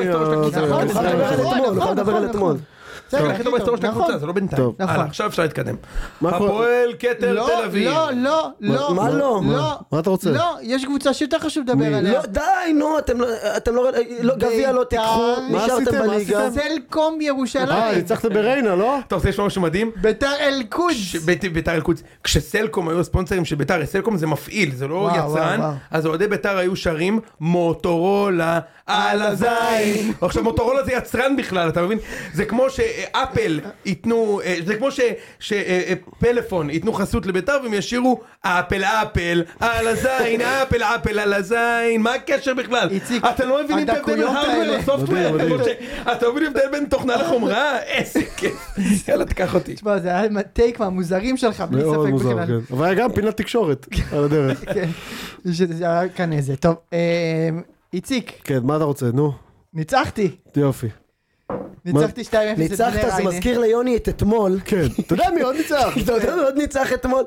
נוכל לדבר על אתמול. זה הכי טוב בהיסטוריה של הקבוצה, זה לא בינתיים. עכשיו אפשר להתקדם. הפועל כתר תל אביב. לא. מה לא? מה אתה רוצה? לא, יש קבוצה שיותר חשוב לדבר עליה. לא, די, נו, אתם לא, גביע לא תיקחו, נשארתם בליגה. סלקום ירושלים. ניצחתם בריינה, לא? אתה רוצה לשמוע משהו מדהים? ביתר אל-קודס. ביתר אל-קודס. כשסלקום היו הספונסרים של ביתר, סלקום זה מפעיל, זה לא יצרן, אז אוהדי ביתר היו שרים מוטורולה על הזין. עכשיו מוטורולה זה יצרן בכלל, אתה מבין? זה כמו שאפל ייתנו, זה כמו שפלאפון ייתנו חסות לביתר והם ישירו אפל על הזין, אפל על הזין. מה הקשר בכלל? אתם לא מבינים את ההבדל בין הארדוור לסופטוור? אתה לא מבינים הבדל בין תוכנה לחומרה? איזה כיף. יאללה תקח אותי. תשמע, זה היה טייק מהמוזרים שלך בלי מאוד ספק מוזר, בכלל. כן. אבל היה גם פינת תקשורת על הדרך. כן, זה היה כאן איזה. טוב, איציק. כן, מה אתה רוצה? נו. ניצחתי. יופי. ניצחתי 2-0. ניצחת, זה מזכיר ליוני את אתמול. כן. אתה יודע מי עוד ניצח? אתה יודע מי עוד ניצח אתמול?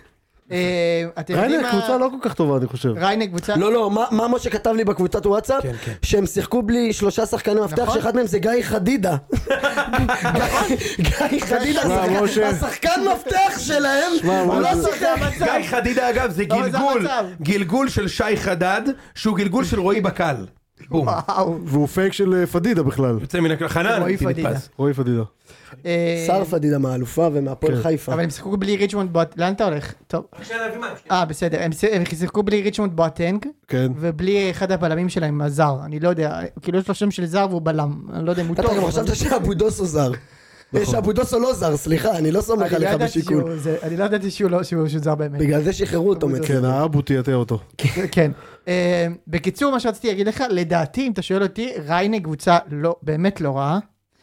ריינה קבוצה לא כל כך טובה אני חושב. ריינה קבוצה? לא, מה משה כתב לי בקבוצת וואטסאפ? שהם שיחקו בלי 3 שחקני מפתח, שאחד מהם זה גיא חדידה. גיא חדידה, השחקן מפתח שלהם, הוא לא שיחק. גיא חדידה אגב זה גלגול של שי חדד, שהוא גלגול של רועי בקל. בום. והוא פייק של פדידה בכלל. יוצא מן חנן. רועי פדידה. שר פדידה מהאלופה ומהפועל חיפה. אבל הם שיחקו בלי ריצ'מונד בוטנג. לאן אתה הולך? טוב. בסדר. הם שיחקו בלי ריצ'מונד בוטנג. ובלי אחד הבלמים שלהם, הזר. אני לא יודע. כאילו יש לו שם של זר והוא בלם. אני לא יודע אם הוא טוב. אתה גם חשבת שאבודוסו זר. שאבודוסו לא זר, סליחה. אני לא סומך עליך בשיקול. אני לא ידעתי שהוא זר באמת. בגלל זה שחררו אותו. כן, האבו תייתר אותו. כן. בקיצור, מה שרציתי להגיד לך, לדעתי, אם אתה שואל אותי, ריינה קבוצה באמת לא רעה.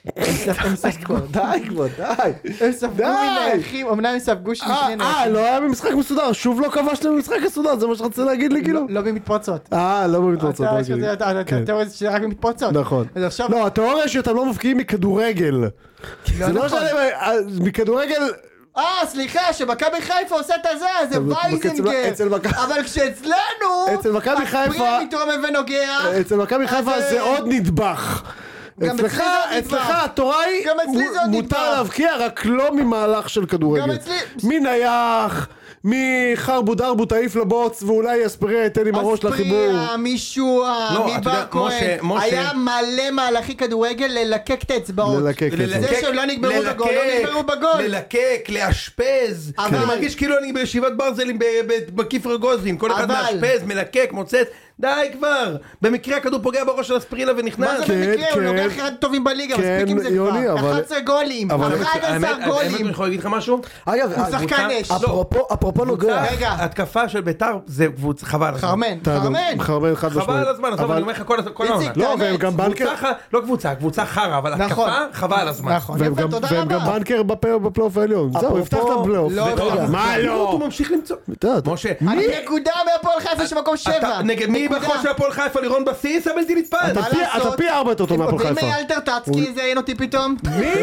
הם ספגו, הם ספגו מנייחים, אמנם הם ספגו שני נייחים. לא היה במשחק מסודר, שוב לא כבשתם במשחק מסודר, זה מה שרצה להגיד לי כאילו? לא במתפרצות. לא במתפרצות. התיאוריה זה רק במתפרצות. נכון. לא, התיאוריה שאתם לא מפקיעים מכדורגל. זה לא שאתם, מכדורגל... סליחה, שמכבי חיפה עושה את זה וייזנגר, אבל כשאצלנו, אצל מכבי חיפה, מתרומם ונוגע, אצל מכבי חיפה זה עוד נדבך. אצלך התורה היא מותר להבקיע רק לא ממהלך של כדורגל. מנייח, מחרבו דרבו תעיף לבוץ ואולי אספריה יתן עם הראש לחיבור. אספריה, מישועה, מבר כהן, היה מלא מהלכי כדורגל ללקק את האצבעות. זה שהם לא נגמרו בגול, לא נגמרו בגול. ללקק, לאשפז. אני מרגיש כאילו אני בישיבת ברזלים בכיפר גוזלין, כל אחד מאשפז, מלקק, מוצץ. די כבר, במקרה הכדור פוגע בראש של אספרילה ונכנס. מה זה במקרה? הוא לוקח אחד טובים בליגה, מספיק עם זה כבר. 11 גולים, 11 גולים. אני יכול להגיד לך משהו? אגב, הוא שחקן אש. אפרופו נוגע. רגע. התקפה של ביתר זה חבל על הזמן. חרמן. חבל על הזמן, אבל אני אומר לך כל העונה. לא, והם גם בנקר. לא קבוצה חרה, אבל התקפה חבל על הזמן. והם גם בנקר בפלייאוף העליון. זהו, הבטחת בפלייאוף. מה לא? הוא ממשיך למצוא. משה. אני נקודה מהפועל חיפה שמקום 7. נגד מי בחוץ של הפועל חיפה לירון בסיס הבלתי נתפס? אתה פי 4 יותר טוב מהפועל חיפה. ומי אלתר טצקי זה אין אותי פתאום?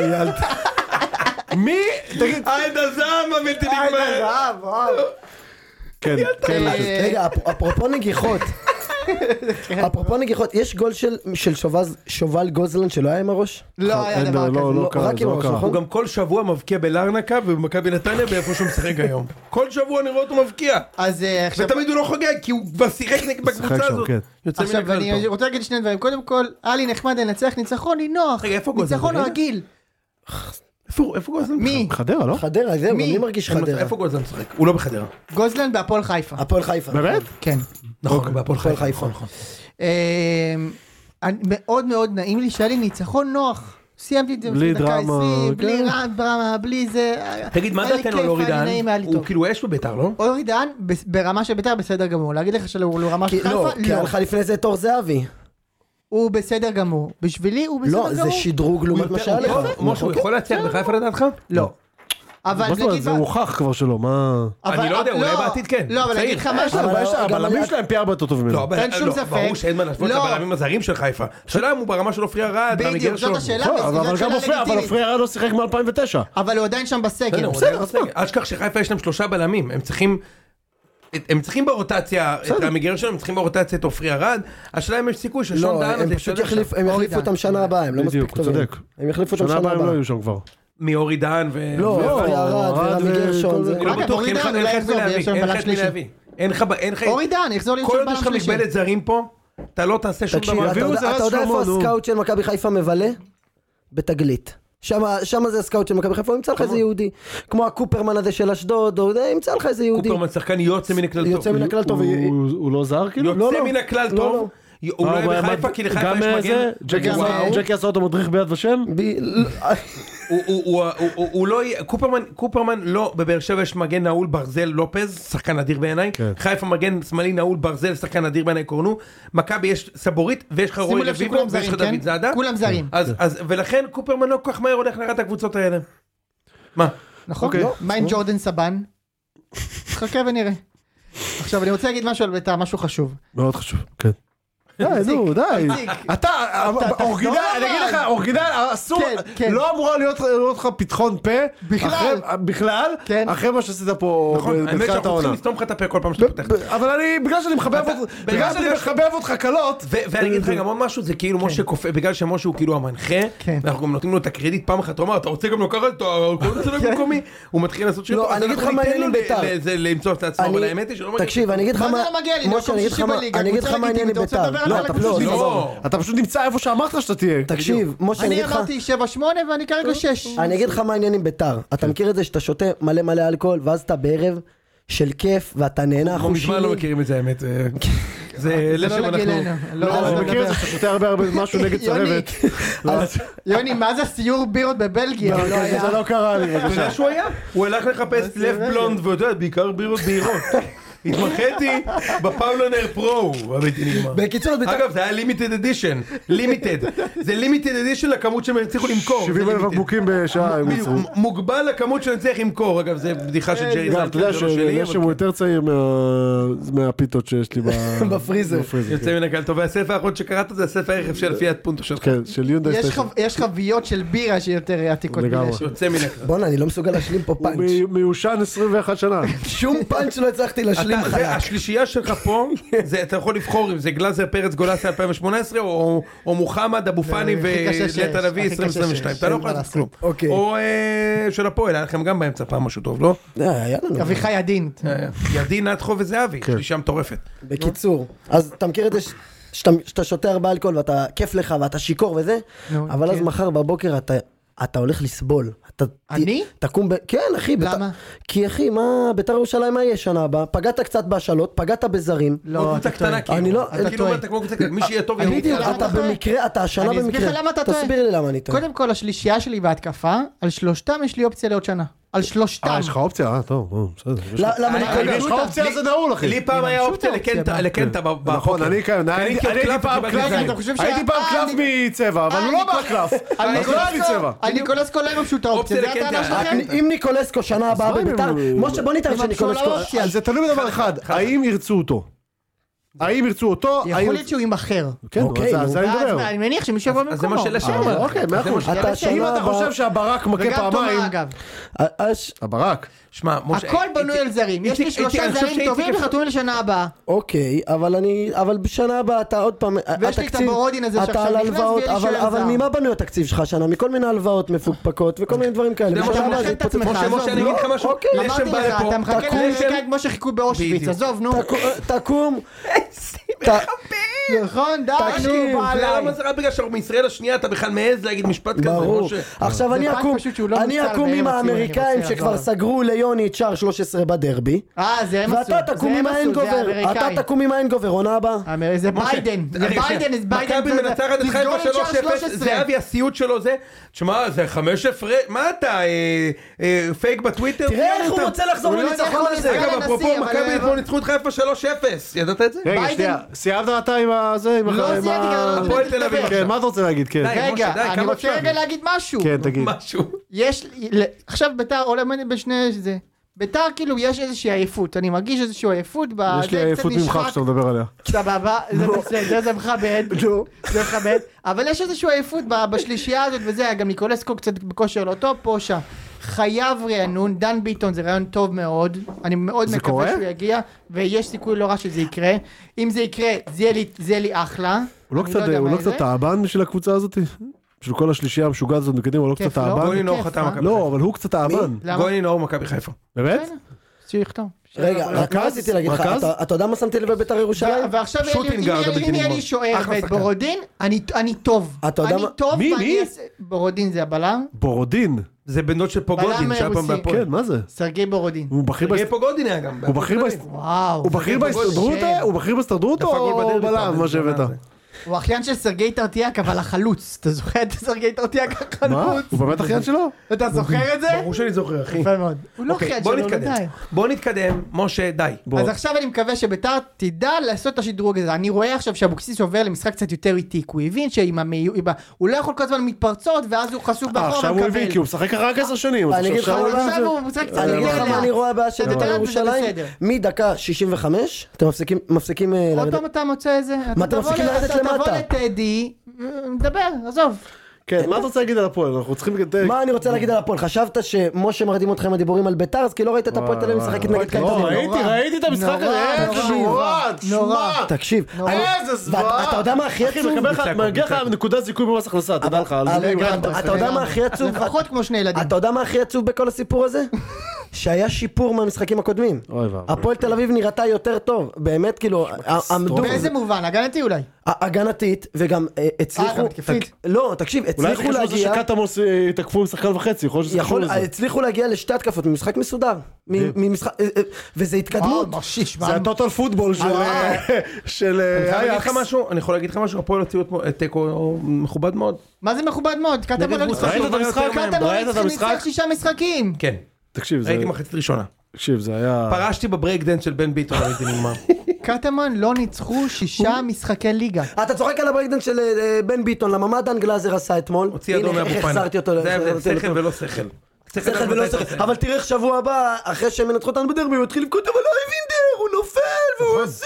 מי? תגיד. עדה זעם הבלתי נגמר. כן. רגע, אפרופו נגיחות, יש גול של שובל גוזלן שלא היה עם הראש? לא היה דבר כזה. רק עם הראש, נכון? הוא גם כל שבוע מבקיע בלרנקה ובמכבי נתניה באיפה שהוא משחק היום. כל שבוע אני רואה אותו מבקיע. ותמיד הוא לא חוגג כי הוא כבר שיחק בקבוצה הזאת. עכשיו אני רוצה להגיד שני דברים. קודם כל, היה לי נחמד לנצח ניצחון, היא נוח. ניצחון רגיל. איפה גוזלן? מי? חדרה, לא? חדרה, זהו, אני מרגיש חדרה. איפה גוזלן משחק? הוא לא בחדרה. גוזלן בהפועל חיפה. הפועל חיפה. באמת? כן. נכון, בהפועל חיפה. מאוד מאוד נעים לי שהיה לי ניצחון נוח. סיימתי את זה בלי דרמה, בלי דרמה, בלי זה. תגיד, מה דעתנו על אורי דהן? הוא כאילו אש בביתר, לא? אורי דהן ברמה של ביתר בסדר גמור. להגיד לך שהוא רמה של חיפה? לא, כי היה לך לפני זה תור זהבי. הוא בסדר גמור. בשבילי הוא בסדר גמור. לא, זה שדרוג לעומת מה שהיה לך. משה, הוא יכול להצליח בחיפה לדעתך? לא. אבל נגיד... זה הוכח כבר שלא, מה... אני לא יודע, אולי בעתיד כן. לא, אבל נגיד לך משהו... הבלמים שלהם פי 4 יותר טוב ממנו. אין שום ספק. ברור שאין מה להשוות לבלמים הזרים של חיפה. השאלה הוא ברמה של עופרי ארד, בדיוק, זאת השאלה. אבל עופרי ארד לא שיחק מ-2009. אבל הוא עדיין שם בסגל. אל תשכח שחיפה יש להם 3 בלמים. הם צריכים ברוטציה את המגר שלהם, הם צריכים ברוטציה את עופרי ארד. השאלה אם יש סיכוי ששון דהן... הם פשוט יחליפו אותם שנה הבאה, הם לא מספיק טובים. הם יחליפו אותם שנה הבאה. הם לא יהיו שם כבר. מאורי דהן לא, עופרי ארד ורמי גרשון. אגב, אורי דהן אולי יחזור ויש שם בלם שלישי. אורי דהן יחזור לי כל עוד יש לך מגבלת זרים פה, אתה לא תעשה שום דבר. אתה יודע איפה הסקאוט של מכבי חיפה מבלה? בתגלית. שם זה הסקאוט של מכבי חיפה, הוא ימצא לך איזה יהודי. כמו הקופרמן הזה של אשדוד, הוא ימצא לך איזה יהודי. קופרמן שחקן יוצא מן הכלל טוב. יוצא מן הכלל טוב. הוא לא זר כאילו? יוצא מן הכלל טוב. אולי בחיפה, כי לחיפה יש מגן. ג'קי עשה אותו מדריך ביד ושם? הוא לא, קופרמן לא, בבאר שבע יש מגן נעול ברזל לופז, שחקן אדיר בעיניי, חיפה מגן שמאלי נעול ברזל, שחקן אדיר בעיניי קורנו, מכבי יש סבורית, ויש לך רוי רביבו, ויש לך דוד זאדה, כולם זרים. ולכן קופרמן לא כל כך מהר הולך לראות הקבוצות האלה. מה? נכון? מה עם ג'ורדן סבן? חכה ונראה. עכשיו אני רוצה להגיד משהו על בית"ר, משהו חשוב. מאוד חשוב, כן. די, נו, די. אתה, אורגינל, אני אגיד לך, אורגינל, אסור, לא אמורה להיות לך פתחון פה, בכלל, אחרי מה שעשית פה בתחילת העונה. אנחנו צריכים לסתום לך את הפה כל פעם שאתה פותח. אבל בגלל שאני מחבב אותך קלות. ואני אגיד לך גם עוד משהו, זה כאילו משה קופא, בגלל שמשה הוא כאילו המנחה, ואנחנו גם נותנים לו את הקרדיט פעם אחת, הוא אמר, אתה רוצה גם לקחת אותו, הוא מתחיל לעשות שלו. לא, אני אגיד לך מה העניין עם בית"ר. למצוא את עצמו, אבל האמת היא שלא מגיע. תקשיב, אני אגיד לך מה העניין עם בית"ר. אתה פשוט נמצא איפה שאמרת שאתה תהיה. תקשיב, משה, אני אמרתי 7-8 ואני כרגע 6. אני אגיד לך מה העניין עם בית"ר. אתה מכיר את זה שאתה שותה מלא אלכוהול, ואז אתה בערב של כיף, ואתה נהנה חושי. מזמן לא מכירים את זה, האמת. זה אלה שאנחנו... אני מכיר את זה, שאתה שותה הרבה משהו נגד צרבת. יוני, מה זה סיור בירות בבלגיה? זה לא קרה לי. אתה יודע שהוא היה? הוא הלך לחפש לב בלונד, ואתה יודע, בעיקר בירות בהירות. התמחיתי בפאולונר פרו, הבלתי נגמר. בקיצור, אגב, זה היה לימיטד אדישן, זה לימיטד אדישן לכמות שהם הצליחו למכור. 70,000 בקבוקים בשעה. מוגבל לכמות שאני צריך למכור, אגב, זה בדיחה של ג'רי זלטר. אתה יודע שלשם הוא יותר צעיר מהפיתות שיש לי בפריזר. יוצא מן הקל טוב, והספר האחרון שקראת זה הספר הרכב של פיאט פונטו שלך. כן, של יונדאי סטיישן. יש חביות של בירה שיותר עתיקות מלשם. יוצא מן הקל. בוא'נה, אני לא מסוגל להשלים פה פאנץ'. הוא מיושן 21 שנה. שום פאנץ' לא הצלחתי להשלים חלק. השלישייה שלך פה, אתה יכול לבחור אם זה גלאזר פרץ גולסה 2018 או מוחמד אבו פאני ולטה לביא 2022. אתה לא יכול לעשות כלום. או של הפועל, היה לכם גם באמצע פעם משהו טוב, לא? היה לנו. אביחי ידין. ידין נתחו וזהבי, שלישה מטורפת. בקיצור, אז אתה מכיר את זה שאתה שותה הרבה אלכוהול ואתה כיף לך ואתה שיקור וזה, אבל אז מחר בבוקר אתה הולך לסבול. אני? תקום כן, אחי. למה? כי אחי, בית"ר ירושלים מה יהיה שנה הבאה? פגעת קצת בהשאלות, פגעת בזרים. לא, אתה טועה. אני לא... אתה כמו קבוצה קטנה, מי שיהיה טוב יהיה. אתה במקרה, אתה השנה במקרה. אני אסביר לך למה אתה טועה. תסביר לי למה אני טועה. קודם כל, השלישייה שלי בהתקפה, על שלושתם יש לי אופציה לעוד שנה. על שלושתם. יש לך אופציה? טוב, בסדר. למה אני יש לך אופציה זה נעול, אחי. לי פעם היה אופציה לקנטה נכון, אני הייתי פעם קלף מצבע, אבל הוא לא בא קלף. אז לא היה לי צבע. על ניקולסקו לא פשוט האופציה, זה הטענה שלכם? אם ניקולסקו שנה הבאה בבית"ר, משה בוא נתאר שניקולסקו... זה תלוי בדבר אחד, האם ירצו אותו? האם ירצו אותו? יכול להיות שהוא ימחר. כן, זה אני מדבר. אני מניח שמישהו יבוא במקומו. זה מה שלשם. אוקיי, אם אתה חושב שהברק מכה פעמיים... הברק. שמע, הכל בנוי על זרים. יש לי 3 זרים טובים וחתומים לשנה הבאה. אוקיי, אבל בשנה הבאה אתה עוד פעם... ויש לי את הבורודין הזה שעכשיו נכנס ויהיה לי שוער זר. אבל ממה בנוי התקציב שלך שנה? מכל מיני הלוואות מפוקפקות וכל מיני דברים כאלה. משה, אני אגיד לך משהו. אמרתי לך, אתה מחכה לי כמו שחיכו באושוויץ, עזוב, נו. תקום. נכון, די, נו, בא עליי. למה זה רק בגלל שאנחנו מישראל השנייה אתה בכלל מעז להגיד משפט כזה, ברור. עכשיו אני אקום עם האמריקאים שכבר סגרו ליוני את שער 13 בדרבי. זה הם עשו. ואתה תקום עם האנגובר. אתה תקום עם האנגובר, עונה הבאה. זה ביידן. זה ביידן. מכבי מנצחת את חיפה 3-0, זה אבי הסיוט שלו זה. תשמע, זה 5 הפרש, מה אתה, פייק בטוויטר? תראה איך הוא רוצה לחזור לניצחון הזה. אגב, אפרופו, מכבי אתמול ניצחו את חיפה 3-0, ידעת את זה? רגע, שנייה, סיימת אתה עם הזה? לא סיימתי, הפועל תל אביב. כן, מה אתה רוצה להגיד? כן. רגע, אני רוצה רגע להגיד משהו. כן, תגיד. משהו. יש, עכשיו בית"ר עולמד בשני זה. בית"ר כאילו יש איזושהי עייפות, אני מרגיש איזושהי עייפות. יש לי עייפות ממך שאתה מדבר עליה. סבבה, זה מכבד, זה מכבד, אבל יש איזושהי עייפות בשלישייה הזאת וזה, גם ניקולסקו קצת בכושר לא טוב, פה שם. חייב רענון, דן ביטון זה רעיון טוב מאוד, אני מאוד מקווה שהוא יגיע, ויש סיכוי לא רע שזה יקרה. אם זה יקרה, זה יהיה לי אחלה. הוא לא קצת תאבן בשביל הקבוצה הזאת? בשביל כל השלישייה המשוגעת הזאת מקדימה, הוא לא קצת תאבן? גוני נור חתם מכבי חיפה. לא, אבל הוא קצת תאבן. גוני נור מכבי חיפה. באמת? שיחתום. רגע, רק רציתי להגיד לך, אתה יודע מה שמתי לב בבית"ר ירושלים? ועכשיו אם יהיה לי שוער ואת בורודין, אני טוב. אני טוב. מי? בורודין זה הבלם. בורודין? זה בנות של פוגודין, שהיה פעם בהפועל. כן, מה זה? סרגי בורודין. סרגי פוגודין היה גם. הוא בכיר בהסתדרות? הוא בכיר בהסתדרות או בלם? מה שהבאת? הוא אחיין של סרגי טרטיאק, אבל החלוץ. אתה זוכר את סרגי טרטיאק החלוץ? מה? הוא באמת אחיין שלו? אתה זוכר את זה? ברור שאני זוכר, אחי. יפה מאוד. הוא לא אחיין שלו, די. בוא נתקדם, משה, די. אז עכשיו אני מקווה שבית"ר תדע לעשות את השדרוג הזה. אני רואה עכשיו שאבוקסיס עובר למשחק קצת יותר איטי, הוא הבין שהוא לא יכול כל הזמן מתפרצות, ואז הוא חשוף באחור עכשיו הוא הבין, כי הוא משחק רק 10 שנים. אני אגיד לך מה אני רואה הבעיה של בית"ר ירושלים. מדקה 65, אתם מפסיקים עוד פעם אתה מוצא איזה? אתם מפסיקים לרדת למטה. תבוא לטדי, נדבר, עזוב. כן, מה אתה רוצה להגיד על הפועל? אנחנו צריכים... מה אני רוצה להגיד על הפועל? חשבת שמשה מרדים אתכם הדיבורים על בית"ר, אז כי לא ראית את הפועל תל אביב משחקת נגד קטמון. ראיתי את המשחק הזה, נורא. תקשיב. איזה זוועה. אתה יודע מה הכי עצוב? מגיע לך נקודת זיכוי במס הכנסה, תדע לך. אתה יודע מה הכי עצוב? לפחות כמו שני ילדים. אתה יודע מה הכי עצוב בכל הסיפור הזה? שהיה שיפור מהמשחקים הקודמים. הפועל תל אביב נראתה יותר טוב. באמת כאילו, עמדו... באיזה מובן? הגנתי אולי? הגנתית, וגם הצליחו... לא, תקשיב, הצליחו להגיע... אולי שקטמוס תקפו עם שחקן וחצי, הצליחו להגיע לשתי התקפות ממשחק מסודר. וזה התקדמות. זה הטוטל פוטבול של... אני יכול להגיד לך משהו, הפועל הוציאו את תיקו מכובד מאוד. מה זה מכובד מאוד? ראית את המשחק? קטמון ניצח 6 משחקים. כן. תקשיב, ראיתי מחצית ראשונה. תקשיב, זה היה... פרשתי בברייק דנס של בן ביטון, הייתי נגמר. קטמון לא ניצחו 6 משחקי ליגה. אתה צוחק על הברייק דנס של בן ביטון, למה מה דן גלאזר עשה אתמול? הוציא אדום מאבופנה. החזרתי אותו. זה ההבדל, שכל ולא שכל. שכל ולא שכל. אבל תראה איך שבוע הבא, אחרי שהם ינצחו אותנו בדרבי, הוא התחיל לבכות, אבל לא אבינדר, הוא נופל, והוא עושה,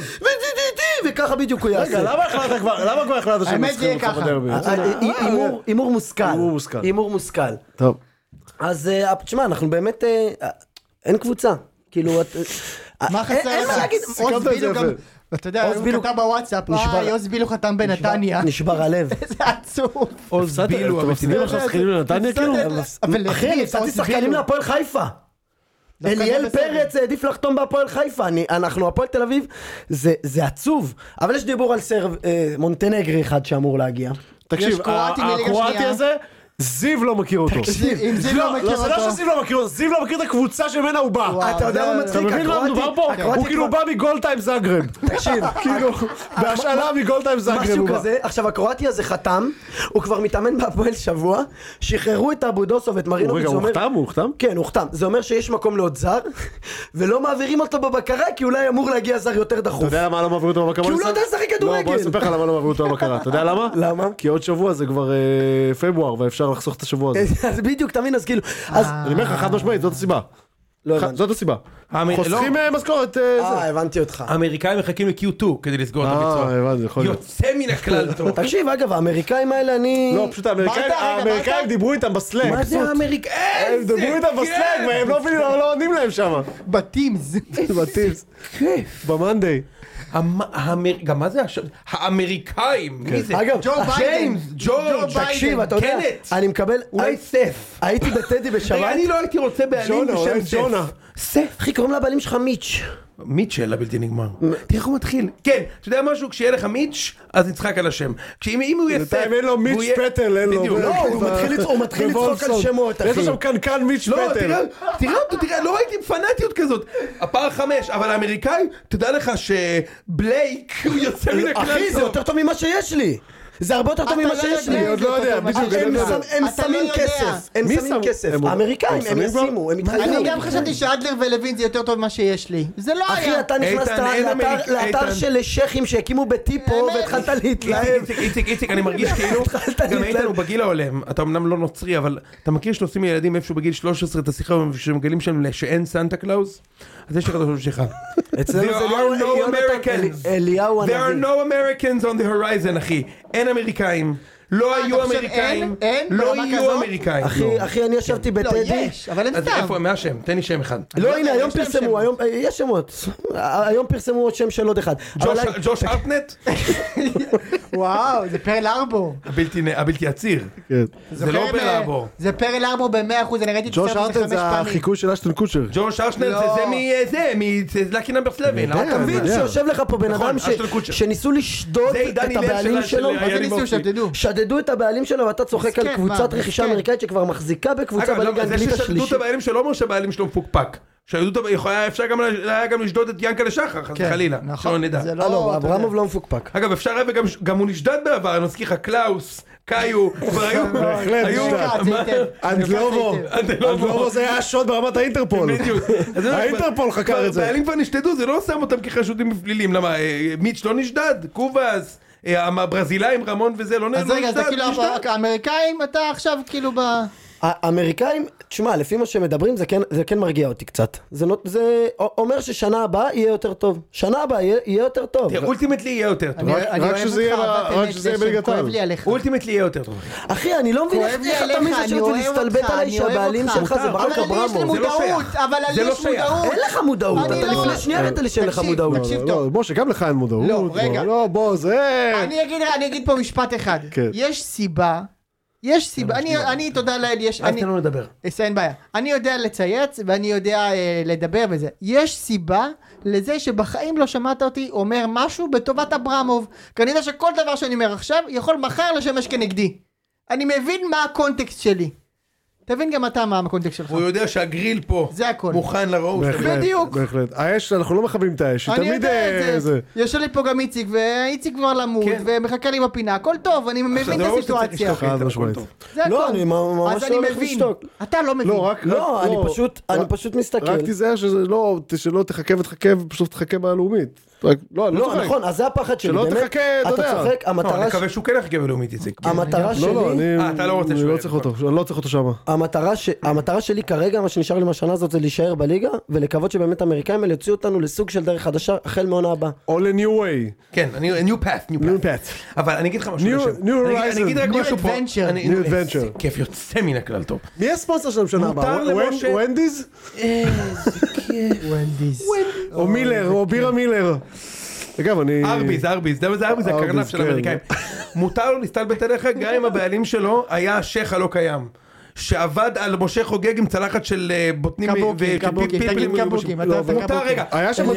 וככה בדיוק הוא יעשה. רגע, למה כבר החלטת שהם האמת מצחים אותך ככה. בדרבי? הימור מושכל. הימור מושכל. טוב. אז תשמע, אנחנו באמת, אין קבוצה. כאילו, מה חסר? אין מה להגיד. עוז בילו גם, אתה יודע, הוא כתב בוואטסאפ, עוז בילו חתם בנתניה. נשבר הלב. איזה עצוב. עוז בילו, אתם מפסידים עכשיו שחקנים לנתניה כאילו? אחי, אני הפסדתי שחקנים להפועל חיפה. אליאל פרץ העדיף לחתום בהפועל חיפה. אנחנו הפועל תל אביב, זה עצוב. אבל יש דיבור על סרב מונטנגרי אחד שאמור להגיע. תקשיב, הקרואטי הזה, זיו לא מכיר אותו. אם זיו לא מכיר זה לא אותו. שזיו לא מכיר אותו, זיו לא מכיר את הקבוצה שממנה הוא בא. אתה יודע מה מצחיק? אתה מבין מה מדובר פה? הוא כאילו בא מגולדטיים זאגרב. תקשיב, כאילו, בהשאלה מגולדטיים זאגרב משהו הוא בא. כזה. עכשיו הקרואטי הזה חתם, הוא כבר מתאמן בהפועל שבוע, שחררו את אבודוסוב ואת מרינוביץ'. רגע, הוא הוחתם? כן, הוא הוחתם. זה אומר שיש מקום לעוד זר, ולא מעבירים אותו בבקרה, כי אולי אמור להגיע זר יותר דחוף. אתה יודע למה לא מעבירו אותו בבקרה? כי הוא לא יודע לשחק כדורגל. לא, בוא נספר לך למה לא מעבירו אותו בבקרה. אתה יודע למה? למה? כי עוד שבוע זה כבר פברואר, ואפשר לחסוך את השבוע הזה. אז בדיוק, תמיד אז כאילו. אז אני אומר לך חד משמעית, זאת הסיבה. לא הבנתי. זאת הסיבה. חוסכים משכורת זה. הבנתי אותך. האמריקאים מחכים ל-Q2 כדי לסגור את הביצוע. הבנתי, יכול להיות. יוצא מן הכלל טוב. תקשיב, אגב, האמריקאים האלה אני... לא, פשוט האמריקאים דיברו איתם בסלאג. מה זה האמריקאים? הם דיברו איתם בסלאג, והם לא אפילו לא עונים להם שם. בטימס. בטיפס. במנדי. גם מה זה האמריקאים? מי זה? אגב, ג'ו ביידן. ג'ורג', תקשיב, אתה יודע, קנט. אני מקבל... אולי סף. הייתי בטדי בשבת. אני לא הייתי רוצה בעלים בשם סף. סף. אחי, קוראים לבעלים שלך מיץ'. מיטשל הבלתי נגמר. תראה איך הוא מתחיל. כן, אתה יודע משהו? כשיהיה לך מיץ' אז נצחק על השם. אם הוא יהיה סף... אין לו מיץ' פטל, אין לו... לא, הוא מתחיל לצחוק על שמות, אחי. יש לו שם קנקן מיץ' פטל. תראה אותו, לא ראיתי פנאטיות כזאת. הפער 5, אבל האמריקאי, תדע לך שבלייק הוא יוצא מן הכלל. אחי, זה יותר טוב ממה שיש לי. זה הרבה יותר טוב ממה שיש לי. אני עוד לא יודע, בדיוק. הם שמים כסף. הם שמים כסף. האמריקאים, הם ישימו. אני גם חשבתי שאדלר ולוין זה יותר טוב ממה שיש לי. זה לא היה. אחי, אתה נכנסת לאתר של שכים שהקימו בטיפו והתחלת להתלהב. איציק, אני מרגיש כאילו גם איתנו בגיל העולם, אתה אמנם לא נוצרי, אבל אתה מכיר שעושים ילדים איפשהו בגיל 13 את השיחה שמגלים שם שאין סנטה קלאוז? אז יש לך את השם שלך. אצלנו זה אליהו הנביא. There are no Americans on the horizon, אחי. אין אמריקאים. לא היו אמריקאים. לא יהיו אמריקאים. אחי, אני ישבתי לא, בטדי. יש, אבל אין אז סתם. איפה, מה השם? תן לי שם אחד. לא, הנה, היום פרסמו, יש שמות. היום פרסמו עוד שם של עוד אחד. ג'וש ארטנט? וואו, זה פרל ארבור. הבלתי עציר. זה לא פרל ארבור. זה פרל ארבור ב100%, אני ראיתי את ג'וש הסרט הזה 5 ארטנט זה פעמים. החיקוי של אשטון קוצ'ר. ג'וש ארטנט זה מלאקי נאמבר 11. אתה מבין שיושב לך פה בן אדם שניסו לשדוד את הבעלים שלו. מה זה ניסו שתדעו? שדדו את הבעלים שלו ואתה צוחק על קבוצת רכישה אמריקאית שכבר מחזיקה בקבוצה בליגה האנגלית זה ששדדו השלישית. את הבעלים שלו אומר שהבעלים שלו מפוקפק. אפשר גם לשדוד את ינקלה שחר, חלילה, שלא נדע. לא, אברמוב לא מפוקפק. אגב, אפשר גם הוא נשדד בעבר, אני מזכיר לך, קלאוס, קאיו, כבר היו... אנדלובו זה היה שוד ברמת האינטרפול. האינטרפול חקר את זה. הבעלים כבר נשדדו, זה לא שם אותם כחשודים בפלילים, למה? מיץ' לא נשדד, קובאס, הברזילאים, רמון וזה, לא נשדד. אז רגע, זה כאילו האמריקאים, אתה עכשיו כאילו ב... האמריקאים, תשמע, לפי מה שמדברים זה כן מרגיע אותי קצת. זה אומר ששנה הבאה יהיה יותר טוב. שנה הבאה יהיה יותר טוב. אולטימטלי יהיה יותר טוב. רק שזה יהיה בליגת העל. אולטימטלי יהיה יותר טוב. אחי, אני לא מבין איך אתה מזשת ולהסתלבט עליי שהבעלים שלך זה ברק אברמוב. אבל לי יש מודעות. אין לך מודעות, אתה לפני שנייה ראית לי שאין לך מודעות. משה, גם לך אין מודעות. לא, רגע. לא, בוא, זה... אני אגיד פה משפט אחד. יש סיבה, אני תודה לאל, אז תן לנו לדבר. אין בעיה. אני יודע לצייץ ואני יודע לדבר וזה. יש סיבה לזה שבחיים לא שמעת אותי אומר משהו בטובת אברמוב. כי אני יודע שכל דבר שאני אומר עכשיו יכול מחר לשמש כנגדי. אני מבין מה הקונטקסט שלי. תבין גם אתה מה הקונטקסט שלך. הוא יודע שהגריל פה מוכן לראות. בדיוק. בהחלט. האש, אנחנו לא מכבים את האש. אני יודע את זה. יש לי פה גם איציק, ואיציק כבר למות, ומחכה לי בפינה. הכל טוב, אני מבין את הסיטואציה. לא, אני ממש לא הולך לשתוק. אתה לא מבין. לא, אני פשוט מסתכל. רק תיזהר שלא תחכה ותחכה, ופשוט תחכה בלאומית. לא, נכון, אז זה הפחד שלי. שלא תחכה, אתה יודע. אתה צוחק, המטרה... אני מקווה שהוא כן יחכה בלאומית, איציק. המטרה שלי... אתה לא רוצה אני לא צריך אותו, אני לא צריך אותו שם. המטרה שלי כרגע, מה שנשאר לי מהשנה הזאת, זה להישאר בליגה, ולקוות שבאמת האמריקאים האלה יוציאו אותנו לסוג של דרך חדשה, החל מעונה הבאה. All a new way. כן, new path. אבל אני אגיד לך משהו. אני אגיד רק משהו פה. New adventure. כיף יוצא מן הכלל טוב. מי הספונסר שלנו שנה הבאה? ונדיז? ונדיז. או מילר, או בירה מילר. אגב, ארביז, זה הקרנף של האמריקאים. מותר לו להסתלבט עליך גם אם הבעלים שלו היה השייך הלא קיים. שעבד על משה חוגג עם צלחת של בוטנים תגיד קבוגים, מותר רגע. היה שם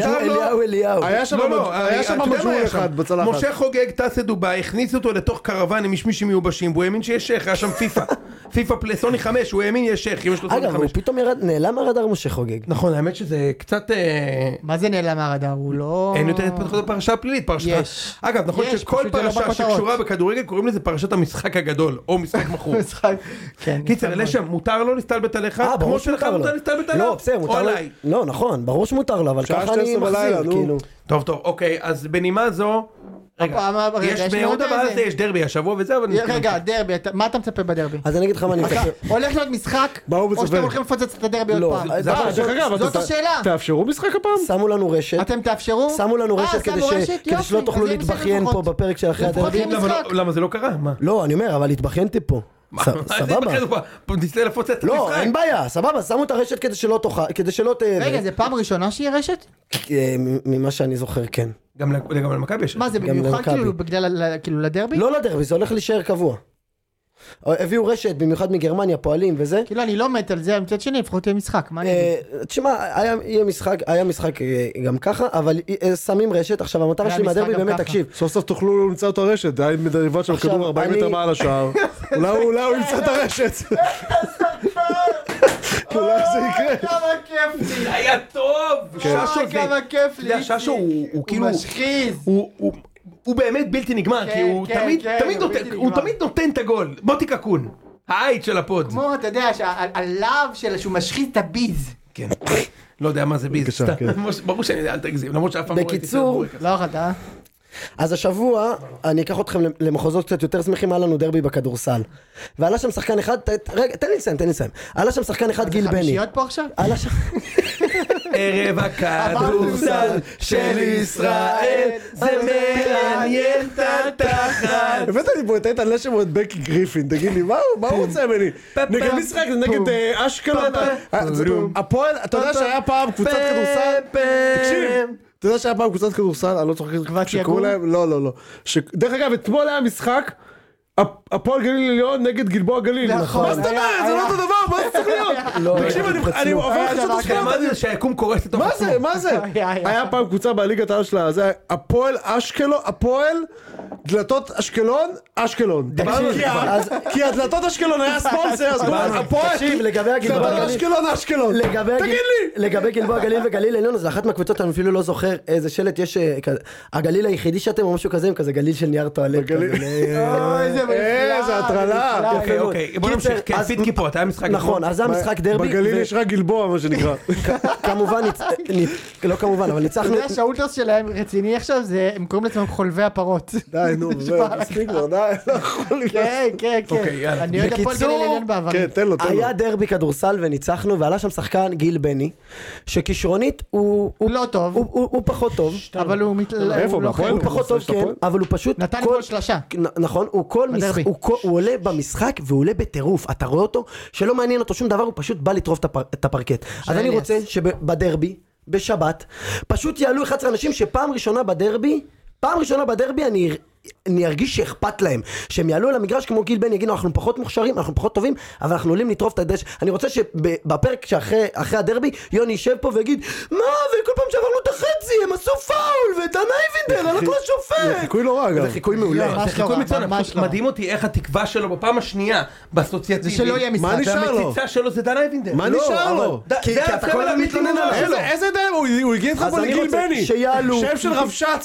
מג'ור אחד בצלחת. משה חוגג טס לדובאי, הכניס אותו לתוך קרוון עם מישמישים מיובשים, והוא האמין שיש שייך, היה שם פיפה פלסוני 5, הוא האמין יש שייך. אגב, הוא פתאום נעלם מהרדאר משה חוגג. נכון, האמת שזה קצת... מה זה נעלם מהרדאר? הוא לא... אין יותר התפתחות בפרשה הפלילית, יש. אגב, נכון שכל פרשה שקשורה בכדורגל קוראים לזה פרשת המשחק הגדול, או משחק מכור. קיצר, לשם, מותר לו להסתלבט עליך, כמו שלך מותר להסתלבט עליו? לא, בסדר, מותר לו. לא, נכון, ברור שמותר לו, אבל ככה אני מחזיר, כאילו. טוב, אוקיי, אז בנימה זו, רגע, יש מאוד אבל זה, יש דרבי השבוע וזה, אבל... רגע, דרבי, מה אתה מצפה בדרבי? אז אני אגיד לך מה אני מצפה. הולך להיות משחק, או שאתם הולכים לפוצץ את הדרבי עוד פעם? זאת השאלה. תאפשרו משחק הפעם? שמו לנו רשת. אתם תאפשרו? שמו לנו רשת כדי שלא תוכלו להתבכיין פה בפרק של אחרי הדרבי. למה זה לא קרה? מה? לא, אני אומר, אבל התבכיינתי פה. סבבה. ניסה לפוצץ את לא, המשחק. אין בעיה, סבבה, שמו את הרשת כדי שלא רגע, זה פעם ראשונה שיהיה רשת? ממה שאני זוכר, כן. גם למכבי יש. מה זה, במיוחד כאילו בגלל לדרבי? לא לדרבי, זה הולך להישאר קבוע. הביאו רשת, במיוחד מגרמניה, פועלים וזה. כאילו אני לא מת על זה, מצד שני, לפחות יהיה משחק, מה אני אגיד? תשמע, היה משחק גם ככה, אבל שמים רשת, עכשיו המטרה שלי מהדרבי באמת, תקשיב. סוף סוף תוכלו למצוא את הרשת, היה מדריבות של כדור 40 מטר מעל השער. אולי הוא ימצא את הרשת. אולי זה יקרה. כמה כיף לי. היה טוב. כמה כיף לי. ששו הוא כאילו... הוא משחיז. הוא באמת בלתי נגמר, כי הוא תמיד נותן את הגול. מוטי קקון, העית של הפוד. כמו, אתה יודע, הלאו שלו, שהוא משחיז את הביז. כן. לא יודע מה זה ביז. ברור שאני יודע, אל תגזים. למרות שאף פעם לא ראיתי. בקיצור, לא חדה. אז השבוע אני אקח אתכם למחוזות קצת יותר שמחים, היה לנו דרבי בכדורסל. ועלה שם שחקן אחד, רגע, תן לי לסיים. עלה שם שחקן אחד גיל בני. חמישיות פה עכשיו? עלה שם... ערב הכדורסל של ישראל, זה מעניין את התחת. הבאת לי פה את איתן לשם או את בקי גריפין, תגיד לי, מה הוא רוצה ממני? נגד משחק, נגד אשקלון, הפועל, אתה יודע שהיה פעם קבוצת כדורסל? תקשיב. אתה יודע שהיה פעם קבוצת כדורסל, אני לא צוחק שקראו להם, לא. דרך אגב, אתמול היה משחק, הפועל גליל עליון נגד גלבוע גליל. מה זאת אומרת? זה לא אותו דבר, מה זה צריך להיות? תקשיב, אני עובר חשוב הספורט. מה זה שהיקום קורס לתוך עצמו? מה זה? היה פעם קבוצה בליגת העל שלה, זה הפועל אשקלון, הפועל דלתות אשקלון. כי הדלתות אשקלון היה ספונסר, אז הפועל, דלתות אשקלון. תגיד לי. לגבי גלבוע גליל וגליל עליון, אז לאחת מהקבוצות אני אפילו לא זוכר איזה שלט יש, הגליל היחידי שאתם או משהו כזה, עם כזה גליל של נייר טואלט. איזה הטרלה. אוקיי, בוא נמשיך, כן, פיט כיפות, היה משחק נכון, אז זה המשחק דרבי. בגליל יש רק גלבוע, מה שנקרא. כמובן, לא כמובן, אבל ניצחנו. אתה יודע שהאולטרס שלהם רציני עכשיו, הם קוראים לעצמם חולבי הפרות. די, נו, מספיק כבר, די, לא יכול להיות. כן. אני יודע פה גליל עליון בעבר. כן, תן לו. היה דרבי כדורסל וניצחנו, ועלה שם שחקן גיל בני, שכישרונית הוא לא טוב. הוא פחות טוב. אבל הוא פחות טוב, כן, אבל הוא פשוט... נתן כל שלושה. נכון, הוא עולה במשחק והוא עולה בטירוף, אתה רואה אותו שלא מעניין אותו שום דבר, הוא פשוט בא לטרוף את הפרקט. אז אני רוצה שבדרבי, בשבת, פשוט יעלו 11 אנשים שפעם ראשונה בדרבי אני ארגיש שאכפת להם, שהם יעלו על המגרש כמו גיל בן, יגידו אנחנו פחות מוכשרים, אנחנו פחות טובים, אבל אנחנו עולים לטרוף את הדשא. אני רוצה שבפרק שאחרי הדרבי, יוני יישב פה ויגיד, מה, וכל פעם שעברנו את החצי, הם עשו פאול, ואת הנייבינדל, אני לא איפה השופט? זה חיקוי לא רע, אגב. זה חיקוי מעולה. זה חיקוי מצוין, מדהים אותי איך התקווה שלו בפעם השנייה באסוציאטיבי. זה שלא יהיה משחק. מה נשאר לו? והמציצה שלו זה דן אייבינדר. מה נשאר לו? כי אתה כל הזמן מתלונן עליו. איזה דן? הוא הגיע איתך פה לגיל בני. שיעלו. שם של רבש"ץ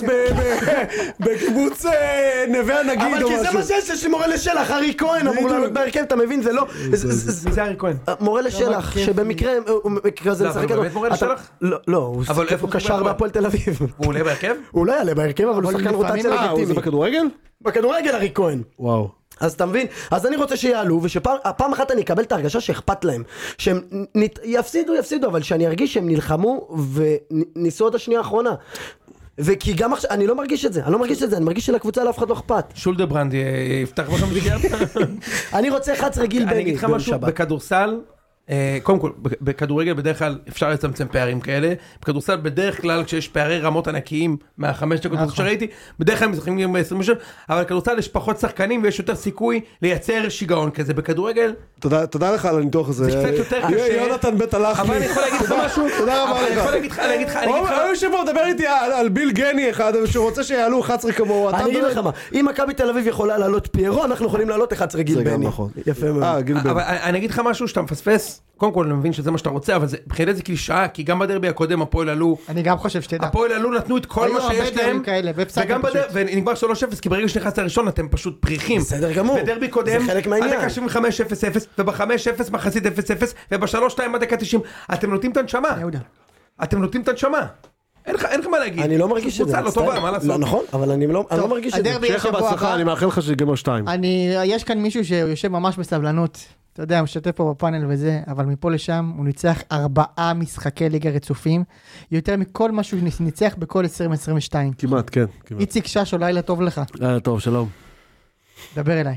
בקיבוץ נווה הנגיד או משהו. אבל כי זה מה שיש למורה לשלח, ארי כהן אמור לעלות בהרכב, אתה מבין? זה לא... זה ארי כהן. מורה לשלח, שבמקרה הוא כזה משחק... אבל באמת מורה לשלח? לא, הוא קשר בהפועל תל אביב. הוא עולה בהרכב? הוא לא יעלה בהרכב, אבל הוא שחקן רוטציה לגיטימי. זה בכדורגל? בכדורגל ארי כהן. וואו. אז אתה מבין? אז אני רוצה שיעלו, ושפעם אחת אני אקבל את ההרגשה שאכפת להם. שהם יפסידו, אבל שאני ארגיש שהם נלחמו וניסו עד השנייה האחרונה. וכי גם עכשיו, אני לא מרגיש את זה, אני מרגיש שלקבוצה לאף אחד לא אכפת. שולדברנד יפתח בכם בגיעה. אני רוצה 11 גיל בני. אני אגיד לך משהו, בכדורסל, קודם כל, בכדורגל בדרך כלל אפשר לצמצם פערים כאלה, בכדורסל בדרך כלל כשיש פערי רמות ענקיים מה5 דקות שראיתי, בדרך כלל משחקים גם ב-27, אבל בכדורסל יש פחות שחקנים ויש יותר סיכוי לייצר שיגעון כזה, בכדורגל... תודה לך על הניתוח הזה. זה קצת יותר קשה. יונתן בית הלך לי. אבל אני יכול להגיד לך משהו. תודה רבה לך. אני יכול להגיד לך. הוא שבו מדבר איתי על ביל גני אחד, שהוא רוצה שיעלו 11 כמוהו. אני אגיד לך מה, אם מכבי תל אביב יכולה לעלות פיירו, אנחנו יכולים לעלות 11 גיל בני. זה גם נכון. יפה מאוד. אבל אני אגיד לך משהו שאתה מפספס. קודם כל אני מבין שזה מה שאתה רוצה, אבל בחינת זה קלישאה, כי גם בדרבי הקודם הפועל עלו, אני גם חושב שתדע. הפועל עלו נתנו את כל מה שיש להם, וגם בדרבי, ונגמר 3-0, כי ברגע שנכנס הראשון אתם פשוט פריחים. בסדר גמור. בדרבי קודם, זה חלק מהעניין. עד דקה 5-0, וב-5-0 מחצית 0-0, וב-3-2 עד דקה 90, אתם נותנים את הנשמה. אתם נותנים את הנשמה. אין לך מה להגיד. אני לא מרגיש את זה. קבוצה לא טובה, מה לעשות? נכון, אבל אני לא מרגיש את זה. הדרבי יש שבוע אחר. אני מאחל לך שיגמר 2. יש כאן מישהו שיושב ממש בסבלנות. אתה יודע, הוא משתף פה בפאנל וזה, אבל מפה לשם הוא ניצח 4 משחקי ליגה רצופים, יותר מכל מה שהוא ניצח בכל 2022. כמעט, כן. איציק ששו, לילה טוב לך. לילה טוב, שלום. דבר אליי.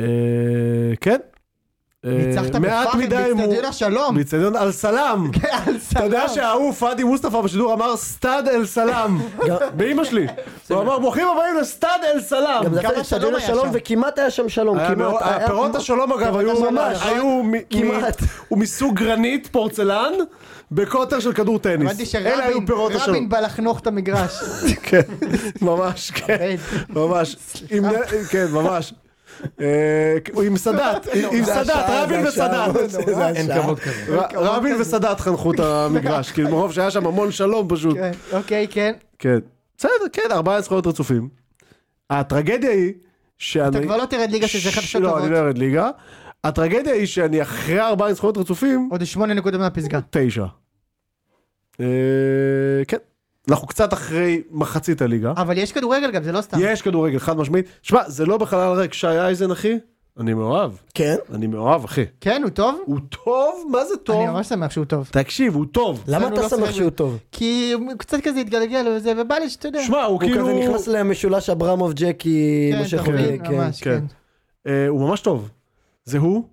כן. ניצחת בפחד באצטדיון השלום. באצטדיון אל סלאם. אתה יודע שההוא פאדי מוסטפא בשידור אמר סטאד אל סלאם. באמא שלי. הוא אמר ברוכים הבאים לסטאד אל סלאם. גם זה אצטדיון השלום וכמעט היה שם שלום. פירות השלום אגב היו מסוג גרנית פורצלן בקוטר של כדור טניס. אלה היו פירות השלום. רבין בא לחנוך את המגרש. כן, ממש, כן. ממש. כן, ממש. עם סדת, רבין וסדת. אין כבוד כזה. רבין וסדת חנכו את המגרש, כי מרוב שהיה שם המון שלום פשוט. אוקיי, כן. כן. בסדר, כן, 4 זכויות רצופים. הטרגדיה היא שאני... אתה כבר לא תרד ליגה שזה חדשות טובות. לא, אני לא ארד ליגה. הטרגדיה היא שאני אחרי 4 זכויות רצופים... עוד 8 נקודות מהפסגה. 9. כן. אנחנו קצת אחרי מחצית הליגה. אבל יש כדורגל גם, זה לא סתם. יש כדורגל, חד משמעית. שמע, זה לא בחלל ריק. שי אייזן, אחי? אני מאוהב. כן? אני מאוהב, אחי. כן, הוא טוב? הוא טוב? מה זה טוב? אני ממש שמח שהוא טוב. תקשיב, הוא טוב. למה אתה שמח שהוא טוב? כי הוא קצת כזה התגלגל וזה, ובא לי שאתה יודע. שמע, הוא כאילו... הוא כזה נכנס למשולש אברמוב ג'קי, משה חולי. כן. הוא ממש טוב. זה הוא.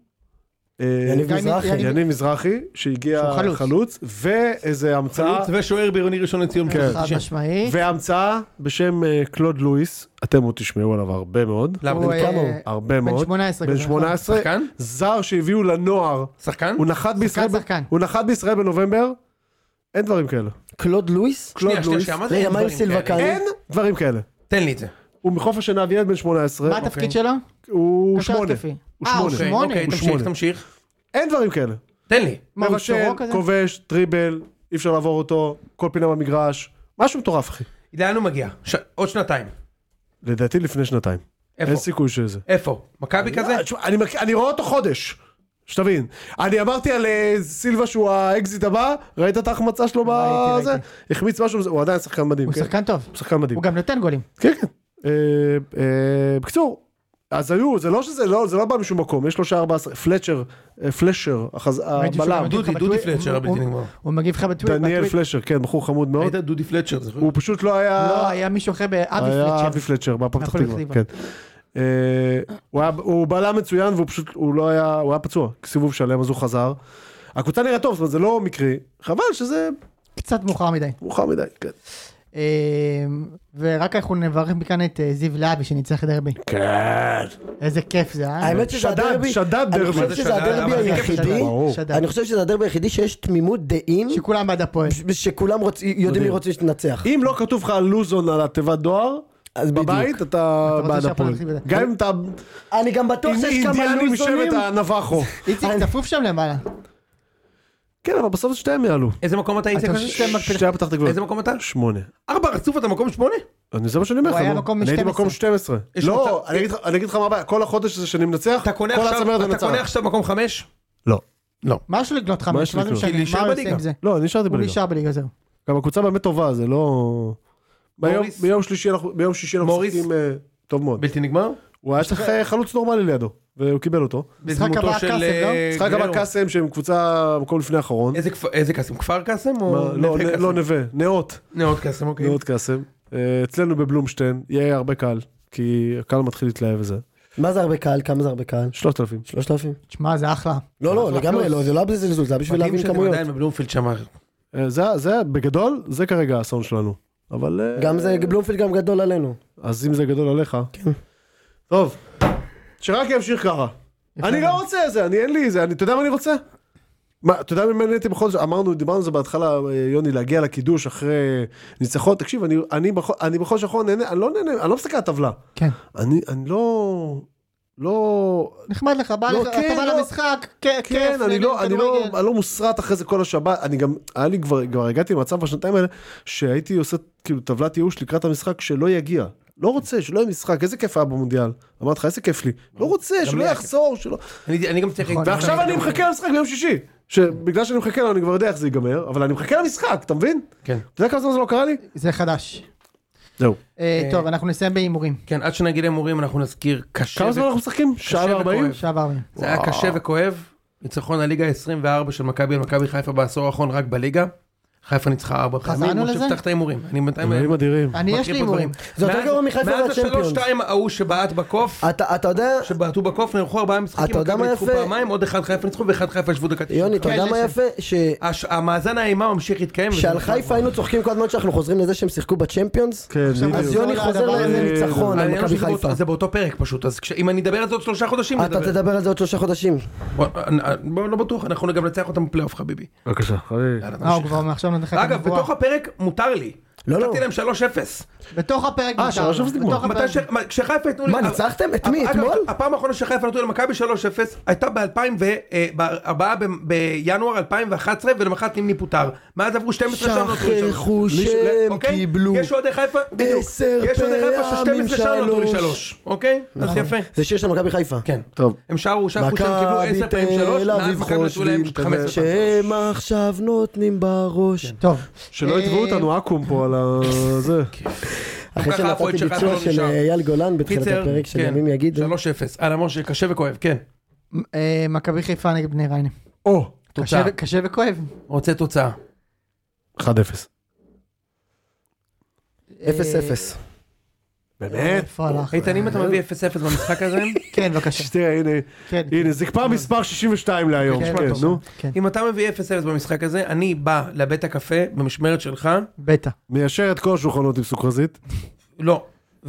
יניב מזרחי, שהגיע חלוץ, ואיזה המצאה... חלוץ ושוער בעירוני ראשון לציון. חד משמעית. והמצאה בשם קלוד לואיס, אתם עוד תשמעו עליו הרבה מאוד. למה? הרבה מאוד. בן 18. שחקן? זר שהביאו לנוער. שחקן? הוא נחת בישראל בנובמבר. אין דברים כאלה. קלוד לואיס? לימים סילבקני. אין דברים כאלה. תן לי את זה. הוא מחוף השנה, ילד בן 18. מה התפקיד שלו? הוא 8. הוא 8. תמשיך. אין דברים כאלה. תן לי. מבשל, כובש, טריבל, אי אפשר לעבור אותו, כל פינה במגרש. משהו מטורף, אחי. לאן הוא מגיע? עוד 2 לדעתי לפני 2. אין סיכוי שזה. איפה? מכבי כזה? אני רואה אותו חודש. שתבין. אני אמרתי על סילבה שהוא האקזיט הבא, ראית את ההחמצה שלו בזה? החמיץ משהו, הוא עדיין שחקן מדהים. הוא שחקן טוב. הוא שחקן מדהים. הוא גם נותן גולים. כן, כן. בקיצור, אז היו, זה לא בא משום מקום, יש 3-14, פלשר, הבלם. דודי פלצ'ר, הבלתי נגמר. הוא מגיב לך בטוויט. דניאל פלצ'ר, כן, בחור חמוד מאוד. היית דודי פלצ'ר, זוכר? הוא פשוט לא היה... לא, היה מישהו אחר באבי פלצ'ר. היה אבי פלצ'ר, בפתח תקווה, כן. הוא בלם מצוין, והוא פשוט, הוא היה פצוע, סיבוב שלם, אז הוא חזר. הקבוצה נראה טוב, זאת אומרת, זה לא מקרי, חבל שזה... קצת מאוחר מדי. מאוחר מדי, כן. ורק אנחנו נברך מכאן את זיו להבי שניצח דרבי. כן. איזה כיף זה, האמת שזה הדרבי, אני חושב שזה הדרבי היחידי שיש תמימות דעים שכולם בעד הפועל, שכולם יודעים מי רוצים שתנצח. אם לא כתוב לך לוזון על התיבת דואר, אז בדיוק. בבית אתה רוצה בעד שהפועל הפועל. תתחיל בזה. גם אם אתה אני גם בטוח שיש כמה אינדיאני לוזונים. משבט הנבחו. איציק צפוף שם למעלה. כן, אבל בסוף שתיהם יעלו. איזה מקום אתה אתה איציק? חושב שאתם מקפידים? שתיהם פתח תקווה. איזה מקום אתה? 8. 4 רצוף אתה מקום 8? זה מה שאני אומר לך. הוא היה נו. מקום אני הייתי 12. מקום 12. יש לא, מצב- אני אגיד לך מה הבעיה. כל החודש הזה שאני מנצח, אתה קונה כל עכשיו- הצמרת אתה קונה מנצחת. עכשיו מקום 5? לא. מה יש לו לקנות מה 5? יש מה זה לקנות? משנה? כי להישאר מה הוא עושה בליגה. עם זה? לא, אני נשארתי הוא בליגה. נשאר בליגה, זהו. גם הקבוצה באמת טובה, זה לא... מוריס? ביום שישי אנחנו מוריס? משחקים טוב מאוד. בלתי נגמר? הוא היה צריך חלוץ נורמלי לידו, והוא קיבל אותו. משחק בדמותו הבא של, קאסם, לא? משחק הבא קאסם שהם קבוצה מקום לפני האחרון. איזה קאסם? כפר קאסם או לא, נווה קאסם? לא נווה, נאות. נאות קאסם, אוקיי. נאות קאסם. אצלנו בבלומשטיין יהיה הרבה קהל, כי הקהל מתחיל להתלהב וזה. מה זה הרבה קהל? כמה זה הרבה קהל? 3,000. 3,000? תשמע, זה אחלה. לא, לגמרי לא, זה לא בזלזול, זה היה בשביל מדהים להבין שאתם כמויות. עדיין בבלומפילד שם. זה בגדול, זה כרגע האסון שלנו. אבל... גם זה, בלומפילד גם גדול עלינו. אז אם זה גדול עליך... כן. טוב, שרק ימשיך ככה. אני לא רוצה את זה, אין לי זה, אתה יודע מה אני רוצה? אתה יודע ממני הייתי בחודש, דיברנו על זה בהתחלה, יוני, להגיע לקידוש אחרי ניצחון, תקשיב, אני בחודש האחרון נהנה, אני לא מסתכל על הטבלה. כן. אני לא... נחמד לך, אתה בא למשחק, כן, אני לא מוסרט אחרי זה כל השבת, אני גם, כבר הגעתי למצב בשנתיים האלה, שהייתי עושה כאילו טבלת ייאוש לקראת המשחק שלא יגיע. לא רוצה, שלא יהיה משחק, איזה כיף היה במונדיאל. אמרתי לך, איזה כיף לי. לא רוצה, שלא יחזור, שלא... אני גם צריך... ועכשיו אני מחכה למשחק ביום שישי. שבגלל שאני מחכה לו, אני כבר יודע איך זה ייגמר, אבל אני מחכה למשחק, אתה מבין? כן. אתה יודע כמה זמן זה לא קרה לי? זה חדש. זהו. טוב, אנחנו נסיים בהימורים. כן, עד שנגיד הימורים אנחנו נזכיר קשה... כמה זמן אנחנו משחקים? שעה ו-40? שעה ו-40. זה היה קשה וכואב. ניצחון הליגה 24 של מכבי על מכבי חיפה בעשור האחרון רק בליגה. חיפה ניצחה 4 פעמים. חזרנו לזה? תפתח את ההימורים. אני בינתיים... דברים אדירים. יש לי הימורים. זה יותר גרוע מחיפה והצ'מפיונס. מאז ה3-2 ההוא שבעט בקוף, אתה יודע, שבעטו בקוף, נלכו 4 משחקים, אתה יודע מכבי מה ניצחו יפה? פעמיים, עוד אחד חיפה ניצחו ואחד חיפה ישבו דקה 90. יוני, אתה יודע מה יפה? המאזן האימה ממשיך להתקיים. שעל חיפה היינו צוחקים כל הזמן שאנחנו חוזרים לזה שהם שיחקו בצ'מפיונס, כן, אז בדיוק. יוני חוזר לאיזה ניצחון על העניין מכבי שזה חיפה. זה באותו פרק פשוט, אז אם אני אדבר על זה עוד 3 חודשים, אתה תדבר על זה עוד 3 חודשים. בוא, לא בטוח, אנחנו גם נצח אותם בפלייאוף חביבי. בבקשה, חביבי. הוא כבר מעכשיו נתן לך את אגב, הנבואה. בתוך הפרק מותר לי. לא. נתתי להם 3-0. בתוך הפרק מותר. 3-0 נגמר. בתוך הפרק. כשחיפה נתנו לי... מה, ניצחתם? את מי? אגב, אתמול? הפעם האחרונה שחיפה נתנו למכבי 3-0 הייתה ב-4 בינואר 2011 ולמחרת נימני פוטר. מאז עברו 12 שנה. שכחו שהם אוקיי? קיבלו יש עוד חיפה, בדיוק. 10 יש עוד חיפה פעמים ש-12 שנה נתנו לי 3. 3. אוקיי? אז יפה. זה שיר של מכבי חיפה. כן. טוב. הם שרו שהם קיבלו 10 פעמים 3, מאז מכבי נתנו להם 15 פעמים. שהם עכשיו נותנים בראש. טוב. שלא יתבעו אותנו אקום פה על זה. אחרי ככה הפועל שנתתי שלך ביצוע לא של נשאר. אייל גולן בתחילת קיצר, הפרק של כן, ימים יגידו. 3-0. הלאה משה, קשה וכואב, כן. מכבי חיפה נגד בני ריינה. תוצאה. קשה וכואב. רוצה תוצאה. 1-0. 0-0. באמת? איפה הלך? איתן, אם אתה מביא 0-0 במשחק הזה, כן, בבקשה. תראה, כן. הנה, זה כבר מספר 62 להיום. כן, כן, נו. כן. אם אתה מביא 0-0 במשחק הזה, אני בא לבית הקפה במשמרת שלך, בטא. מיישר את כל השולחנות עם סוכרזית. לא,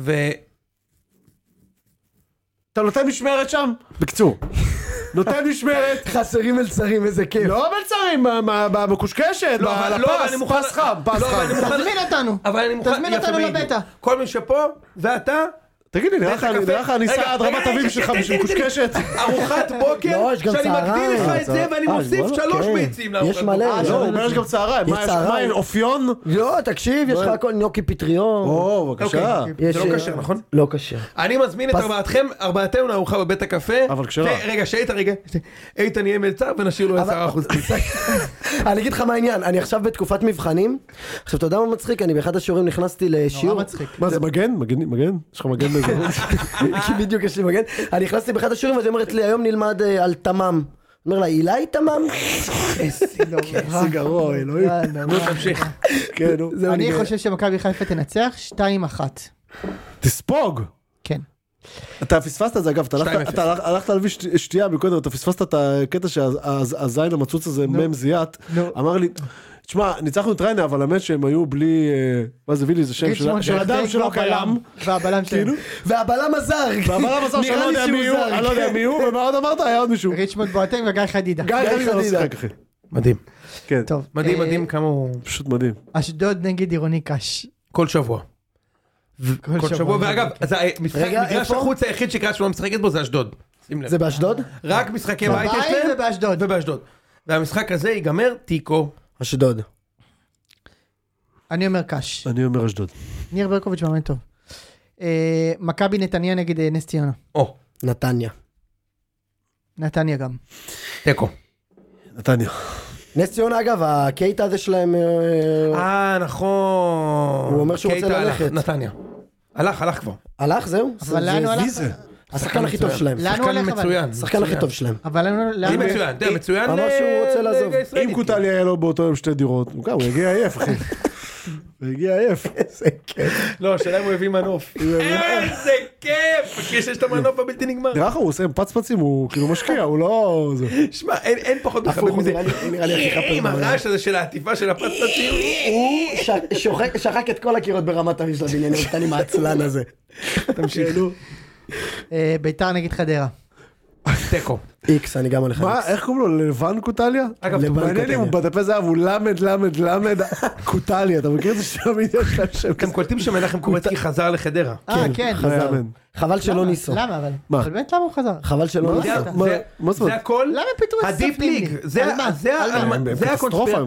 אתה נותן משמרת שם? בקצור. נותן משמרת. חסרים מלצרים, איזה כיף. לא מלצרים, במקושקשת, פס חם, פס חם. תזמין אותנו. אבל אני מוכן, תזמין אותנו לבטא. כל מי שפה, ואתה, תגיד לי, נראה לך אני רגע, סעד רמת רגע, אביב רגע, שלך רגע, בשביל רגע, מקושקשת. ארוחת בוקר, לא, יש גם שאני מגדיל צהריים. לך את זה, ואני מוסיף 3 כן. ביצים לארוחת יש מלא. בוקר. לא, הוא אומר יש גם צהריים. יש מה, צהריים. אין אופיון? לא, תקשיב, יש לך הכל ניוקי פטריון. או, בבקשה. אוקיי, זה לא קשר, נכון? לא קשה. אני מזמין את ארבעתנו לארוחה בבית הקפה. אבל כשרה. רגע, איתן יהיה מלצר ונשאיר לו 10%. אני אגיד לך מה העניין, אני עכשיו בתקופת מבחנים. עכשיו, אתה יודע מה מצחיק? אני באחד השיעורים נכנסתי לשיעור. נורא מצחיק. מה זה, מגן? מגן? יש לך מגן באזורים? כי בדיוק יש לי מגן. אני נכנסתי באחד השיעורים ואז היא אומרת לי, היום נלמד על תמם. אומר לה, אילי תמם? איזה גרוע, אלוהים. תמשיך. כן, נו. אני חושב שמכבי חיפה תנצח 2-1. תספוג. כן. אתה פספסת את זה, אגב, 2-0. אתה הלכת להביא שתייה מקודם, אתה פספסת את הקטע שהזין המצוץ הזה מם זיית, אמר לי, תשמע, ניצחנו את ריינה, אבל האמת שהם היו בלי, מה זה וילי, זה שם של אדם שלא קיים, והבלם שלהם. והבלם הזר. והבלם הזר שאני לא יודע מי הוא, אני לא יודע מי הוא, ומה עוד אמרת? היה עוד מישהו. ריצ'מונד בועטים וגיא חדידה. גיא חדידה לא שיחק, אחי. מדהים. כן, טוב. מדהים כמה הוא... פשוט מדהים. אשדוד נגד עירוני קש. כל שבוע. כל שבוע, ואגב, מגרש החוץ היחיד שקריית שמונה משחקת בו זה אשדוד. זה באשדוד? רק משחקי בית יש להם, ובאשדוד. והמשחק הזה ייגמר תיקו. אשדוד. אני אומר קש. אני אומר אשדוד. ניר ברקוביץ' מאמן טוב. מכבי נתניה נגד נס ציונה. נתניה. נתניה גם. תיקו. נתניה. נס ציונה אגב, הקייטה הזה שלהם... נכון. הוא אומר שהוא רוצה ללכת. נתניה. הלך כבר. הלך, זהו? אבל לאן הוא הלך? השחקן הכי טוב שלהם. שחקן מצוין. השחקן הכי טוב שלהם. אבל לאן הוא מצוין, מצוין. אמר שהוא רוצה לעזוב. אם קוטלי היה לו באותו יום 2 דירות, הוא הגיע עייף, אחי. הוא הגיע עייף. איזה כיף. לא, השאלה אם הוא הביא מנוף. איזה כיף! כי יש את המנוף הבלתי נגמר. נראה לך, הוא עושה עם פצפצים, הוא כאילו משקיע, הוא לא... שמע, אין פחות מחבק מזה. נראה לי הכי חפר. עם הרעש הזה של העטיפה של הפצפצים. הוא שחק את כל הקירות ברמת הרי של הבניין, הוא קטן עם העצלן הזה. תמשיך. ביתר נגד חדרה. תיקו. איקס, אני גם הולך. מה, איך קוראים לו? לבן קוטליה? אגב, מעניין לי, הוא בדפי זהב, הוא למד קוטליה, אתה מכיר את זה שתמיד יש להם שם? אתם קולטים שמנחם קורצקי חזר לחדרה. כן. חזר. חבל שלא ניסו. למה אבל? מה? אבל באמת למה הוא חזר? חבל שלא ניסו. מה זאת אומרת? זה הכל? למה פיתרו את הדיפ ליג. זה הקונספציה.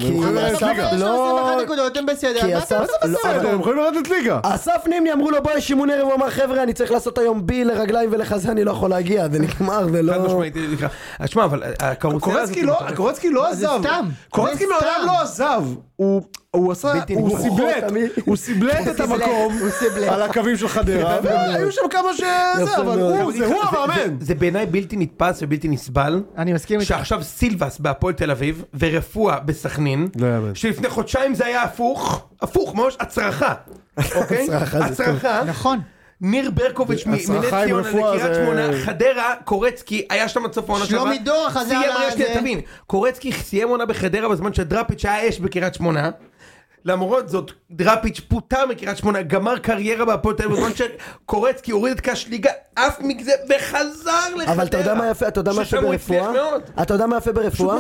אתם בסדר. כי אסף... הם יכולים לרדת ליגה. אסף נימני אמרו לו בוא יש אימון ערב, הוא אמר חבר'ה אני צריך לעשות היום בי לרגליים ולחזה, אני לא יכול להגיע, זה נגמר ולא... תשמע, אבל קורצקי לא עזב. קורצקי מעולם לא עזב. הוא סיבלט את המקום על הקווים של חדרה, והיו שם כמה שזה, אבל הוא המאמן. זה בעיניי בלתי נתפס ובלתי נסבל. אני מסכים איתך. שעכשיו סילבס בהפועל תל אביב, ורפואה בסכנין, שלפני חודשיים זה היה הפוך, ממש הצרחה. אוקיי? הצרחה. נכון. ניר ברקוביץ' מנס ציונה לקריית שמונה, חדרה, קורצקי, היה שם עד סוף העונה שלומי דור חזר לזה. תבין, קורצקי סיים עונה בחדרה בזמן שדראפיץ' היה אש בקריית שמונה, למרות זאת דראפיץ' פוטר מקריית שמונה, גמר קריירה בהפועל תל אביב, בזמן שקורצקי הוריד את קש ליגה, אף מגזה וחזר לחדרה. אבל אתה יודע מה יפה, אתה יודע מה יפה ברפואה?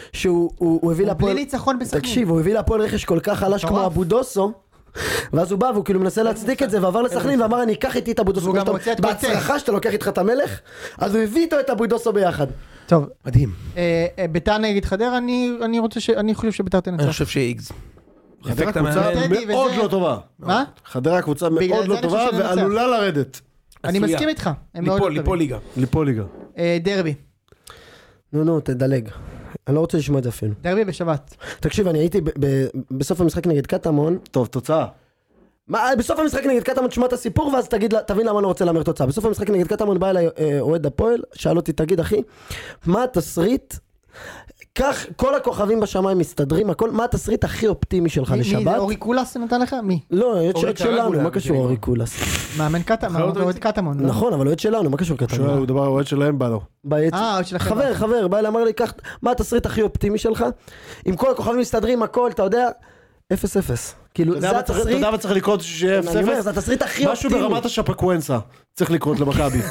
שהוא הביא להפועל, תקשיב, הוא הביא להפועל רכש כל כך חלש כמו אבודוסו, ואז הוא בא והוא כאילו מנסה להצדיק את זה ועבר לסכנין ואמר אני אקח איתי את אבודוסו בהצלחה שאתה לוקח איתך את המלך, אז הוא הביא איתו את אבודוסו ביחד. טוב, מדהים. ביתר נגד חדרה, אני חושב שביתר תנצח. אני חושב שאיקס. חדרה קבוצה מאוד לא טובה. מה? חדרה קבוצה מאוד לא טובה ועלולה לרדת. אני מסכים איתך. ליפול ליגה. דרבי. נו, תדלג. אני לא רוצה לשמוע את זה אפילו. דרבי בשבת. תקשיב, אני הייתי בסוף המשחק נגד קטמון. טוב, תוצאה. בסוף המשחק נגד קטמון תשמע את הסיפור ואז תבין למה אני לא רוצה להמר תוצאה. בסוף המשחק נגד קטמון בא אליי אוהד הפועל, שאל אותי, תגיד אחי, מה התסריט? כך כל הכוכבים בשמיים מסתדרים, מה התסריט הכי אופטימי שלך לשבת? מי זה אורי קולס נתן לך? מי? לא, אוהד שלנו, מה קשור אורי קולס? מאמן קטמון, אוהד קטמון. נכון, אבל אוהד שלנו, מה קשור קטמון? הוא דבר אוהד שלהם בא לו. חבר, בא אליי, אמר לי, מה התסריט הכי אופטימי שלך? אם כל הכוכבים מסתדרים, הכל, אתה יודע, 0-0. כאילו, זה התסריט... אתה יודע מה צריך לקרות שיהיה 0-0? אני אומר, זה התסריט הכי אופטימי. משהו ברמת השפקוונסה צריך לקרות למכבי.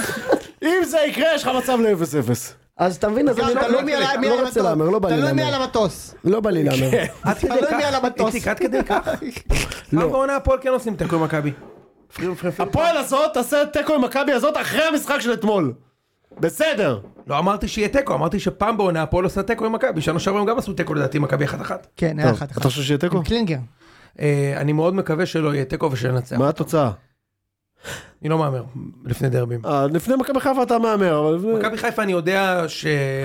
אם זה יקרה, יש לך מצב ל-0-0. אז אתה מבין, אז אני לא רוצה להמר, לא בא לי להמר. תלוי מי על המטוס. לא בא לי להמר. תלוי מי על המטוס. איציק, עד כדי כך. מה בעונה הפועל כן עושים תיקו עם מכבי? הפועל הזאת תעשה תיקו עם מכבי הזאת אחרי המשחק של אתמול. בסדר. לא אמרתי שיהיה תיקו, אמרתי שפעם בעונה הפועל עושה תיקו עם מכבי. שנה שעברה הם גם עשו תיקו לדעתי מכבי 1-1. כן, היה 1-1. אתה חושב שיהיה תיקו? עם קלינגר. אני מאוד מקווה שלא יהיה תיקו ושנצח. מה התוצאה? אני לא מאמר, לפני דרבים. לפני מכבי חיפה אתה מאמר, אבל... מכבי חיפה אני יודע ש...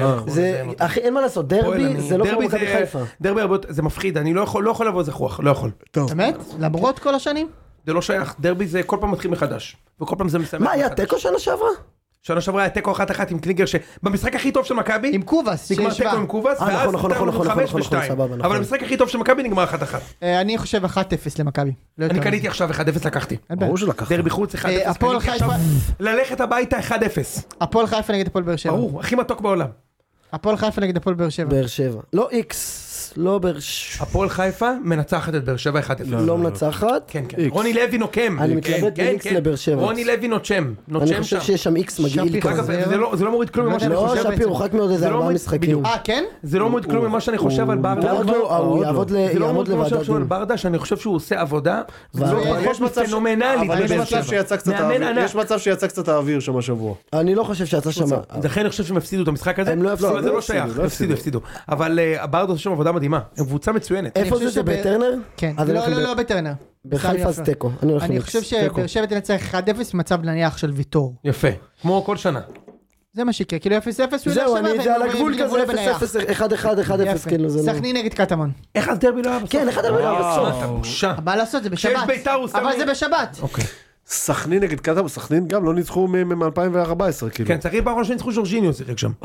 אחי, אין מה לעשות, דרבי זה לא כמו מכבי חיפה. דרבי זה מפחיד, אני לא יכול לבוא זכוח, לא יכול. באמת? למרות כל השנים? זה לא שייך, דרבי זה כל פעם מתחיל מחדש, וכל פעם זה מסמך. מה, היה תיקו שנה שעברה? שנה שעברה היה תיקו 1-1 עם קלינגר שבמשחק הכי טוב של מכבי עם קובס נגמר תיקו עם קובס ואז נתנו 5-2 אבל המשחק הכי טוב של מכבי נגמר 1-1. אני חושב 1-0 למכבי. אני קניתי עכשיו 1-0 לקחתי. ברור שלקחתי. דרבי חוץ 1-0. הפועל חיפה ללכת הביתה 1-0. הפועל חיפה נגד הפועל באר שבע. ברור, הכי מתוק בעולם. הפועל חיפה נגד הפועל באר שבע. באר שבע. לא איקס, לא באר שבע. הפועל חיפה מנצחת את באר שבע 1-0. לא מנצחת. כן, כן. רוני לוי נוקם. אני מתלבט בין איקס לבאר שבע. רוני לוי נוצ'ם. אני חושב שיש שם איקס מגעיל אגב, כזה. זה לא מוריד כלום ממה שאני לא, חושב. שפיר, הוא רק מאוד איזה 4 משחקים. כן? זה לא מוריד כלום ממה שאני חושב על ברדה. הוא יעמוד זה לא מוריד כלום לוועדת משהו על דין. ברדה, שאני חושב שהוא עושה עבודה. יש מצב פנומנלית. אבל בבאר שבע. יש מצב שיצא קצת האוויר שם השבוע. אני לא חושב שיצא שם. לכן אני חושב שהם הפסידו את המשחק הזה. הם לא הפסידו. זה לא שייך, הפסידו. אבל ברדה עושה שם עבודה מדהימה. הם קבוצה מצוינת. איפה זה בטרנר? כן. אז אנחנו לא בטרנר. בחיפה זה תיקו. אני חושב שבאר שבע תנצח 1-0 במצב נניח של ויתור. יפה. כמו כל שנה. זה מה שיקרה, כאילו 0-0 הוא ילך זהו, שמה, אני זה על הגבול כזה, 0-0, 1-1, כאילו זה... סכנין נגד קטמון. איך אז דרבי לא היה בסוף? כן, 1-1 בסוף. אתה בושה. מה לעשות, זה בשבת. שיש ביתר הוא סתם... אבל זה בשבת. אוקיי. סכנין נגד קטמון, סכנין גם לא ניצחו מ-2014, כאילו. כן, צריך פעם שניצחו ז'ורג'יניו שיחק שם.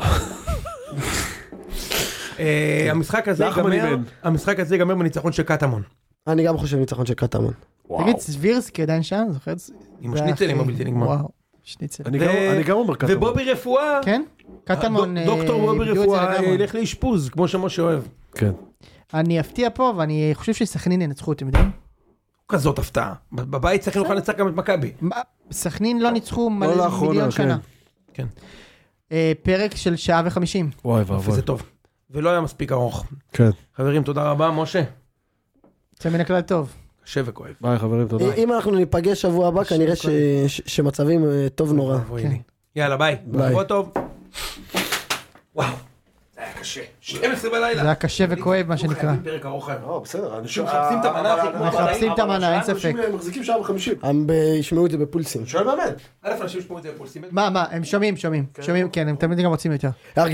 המשחק הזה ייגמר בניצחון של קטמון. אני גם חושב ניצחון של קטמון. תגיד, סבירסקי עדיין שם, זוכר? עם השניצלים הבלתי נגמר. וואו, שניצל. אני גם אומר קטמון. ובובי רפואה, כן? קטמון... דוקטור בובי איבדו את זה רפואה לגמרי. ילך לאשפוז, כמו שמשה אוהב. כן. אני אפתיע פה, ואני חושב שסכנין ינצחו, אתם יודעים? כזאת הפתעה. בבית סכנין יוכל לנצח גם את מכבי. סכנין לא ניצחו לא לאחרונה, מיליון כן. שנה. כן. פרק של 1:50. וואי ואבוי. וזה טוב. ולא היה מספיק ארוך. כן. חברים, תודה רבה, משה. זה מן הכלל טוב. קשה וכואב. ביי חברים, תודה. אם אנחנו ניפגש שבוע הבא, כנראה שמצבים טוב נורא. יאללה, ביי. ביי. שבוע טוב. וואו. זה היה קשה. 12 בלילה. זה היה קשה וכואב, מה שנקרא. חייבים פרק ארוך היום. בסדר. אנשים מחפשים את המנה הכי כמו מחפשים את המנה, אין ספק. אנשים מחזיקים שעה ו50. הם ישמעו את זה בפולסים. שואל באמת. א' אנשים ישמעו את זה בפולסים. מה, הם שומעים, כן, הם תמיד גם רוצים יותר.